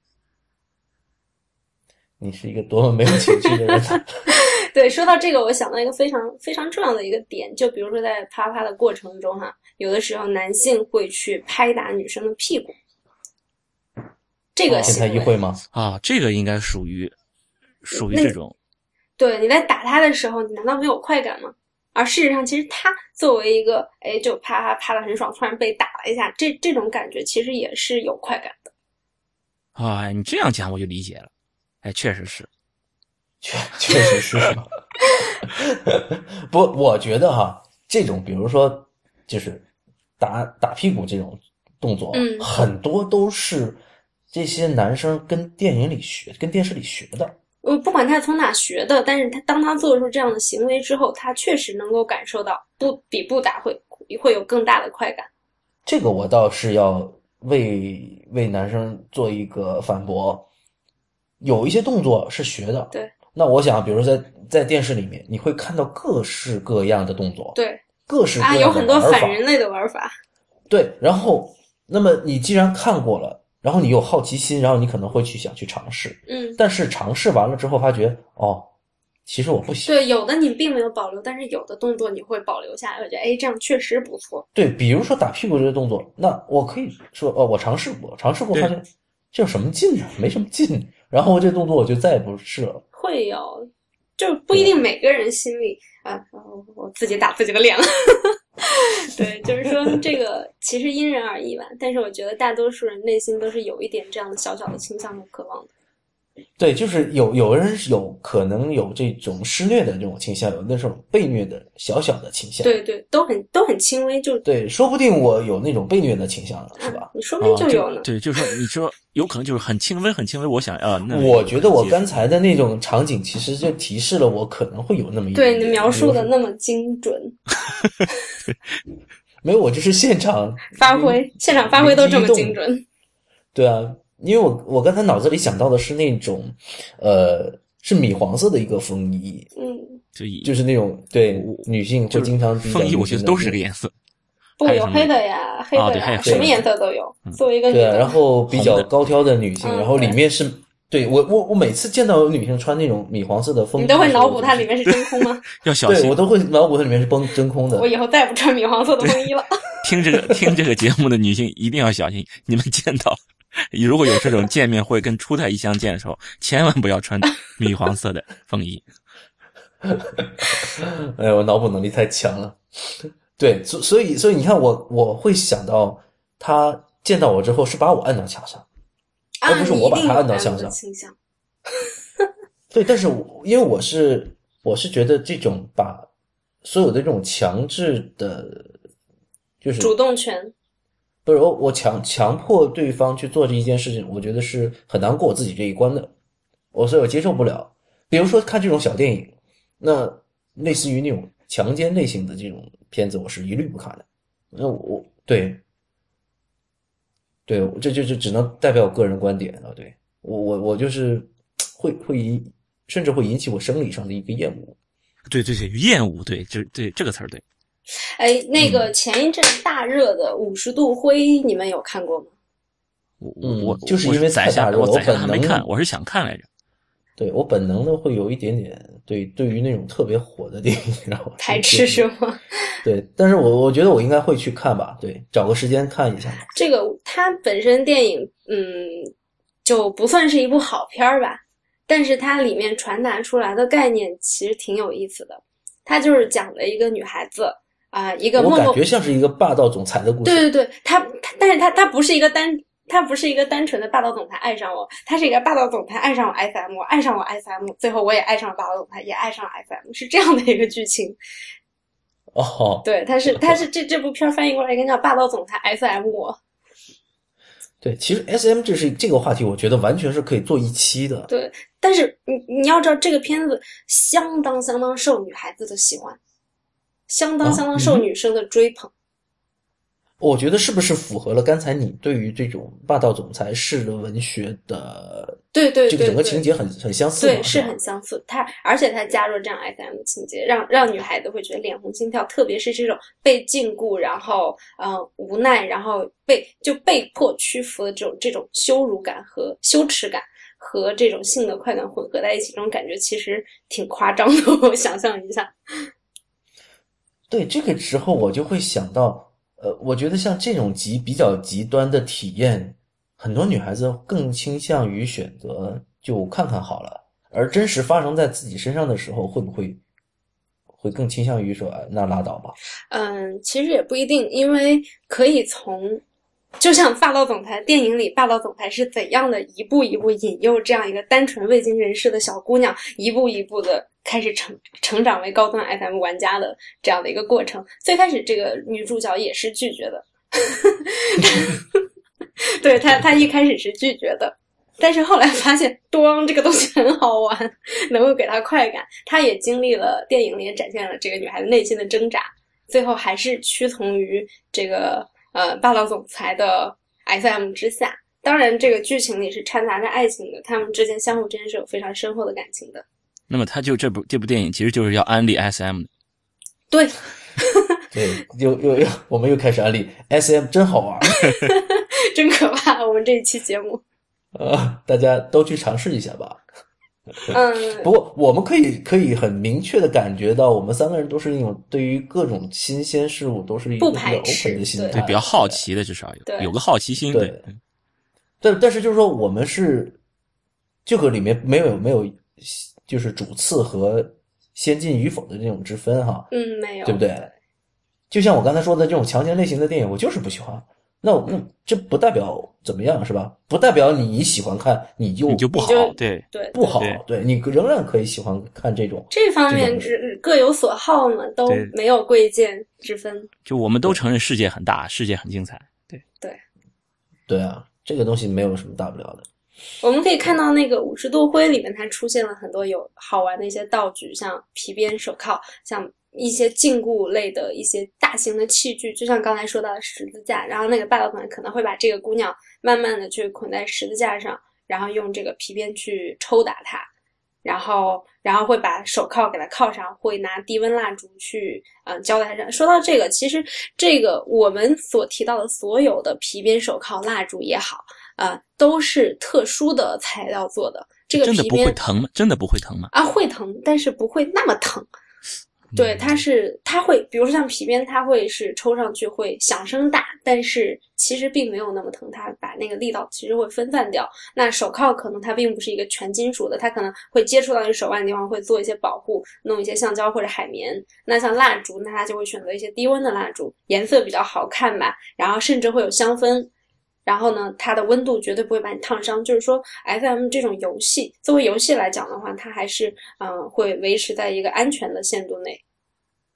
你是一个多么没有情趣的人。 对，说到这个，我想到一个非常非常重要的一个点，就比如说在啪啪的过程中哈，有的时候男性会去拍打女生的屁股，这个行为田太医会吗？ 这个应该属于这种。 对，你在打他的时候，你难道没有快感吗？而事实上，其实他作为一个就啪啪啪得很爽，突然被打了一下，这种感觉其实也是有快感的。 你这样讲我就理解了。确实是。 确实是。不，我觉得哈，这种比如说就是打屁股这种动作，很多都是这些男生跟电影里学、跟电视里学的。 不管他从哪学的，但是当他做出这样的行为之后，他确实能够感受到比不打会有更大的快感。 这个我倒是要为男生做一个反驳，有一些动作是学的。 对。 那我想，比如说在电视里面，你会看到各式各样的动作。 对。 各式各样的玩法。 有很多反人类的玩法。 对，然后那么你既然看过了，然后你有好奇心，然后你可能会想去尝试。但是尝试完了之后发觉其实我不喜欢。 对，有的你并没有保留，但是有的动作你会保留下来，我觉得这样确实不错。 对，比如说打屁股这个动作，那我可以说我尝试过发现这有什么劲呢？没什么劲，然后这动作我就再也不试了。 会有，就不一定每个人心里我自己打自己的脸了。对，就是说这个其实因人而异吧，但是我觉得大多数人内心都是有一点这样的小小的倾向和渴望的。 对，就是有人可能有这种施虐的这种倾向，有那种被虐的小小的倾向。 对对，都很轻微，就对，说不定我有那种被虐的倾向了，是吧？ 你说不定就有呢。 对，就是说你说有可能就是很轻微很轻微，我想那我觉得我刚才的那种场景其实就提示了我可能会有那么一点。 对，你描述的那么精准。 没有，我就是现场发挥都这么精准。 对啊，因为我刚才脑子里想到的是那种是米黄色的一个风衣。就是那种对女性会经常风衣，我觉得都是这个颜色。 不，有黑的呀，黑的呀，什么颜色都有。作为一个女的， 然后比较高挑的女性，然后里面是对我每次见到有女性穿那种米黄色的风衣， 你都会脑补它里面是真空吗？ 要小心。 对，我都会脑补它里面是真空的。 我以后再也不穿米黄色的风衣了。 听这个节目的女性一定要小心，你们见到如果有这种见面会跟初太医相见的时候，千万不要穿米黄色的风衣。 我脑补能力太强了。对，所以你看我会想到他见到我之后是把我按到墙上，而不是我把他按到墙上。对，但是因为我是觉得这种把所有的这种强制的，就是主动权， 不是我强迫对方去做这一件事情，我觉得是很难过我自己这一关的，所以我接受不了。 比如说看这种小电影，那类似于那种强奸类型的这种片子，我是一律不看的。那对，这就只能代表我个人观点了。对，我就是甚至会引起我生理上的一个厌恶。 对，厌恶，对这个词儿对。 哎，那个前一阵大热的50度灰，你们有看过吗？ 我就是因为太大热， 我本能还没看，我是想看来着。 对，我本能的会有一点点对于那种特别火的电影，然后排斥是吗？ 对，但是我觉得我应该会去看吧，对，找个时间看一下。 这个它本身电影就不算是一部好片儿吧，但是它里面传达出来的概念其实挺有意思的。它就是讲了一个女孩子一个我感觉像是一个霸道总裁的故对， 事。 但是它不是一个单纯的霸道总裁爱上我，他是一个霸道总裁爱上我 SM， 我爱上我 SM， 最后我也爱上了霸道总裁，也爱上了 SM， 是这样的一个剧情。 哦， 对，它是这部片翻译过来应该叫霸道总裁 SM 我。 对，其实 SM 这个话题，我觉得完全是可以做一期的。 对，但是你要知道，这个片子相当受女孩子的喜欢，相当受女生的追捧。 我觉得是不是符合了刚才你对于这种霸道总裁式的文学的对这个整个情节很相似对，是很相似。而且它加入这样 SM 的情节，让女孩子会觉得脸红心跳，特别是这种被禁锢，然后无奈，然后被迫屈服的这种羞辱感和羞耻感和这种性的快感混合在一起，这种感觉其实挺夸张的。我想象一下。 对，这个时候我就会想到。我觉得像这种比较极端的体验，很多女孩子更倾向于选择就看看好了，而真实发生在自己身上的时候，会不会更倾向于说那拉倒吧？ 其实也不一定，因为可以就像霸道总裁电影里，霸道总裁是怎样的一步一步引诱这样一个单纯未经人事的小姑娘，一步一步的开始成长为高端 SM 玩家的这样的一个过程。最开始这个女主角也是拒绝的，对，她一开始是拒绝的，但是后来发现这个东西很好玩，能够给她快感。她也经历了电影里也展现了这个女孩子内心的挣扎，最后还是屈从于这个霸道总裁的 SM 之下。当然这个剧情里是掺杂着爱情的，他们之间相互之间是有非常深厚的感情的。 那么他就这部电影其实就是要安利 SM 的。 对对，我们又开始安利 SM， 真好玩。 真可怕，我们这一期节目大家都去尝试一下吧。不过我们可以很明确的感觉到，我们三个人都是那种对于各种新鲜事物都是一个比较 open 的心态， 对，比较好奇的，至少有个好奇心。对， 但是就是说我们是这个里面没有就是主次和先进与否的这种之分哈。 没有， 对不对？就像我刚才说的这种强奸类型的电影，我就是不喜欢。那这不代表怎么样是吧？不代表你喜欢看你就不好，对不好，对你仍然可以喜欢看这种。 这方面各有所好嘛，都没有贵贱之分。 就我们都承认世界很大，世界很精彩。 对啊，这个东西没有什么大不了的。 我们可以看到那个50度灰里面，它出现了很多有好玩的一些道具，像皮鞭、手铐，像一些禁锢类的一些大型的器具，就像刚才说到的十字架。然后那个霸道总裁可能会把这个姑娘慢慢的去捆在十字架上，然后用这个皮鞭去抽打她，然后会把手铐给她铐上，会拿低温蜡烛去浇在她上。说到这个，其实这个我们所提到的所有的皮鞭、手铐、蜡烛也好都是特殊的材料做的。这个皮鞭真的不会疼吗？真的不会疼吗？ 会疼，但是不会那么疼。对，它会，比如说像皮鞭，它会是抽上去会响声大，但是其实并没有那么疼，它把那个力道其实会分散掉。那手铐可能它并不是一个全金属的，它可能会接触到你手腕的地方会做一些保护，弄一些橡胶或者海绵。那像蜡烛，那它就会选择一些低温的蜡烛，颜色比较好看吧，然后甚至会有香氛。然后呢，它的温度绝对不会把你烫伤。就是说 FM 这种游戏作为游戏来讲的话，它还是会维持在一个安全的限度内。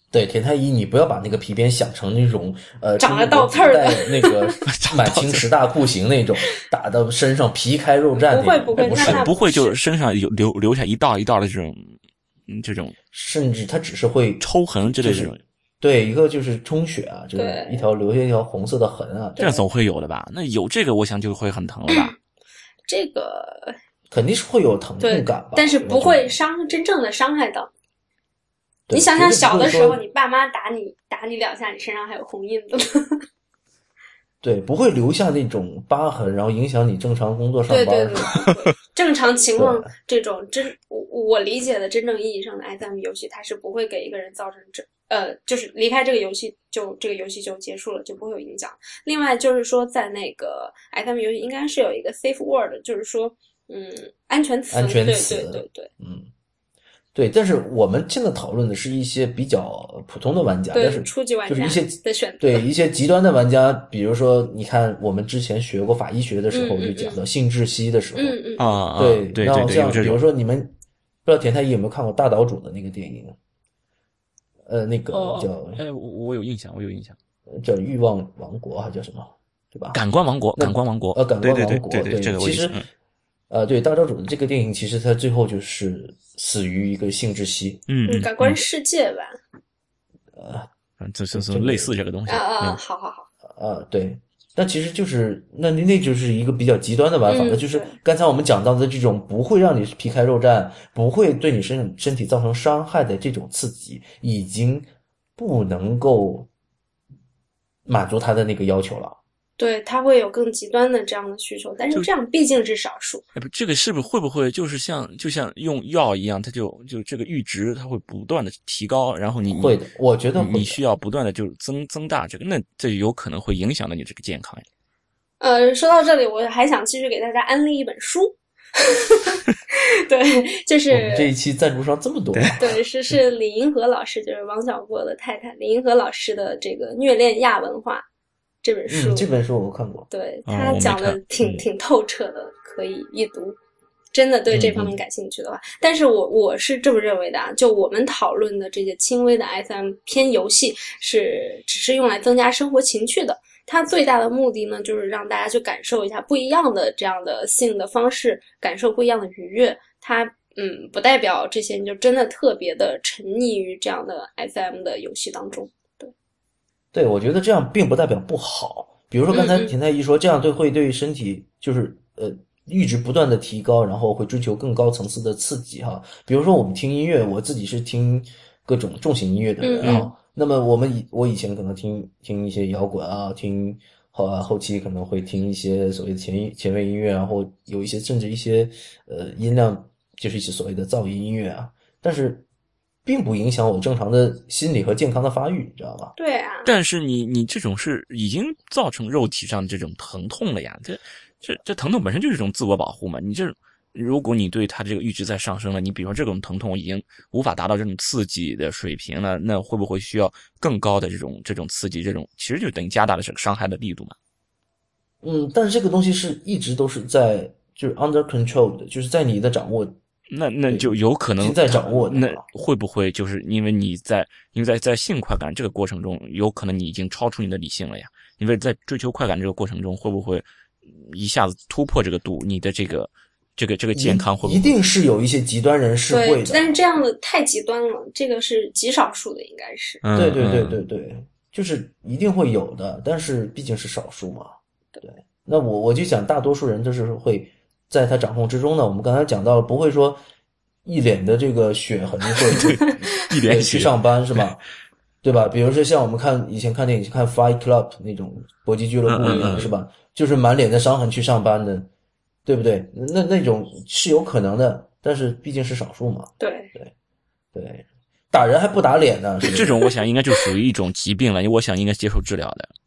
对，铁太医，你不要把那个皮鞭想成那种长了倒刺儿的那个满清十大酷刑那种，打到身上皮开肉绽那种。 不会，那不会，就是身上有留下一道一道的这种， 甚至它只是会抽痕之类的这种。 对，一个就是充血啊，就是留下一条红色的痕啊， 这总会有的吧？那有这个，我想就会很疼了吧？ 这个肯定是会有疼痛感吧， 但是不会真正的伤害到。你想想小的时候，你爸妈打你两下，你身上还有红印子。 对，不会留下那种疤痕，然后影响你正常工作上班。 对，正常情况这种我理解的真正意义上的 SM 游戏，它是不会给一个人造成就是离开这个游戏就结束了，就不会有影响。另外就是说，在那个 SM 游戏应该是有一个 safe word， 就是说安全词。对。 对，但是我们现在讨论的是一些比较普通的玩家，但是初级玩家就是一些的选择， 对一些极端的玩家，比如说你看我们之前学过法医学的时候，就讲到性窒息的时候，对，然后像比如说你们不知道田太医有没有看过大岛主的那个电影，那个叫我有印象， 叫欲望王国还叫什么，对吧？ 感官王国，感官王国， 感官王国， 对，这个其实对大岛主的这个电影，其实他最后就是死于一个性窒息， 感官世界吧， 这类似这个东西好， 对，那其实就是那就是一个比较极端的玩法，那就是刚才我们讲到的这种不会让你皮开肉绽，不会对你身体造成伤害的这种刺激，已经不能够满足他的那个要求了。 对，他会有更极端的这样的需求，但是这样毕竟是少数。 这个是不是会不会就像用药一样，它就这个阈值它会不断的提高，然后你会的，我觉得你需要不断的就增大这个，那这有可能会影响到你这个健康呀。 说到这里，我还想继续给大家安利一本书。对，就是我们这一期赞助商这么多， 对，是李银河老师，就是王小波的太太李银河老师的这个《虐恋亚文化》。这本书， 这本书我看过， 对，他讲的挺透彻的，可以一读。真的对这方面感兴趣的话，但是我是这么认为的啊，就我们讨论的这些轻微的 SM 偏游戏只是用来增加生活情趣的，它最大的目的呢，就是让大家去感受一下不一样的这样的性的方式，感受不一样的愉悦。它不代表这些人就真的特别的沉溺于这样的 SM 的游戏当中。 对，我觉得这样并不代表不好。比如说刚才田太医说，这样会对身体就是阈值不断的提高，然后会追求更高层次的刺激哈。比如说我们听音乐，我自己是听各种重型音乐的人啊。那么我以前可能听一些摇滚啊，听后期可能会听一些所谓的前卫音乐，然后有一些甚至一些音量就是一些所谓的噪音音乐啊，但是并不影响我正常的心理和健康的发育，你知道吧？ 对啊。 但是你这种是已经造成肉体上这种疼痛了呀，这疼痛本身就是一种自我保护嘛。如果你对它这个阈值在上升了，你比如说这种疼痛已经无法达到这种刺激的水平了，那会不会需要更高的这种刺激？其实就等于加大了这个伤害的力度嘛。 但是这个东西是一直都是就是 under control 的，就是在你的掌握。 那就有可能在掌握， 那会不会就是因为在性快感这个过程中，有可能你已经超出你的理性了呀？因为在追求快感这个过程中，会不会一下子突破这个度？你的这个健康会不会？ 一定是有一些极端人士会的， 但是这样的太极端了，这个是极少数的，应该是。 对，就是一定会有的，但是毕竟是少数嘛。对，那我就讲大多数人都是会。在他掌控之中呢，我们刚才讲到了，不会说一脸的这个血痕会一脸去上班是吧？对吧？比如说像我们以前看电影看 Fight Club 那种搏击俱乐部一样是吧？就是满脸的伤痕去上班的，对不对？那种是有可能的，但是毕竟是少数嘛。 对， 打人还不打脸呢，是不是？ 这种我想应该就属于一种疾病了，因为我想应该接受治疗的。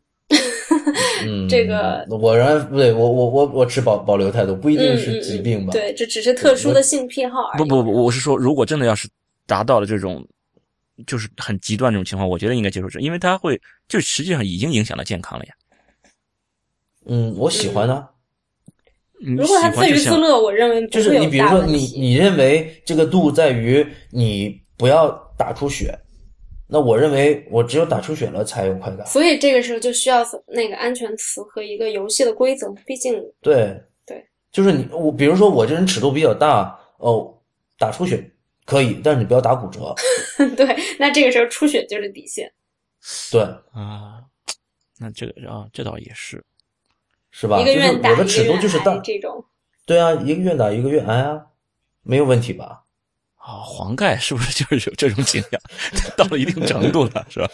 这个我仍然对我持保留态度，不一定是疾病吧？ 对，这只是特殊的性癖好而已。 不，我是说，如果真的要是达到了这种就是很极端这种情况，我觉得应该接受治疗，因为它会就实际上已经影响到健康了呀。 我喜欢啊。 如果他自娱自乐，我认为不会有就是你比如说大问题。 你认为这个度在于你不要打出血。 那我认为我只有打出血了才有快感。 所以这个时候就需要那个安全词和一个游戏的规则，毕竟对，就是我比如说我这人尺度比较大哦，打出血可以，但是你不要打骨折。 对，那这个时候出血就是底线。 对啊，那这个这倒也是， 是吧？ 一个愿打就是我的尺度就是大， 这种。 对啊，一个愿打一个愿挨啊，没有问题吧？ 黄盖是不是就是有这种倾向？到了一定程度了，是吧？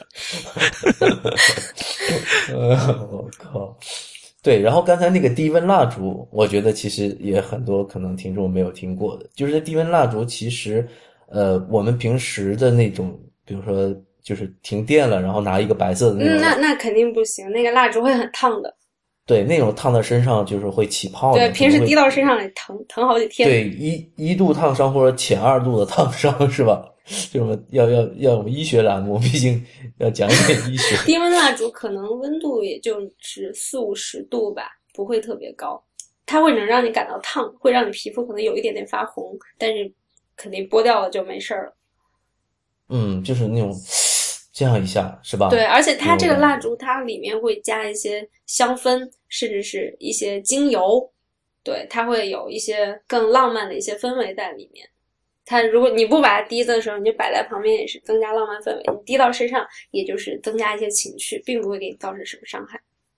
我靠！对，然后刚才那个低温蜡烛，我觉得其实也很多可能听众没有听过的，就是低温蜡烛其实，我们平时的那种，比如说就是停电了，然后拿一个白色的那种， 那肯定不行，那个蜡烛会很烫的。 对，那种烫到身上就是会起泡的。 对，平时滴到身上也疼好几天。 对，一度烫伤或者前2度的烫伤是吧？就是要有医学栏目，毕竟要讲一点医学。 低温蜡烛可能温度也就是40-50度吧，不会特别高，它会能让你感到烫，会让你皮肤可能有一点点发红，但是肯定剥掉了就没事了。 就是那种这样一下是吧？ 对，而且它这个蜡烛它里面会加一些香氛，甚至是一些精油，对，它会有一些更浪漫的一些氛围在里面。它如果你不把它滴的时候，你就摆在旁边也是增加浪漫氛围，你滴到身上也就是增加一些情趣，并不会给你造成什么伤害。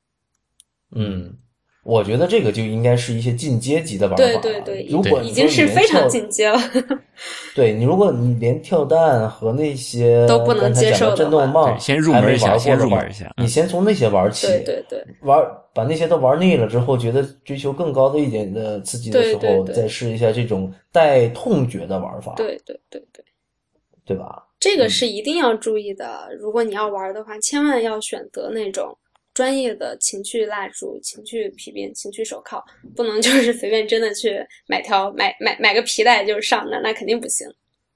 我觉得这个就应该是一些进阶级的玩法。 对， 如果已经是非常进阶了。 对，如果你连跳蛋和那些都不能接受的震动棒先入门一下， 你先从那些玩起。 对， 把那些都玩腻了之后，觉得追求更高的一点的刺激的时候，再试一下这种带痛觉的玩法。 对， 对吧？ 这个是一定要注意的。如果你要玩的话，千万要选择那种专业的情趣蜡烛、情趣皮鞭、情趣手铐，不能就是随便真的去买个皮带就上，那肯定不行。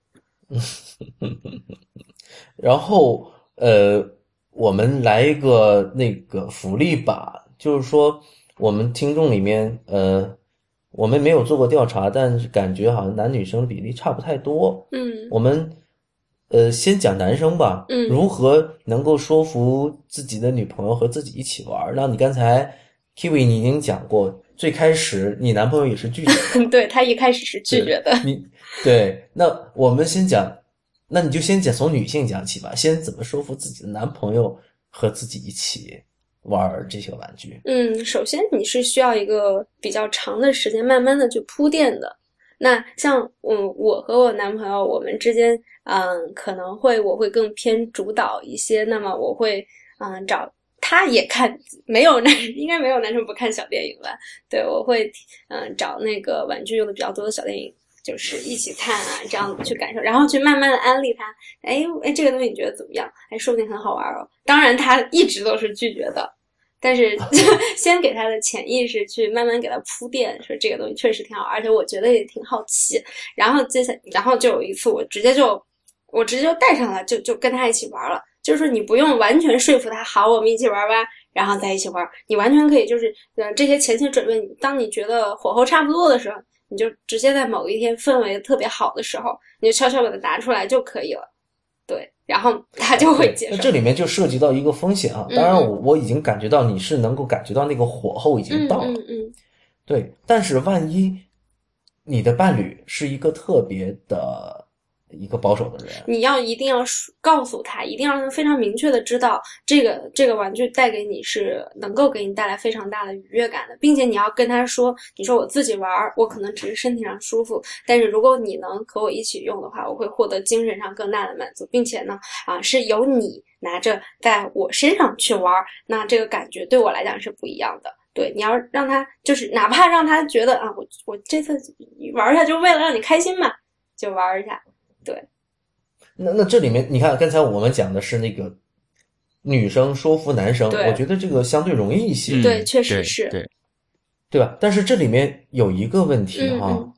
然后我们来一个那个福利吧，就是说我们听众里面我们没有做过调查，但是感觉好像男女生比例差不太多。我们先讲男生吧。如何能够说服自己的女朋友和自己一起玩？那你刚才 Kiwi 你已经讲过，最开始你男朋友也是拒绝的。 对，他一开始是拒绝的。 对，那我们先讲，那你就先从女性讲起吧，先怎么说服自己的男朋友和自己一起玩这些玩具。 首先你是需要一个比较长的时间慢慢的去铺垫的。那像我和我男朋友，我们之间可能我会更偏主导一些，那么我会找他也看，应该没有男生不看小电影吧？对，我会找那个玩具用的比较多的小电影，就是一起看啊，这样去感受，然后去慢慢的安利他。这个东西你觉得怎么样？说不定很好玩哦。当然他一直都是拒绝的。但是先给他的潜意识去慢慢给他铺垫，说这个东西确实挺好，而且我觉得也挺好奇。然后就有一次我直接就带上了，就跟他一起玩了。就是说你不用完全说服他，好，我们一起玩吧，然后再一起玩。你完全可以就是这些前期准备，当你觉得火候差不多的时候，你就直接在某一天氛围特别好的时候，你就悄悄把它拿出来就可以了。对，然后他就会接受。 这里面就涉及到一个风险啊。当然我已经感觉到你是能够感觉到那个火候已经到了。对，但是万一你的伴侣是一个特别的一个保守的人， 你一定要告诉他，一定要让他非常明确的知道这个玩具带给你是能够给你带来非常大的愉悦感的，并且你要跟他说，你说我自己玩我可能只是身体上舒服，但是如果你能和我一起用的话，我会获得精神上更大的满足，并且呢是由你拿着在我身上去玩，那这个感觉对我来讲是不一样的。对，你要让他就是哪怕让他觉得我这次玩一下就为了让你开心嘛，就玩一下。对， 那这里面你看，刚才我们讲的是那个女生说服男生，我觉得这个相对容易一些。 对，确实是， 对吧？但是这里面有一个问题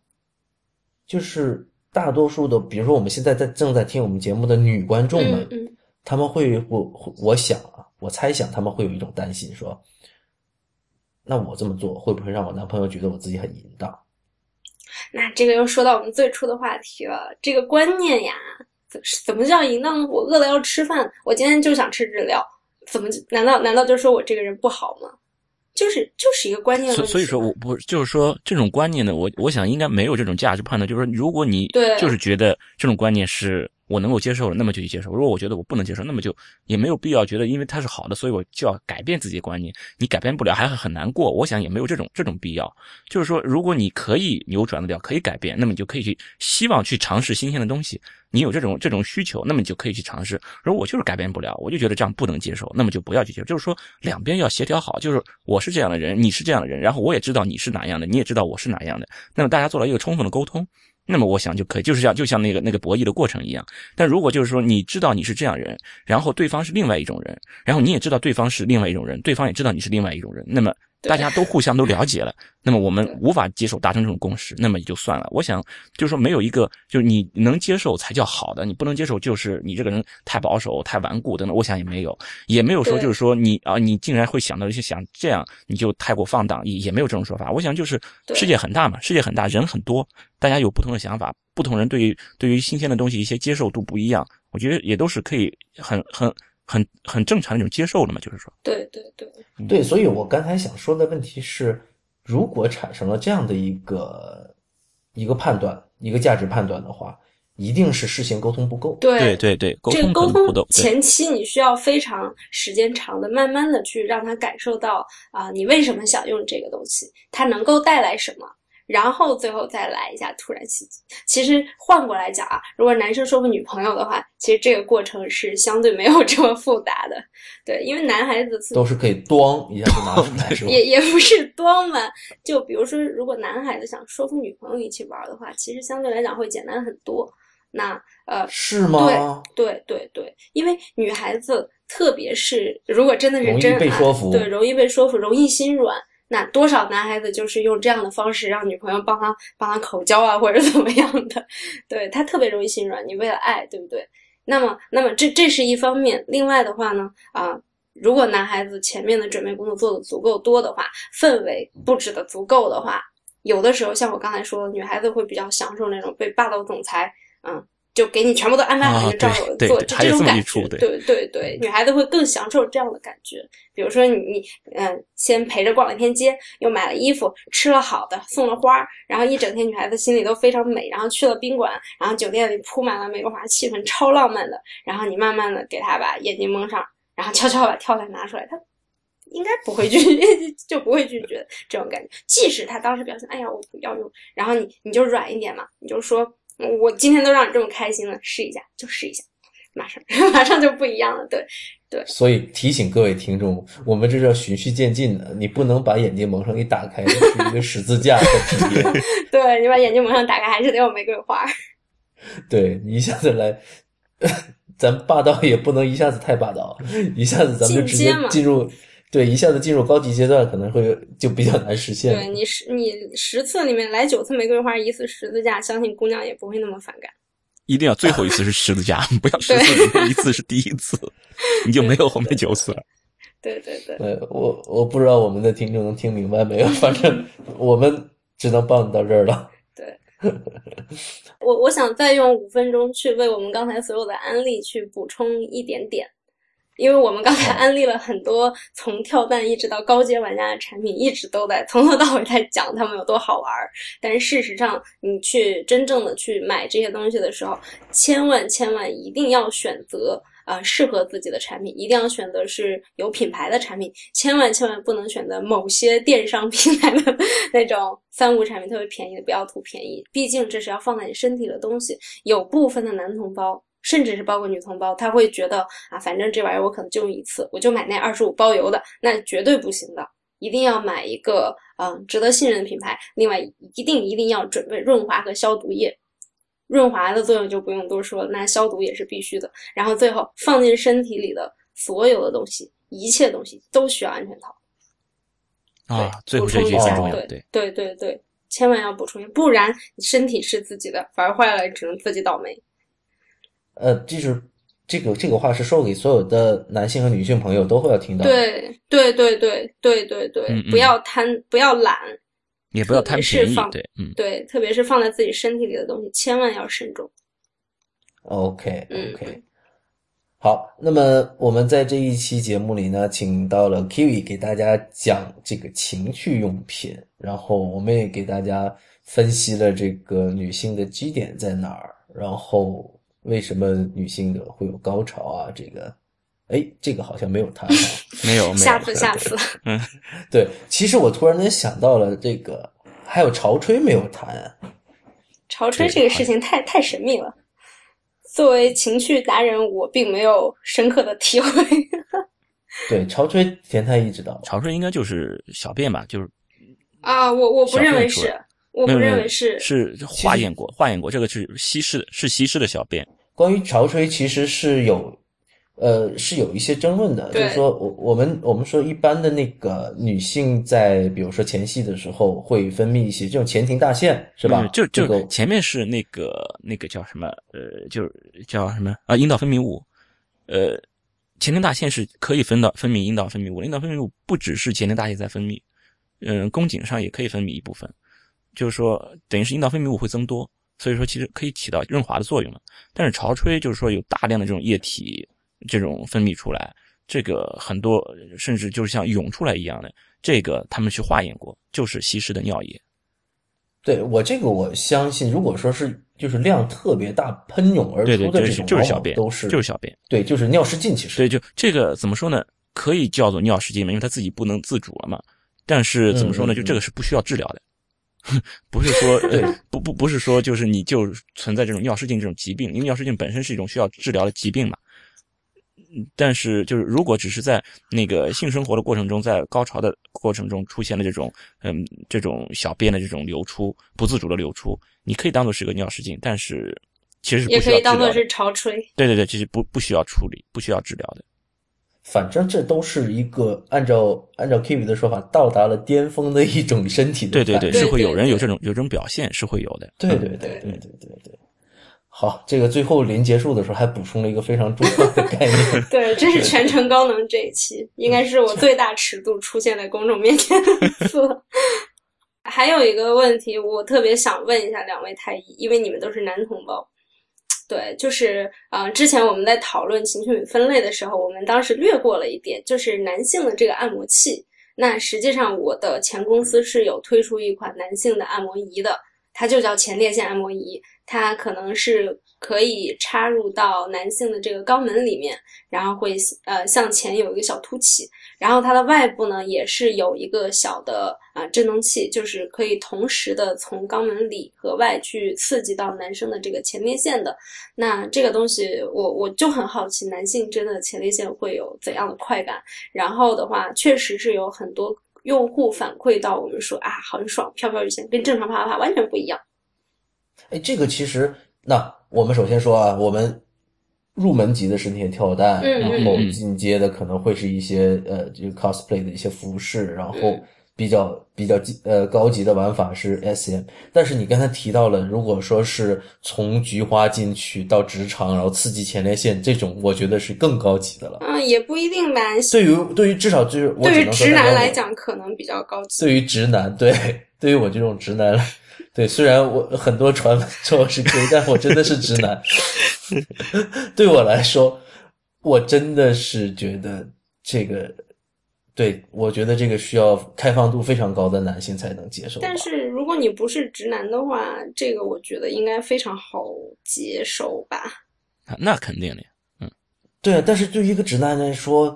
就是大多数的，比如说我们现在正在听我们节目的女观众们，他们我猜想他们会有一种担心，说，那我这么做会不会让我男朋友觉得我自己很淫荡？ 那这个又说到我们最初的话题了，这个观念呀， 怎么叫淫荡？我饿了要吃饭，我今天就想吃日料，怎么难道就说我这个人不好吗？就是一个观念问题。 所以说我不就是说这种观念呢，我想应该没有这种价值判断，就是说如果你就是觉得这种观念是我能够接受的，那么就去接受；如果我觉得我不能接受，那么就也没有必要觉得因为它是好的，所以我就要改变自己的观念。你改变不了，还很难过。我想也没有这种必要。就是说，如果你可以扭转得了，可以改变，那么你就可以去希望去尝试新鲜的东西。你有这种需求，那么你就可以去尝试。如果我就是改变不了，我就觉得这样不能接受，那么就不要去接受。就是说，两边要协调好。就是我是这样的人，你是这样的人，然后我也知道你是哪样的，你也知道我是哪样的。那么大家做到一个充分的沟通。那么我想就可以，就像那个博弈的过程一样。但如果就是说你知道你是这样人，然后对方是另外一种人，然后你也知道对方是另外一种人，对方也知道你是另外一种人，那么大家都互相都了解了，那么我们无法接受达成这种共识，那么也就算了。我想就是说没有一个就是你能接受才叫好的，你不能接受就是你这个人太保守太顽固等等，我想也没有说就是说你竟然会想到一些想这样你就太过放荡，也没有这种说法。我想就是世界很大嘛，世界很大，人很多，大家有不同的想法，不同人对于新鲜的东西一些接受度不一样，我觉得也都是可以很正常的一种接受的嘛，就是说。 对，所以我刚才想说的问题是，如果产生了这样的一个判断，一个价值判断的话，一定是事先沟通不够。 对，沟通不够。 前期你需要非常时间长的，慢慢的去让他感受到你为什么想用这个东西，它能够带来什么。然后最后再来一下突然袭击。其实换过来讲如果男生说服女朋友的话，其实这个过程是相对没有这么复杂的。对，因为男孩子都是可以咣一下就拿出来是吧？ 也不是咣嘛，就比如说如果男孩子想说服女朋友一起玩的话，其实相对来讲会简单很多。那是吗？ 对，因为女孩子特别是如果真的是真爱， 容易被说服， 对，容易被说服，容易心软。那多少男孩子就是用这样的方式让女朋友帮他口交或者怎么样的，对，他特别容易心软，你为了爱，对不对？那么这是一方面。另外的话呢如果男孩子前面的准备工作做得足够多的话，氛围布置得足够的话，有的时候像我刚才说的，女孩子会比较享受那种被霸道总裁就给你全部都安排好，你就照着做，这种感觉，对，女孩子会更享受这样的感觉。比如说你先陪着逛了一天街，又买了衣服，吃了好的，送了花，然后一整天女孩子心里都非常美，然后去了宾馆，然后酒店里铺满了玫瑰花，气氛超浪漫的，然后你慢慢的给她把眼睛蒙上，然后悄悄把跳伞拿出来，她应该不会拒绝，就不会拒绝这种感觉。即使她当时表现哎呀我不要用，然后你就软一点嘛，你就说我今天都让你这么开心了，试一下就试一下，马上就不一样了。对。 所以提醒各位听众，我们这是要循序渐进的，你不能把眼睛蒙上一打开是一个十字架的体验。 对，你把眼睛蒙上打开还是得有玫瑰花。对， 你一下子来咱霸道也不能一下子太霸道，一下子咱们就直接进入对，一下子进入高级阶段可能会就比较难实现。 对，你10次里面来9次玫瑰花1次十字架，相信姑娘也不会那么反感。 一定要最后一次是十字架，不要10次里面1次是第一次，你就没有后面9次了。 对。 我不知道我们的听众能听明白没有，反正我们只能帮你到这儿了。 对。我想再用5分钟去为我们刚才所有的案例去补充一点点。因为我们刚才安利了很多从跳蛋一直到高阶玩家的产品，一直都在从头到尾在讲他们有多好玩，但是事实上你去真正的去买这些东西的时候，千万一定要选择适合自己的产品，一定要选择是有品牌的产品，千万不能选择某些电商平台的那种3无产品特别便宜的，不要图便宜，毕竟这是要放在你身体的东西。有部分的男同胞甚至是包括女同胞，他会觉得反正这玩意儿我可能就用一次，我就买那25包邮的，那绝对不行的。一定要买一个值得信任的品牌。另外一定要准备润滑和消毒液，润滑的作用就不用多说了，那消毒也是必须的。然后最后放进身体里的所有的东西，一切东西都需要安全套最后这句很重要。 对，千万要补充，不然你身体是自己的，反而坏了只能自己倒霉。 就是这个话是说给所有的男性和女性朋友都会要听到的。 对，不要贪，不要懒， 也不要贪便宜。 对，特别是放在自己身体里的东西，千万要慎重。 OK，好，那么我们在这一期节目里呢，请到了 Kiwi 给大家讲这个情趣用品，然后我们也给大家分析了这个女性的基点在哪儿，然后为什么女性的会有高潮啊，这个好像没有谈啊。 没有， 下次。 对，其实我突然间想到了这个，还有潮吹没有谈啊。 潮吹这个事情太神秘了。作为情趣达人，我并没有深刻的体会。 对，潮吹田太一知道。 潮吹应该就是小便吧，就是啊，我不认为是，我不认为是化验过，这个是稀释的小便。 关于潮吹其实是有一些争论的，就是说我们说一般的那个女性在比如说前戏的时候会分泌一些这种前庭大腺是吧？ 就前面是那个叫什么就是叫什么啊阴道分泌物，前庭大腺是可以分泌阴道分泌物，阴道分泌物不只是前庭大腺在分泌，宫颈上也可以分泌一部分，就是说等于是阴道分泌物会增多，所以说其实可以起到润滑的作用了。但是潮吹就是说有大量的这种液体这种分泌出来，这个很多甚至就是像涌出来一样的，这个他们去化验过，就是稀释的尿液。 对，我相信，如果说是就是量特别大喷涌而出的这种， 就是小便， 就是小便， 对，就是尿失禁。其实对，就这个怎么说呢？可以叫做尿失禁嘛，因为他自己不能自主了嘛。但是怎么说呢？就这个是不需要治疗的。不是说不是说就是你就存在这种尿失禁这种疾病，因为尿失禁本身是一种需要治疗的疾病嘛。但是就是如果只是在那个性生活的过程中，在高潮的过程中出现了这种小便的这种流出，不自主的流出，你可以当做是个尿失禁，但是其实是不需要治疗的， 也可以当做是潮吹。 对，其实不需要处理，不需要治疗的。 反正这都是一个按照 Kiwi 的说法，到达了巅峰的一种身体的反应。 对，是会有人有这种表现，是会有的。 对。好，这个最后临结束的时候还补充了一个非常重要的概念。 对，这是全程高能这一期，应该是我最大尺度出现在公众面前的一次。还有一个问题，我特别想问一下两位太医，因为你们都是男同胞。对，就是之前我们在讨论情趣分类的时候，我们当时略过了一点，就是男性的这个按摩器。那实际上我的前公司是有推出一款男性的按摩仪的，它就叫前列腺按摩仪，它可能是可以插入到男性的这个肛门里面，然后会向前有一个小凸起，然后它的外部呢也是有一个小的振动器，就是可以同时的从肛门里和外去刺激到男生的这个前列腺的。那这个东西我就很好奇，男性真的前列腺会有怎样的快感？然后的话确实是有很多用户反馈到我们说很爽，飘飘欲仙，跟正常啪啪啪完全不一样。 这个其实那我们首先说我们入门级的是那些跳蛋，然后进阶的可能会是一些这个 cosplay 的一些服饰，然后比较高级的玩法是 SM。但是你刚才提到了，如果说是从菊花进去到直肠，然后刺激前列腺，这种我觉得是更高级的了。 也不一定吧。 对于至少就是我只能说对于直男来讲可能比较高级。 对于直男，对于我这种直男来。对，虽然我很多传闻说我是 gay， 但我真的是直男。对我来说，我真的是觉得这个，对，我觉得这个需要开放度非常高的男性才能接受。 但是如果你不是直男的话，这个我觉得应该非常好接受吧。 那肯定的呀。 对，但是对于一个直男来说，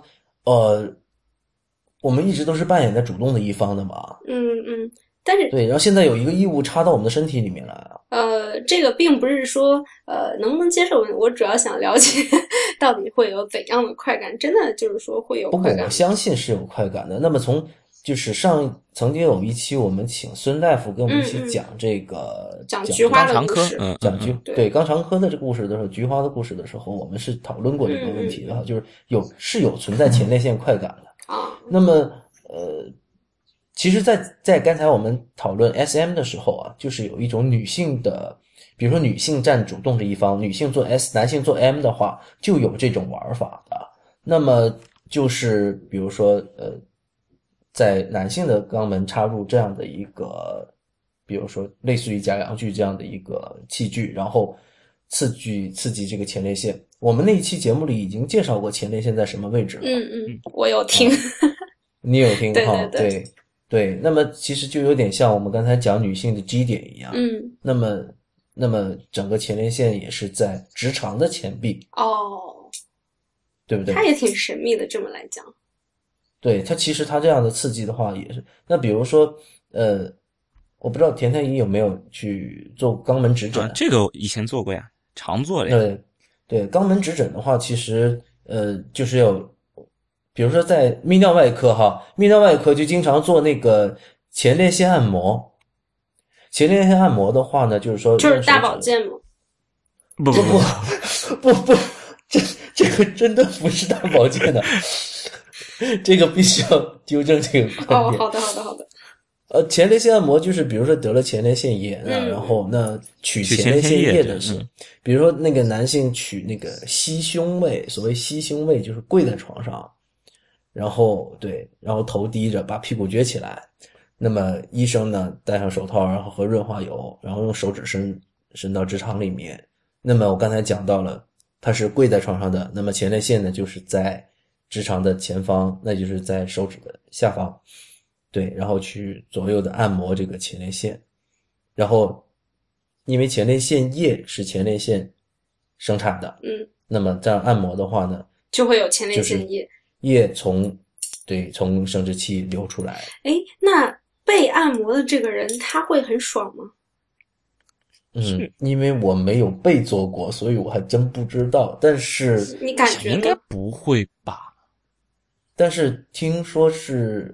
我们一直都是扮演在主动的一方的嘛。 但是对，然后现在有一个异物插到我们的身体里面来了。 这个并不是说能不能接受，我主要想了解到底会有怎样的快感，真的就是说会有快感。 不过我相信是有快感的。那么就是曾经有一期我们请孙大夫跟我们一起讲这个讲菊花的故事， 对肛肠科的这个故事的时候，菊花的故事的时候，我们是讨论过这个问题的，就是有存在前列腺快感的那么其实在刚才我们讨论 SM 的时候就是有一种女性的，比如说女性占主动的一方，女性做 S， 男性做 M 的话，就有这种玩法的。那么就是比如说在男性的肛门插入这样的一个，比如说类似于假阳具这样的一个器具，然后刺激这个前列腺。我们那一期节目里已经介绍过前列腺在什么位置了。 我有听。 你有听对哈？对，那么其实就有点像我们刚才讲女性的 G 点一样。那么整个前列腺也是在直肠的前壁。对不对？ 它也挺神秘的，这么来讲。 对，它其实它这样的刺激的话也是。那比如说我不知道田太医有没有去做肛门指诊。 这个以前做过呀，常做的呀。 对，肛门指诊的话，其实就是有，比如说在泌尿外科泌尿外科就经常做那个前列腺按摩。前列腺按摩的话呢，就是说就是大保健吗？ 不，这个真的不是大保健的，这个必须要纠正这个观点。 好的。 前列腺按摩就是比如说得了前列腺炎然后那取前列腺液的是，比如说那个男性取那个吸胸位，所谓吸胸位就是跪在床上，然后头低着，把屁股撅起来。那么医生呢戴上手套，然后和润滑油，然后用手指伸到直肠里面。那么我刚才讲到了，他是跪在床上的，那么前列腺呢就是在直肠的前方，那就是在手指的下方。对，然后去左右的按摩这个前列腺，然后因为前列腺液是前列腺生产的，那么这样按摩的话呢， 就会有前列腺液， 液从生殖器流出来。 那被按摩的这个人他会很爽吗？ 因为我没有被做过，所以我还真不知道。但是你感觉应该不会吧？ 但是听说是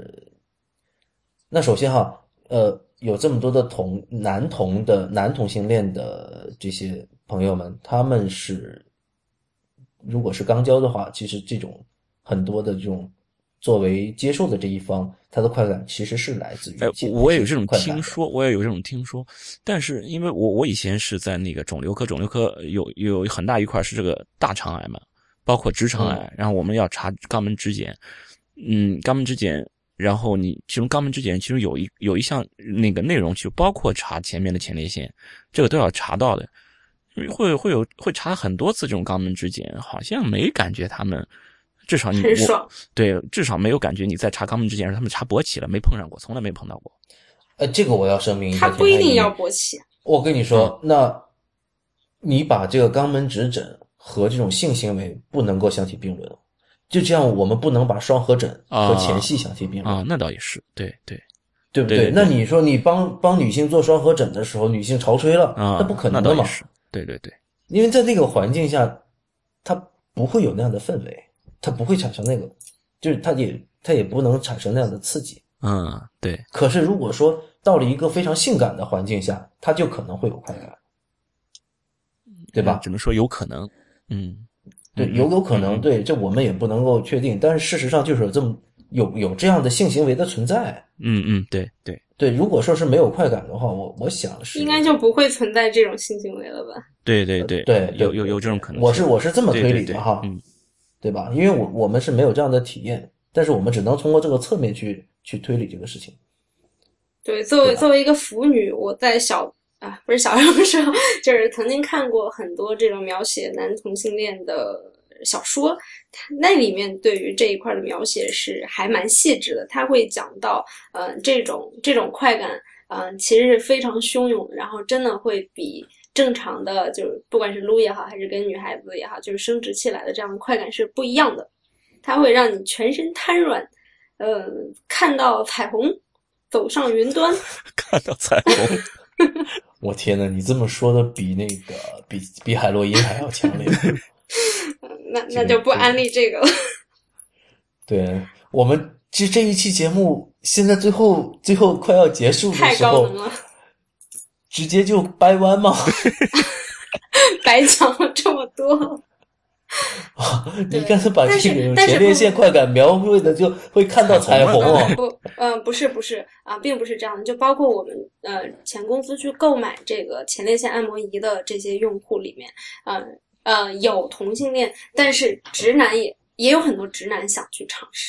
那首先有这么多的男同性恋的这些朋友们，他们是如果是肛交的话，其实这种很多的这种作为接受的这一方，他的快感其实是来自于我也有这种听说，但是因为我以前是在那个肿瘤科有很大一块是这个大肠癌嘛，包括直肠癌，然后我们要查肛门指检，肛门指检，然后其中肛门指检其实有一项那个内容就包括查前面的前列腺，这个都要查到的，会查很多次这种肛门指检，好像没感觉他们。至少很爽， 对，至少没有感觉你在查肛门之前，他们查勃起了，没碰上过，从来没碰到过。 这个我要声明一下， 他不一定要勃起。 我跟你说，那你把这个肛门指诊和这种性行为不能够相提并论，就这样我们不能把双合诊和前戏相提并论那倒也是，对不对？那你说你帮女性做双合诊的时候，女性潮吹了，那不可能的嘛？ 对， 因为在那个环境下，它不会有那样的氛围。它不会产生那个，就是它也不能产生那样的刺激。 对。 可是如果说到了一个非常性感的环境下，它就可能会有快感，对吧？ 只能说有可能。 对，有可能，对，这我们也不能够确定。但是事实上就是有这样的性行为的存在。对，如果说是没有快感的话，我想是应该就不会存在这种性行为了吧？ 对，有这种可能性。 我是这么推理的哈。对吧？因为我们是没有这样的体验，但是我们只能通过这个侧面去推理这个事情。 对，作为一个腐女，我在不是小的时候，就是曾经看过很多这种描写男同性恋的小说，那里面对于这一块的描写是还蛮细致的，他会讲到这种快感其实是非常汹涌，然后真的会比正常的就是不管是撸也好还是跟女孩子也好，就是生殖器来的这样的快感是不一样的，它会让你全身瘫软，看到彩虹，走上云端。 看到彩虹。 我天哪，你这么说的比海洛因还要强烈。 那就不安利这个了。 对，我们其实这一期节目现在最后快要结束的时候， 太高能了， 直接就掰弯吗？ 白讲了这么多。 你刚才把这个前列腺快感描绘的就会看到彩虹不是并不是这样，就包括我们前公司去购买这个前列腺按摩仪的这些用户里面，有同性恋，但是直男也有很多直男想去尝试，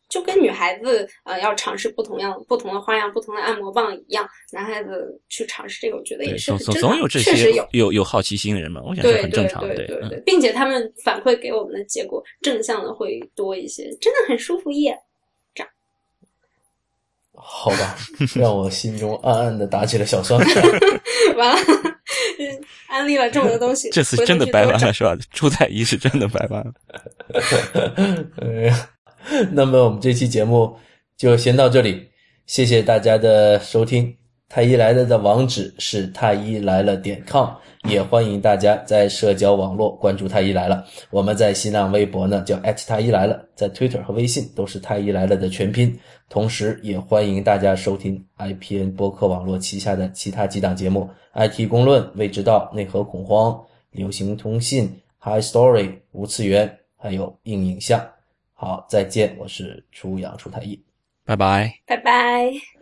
就跟女孩子要尝试不同的花样、不同的按摩棒一样，男孩子去尝试这个，我觉得也是很正常， 总有这些有好奇心的人嘛，我想是很正常的。 对，并且他们反馈给我们的结果正向的会多一些，真的很舒服耶。这样， 好吧，让我心中暗暗的打起了小算盘。 完了，安利了这么多东西， 这次真的掰弯了是吧？出太医是真的掰弯了。 那么我们这期节目就先到这里，谢谢大家的收听。太医来了的网址是太医来了.com， 也欢迎大家在社交网络关注太医来了。我们在新浪微博呢叫太医来了，在 Twitter 和微信都是太医来了的全拼。同时也欢迎大家收听 IPN 播客网络旗下的其他几档节目 IT 公论、未知道、内核恐慌、流行通信、High Story、无次元，还有硬影像。好，再见，我是出太医， 拜拜， 拜拜。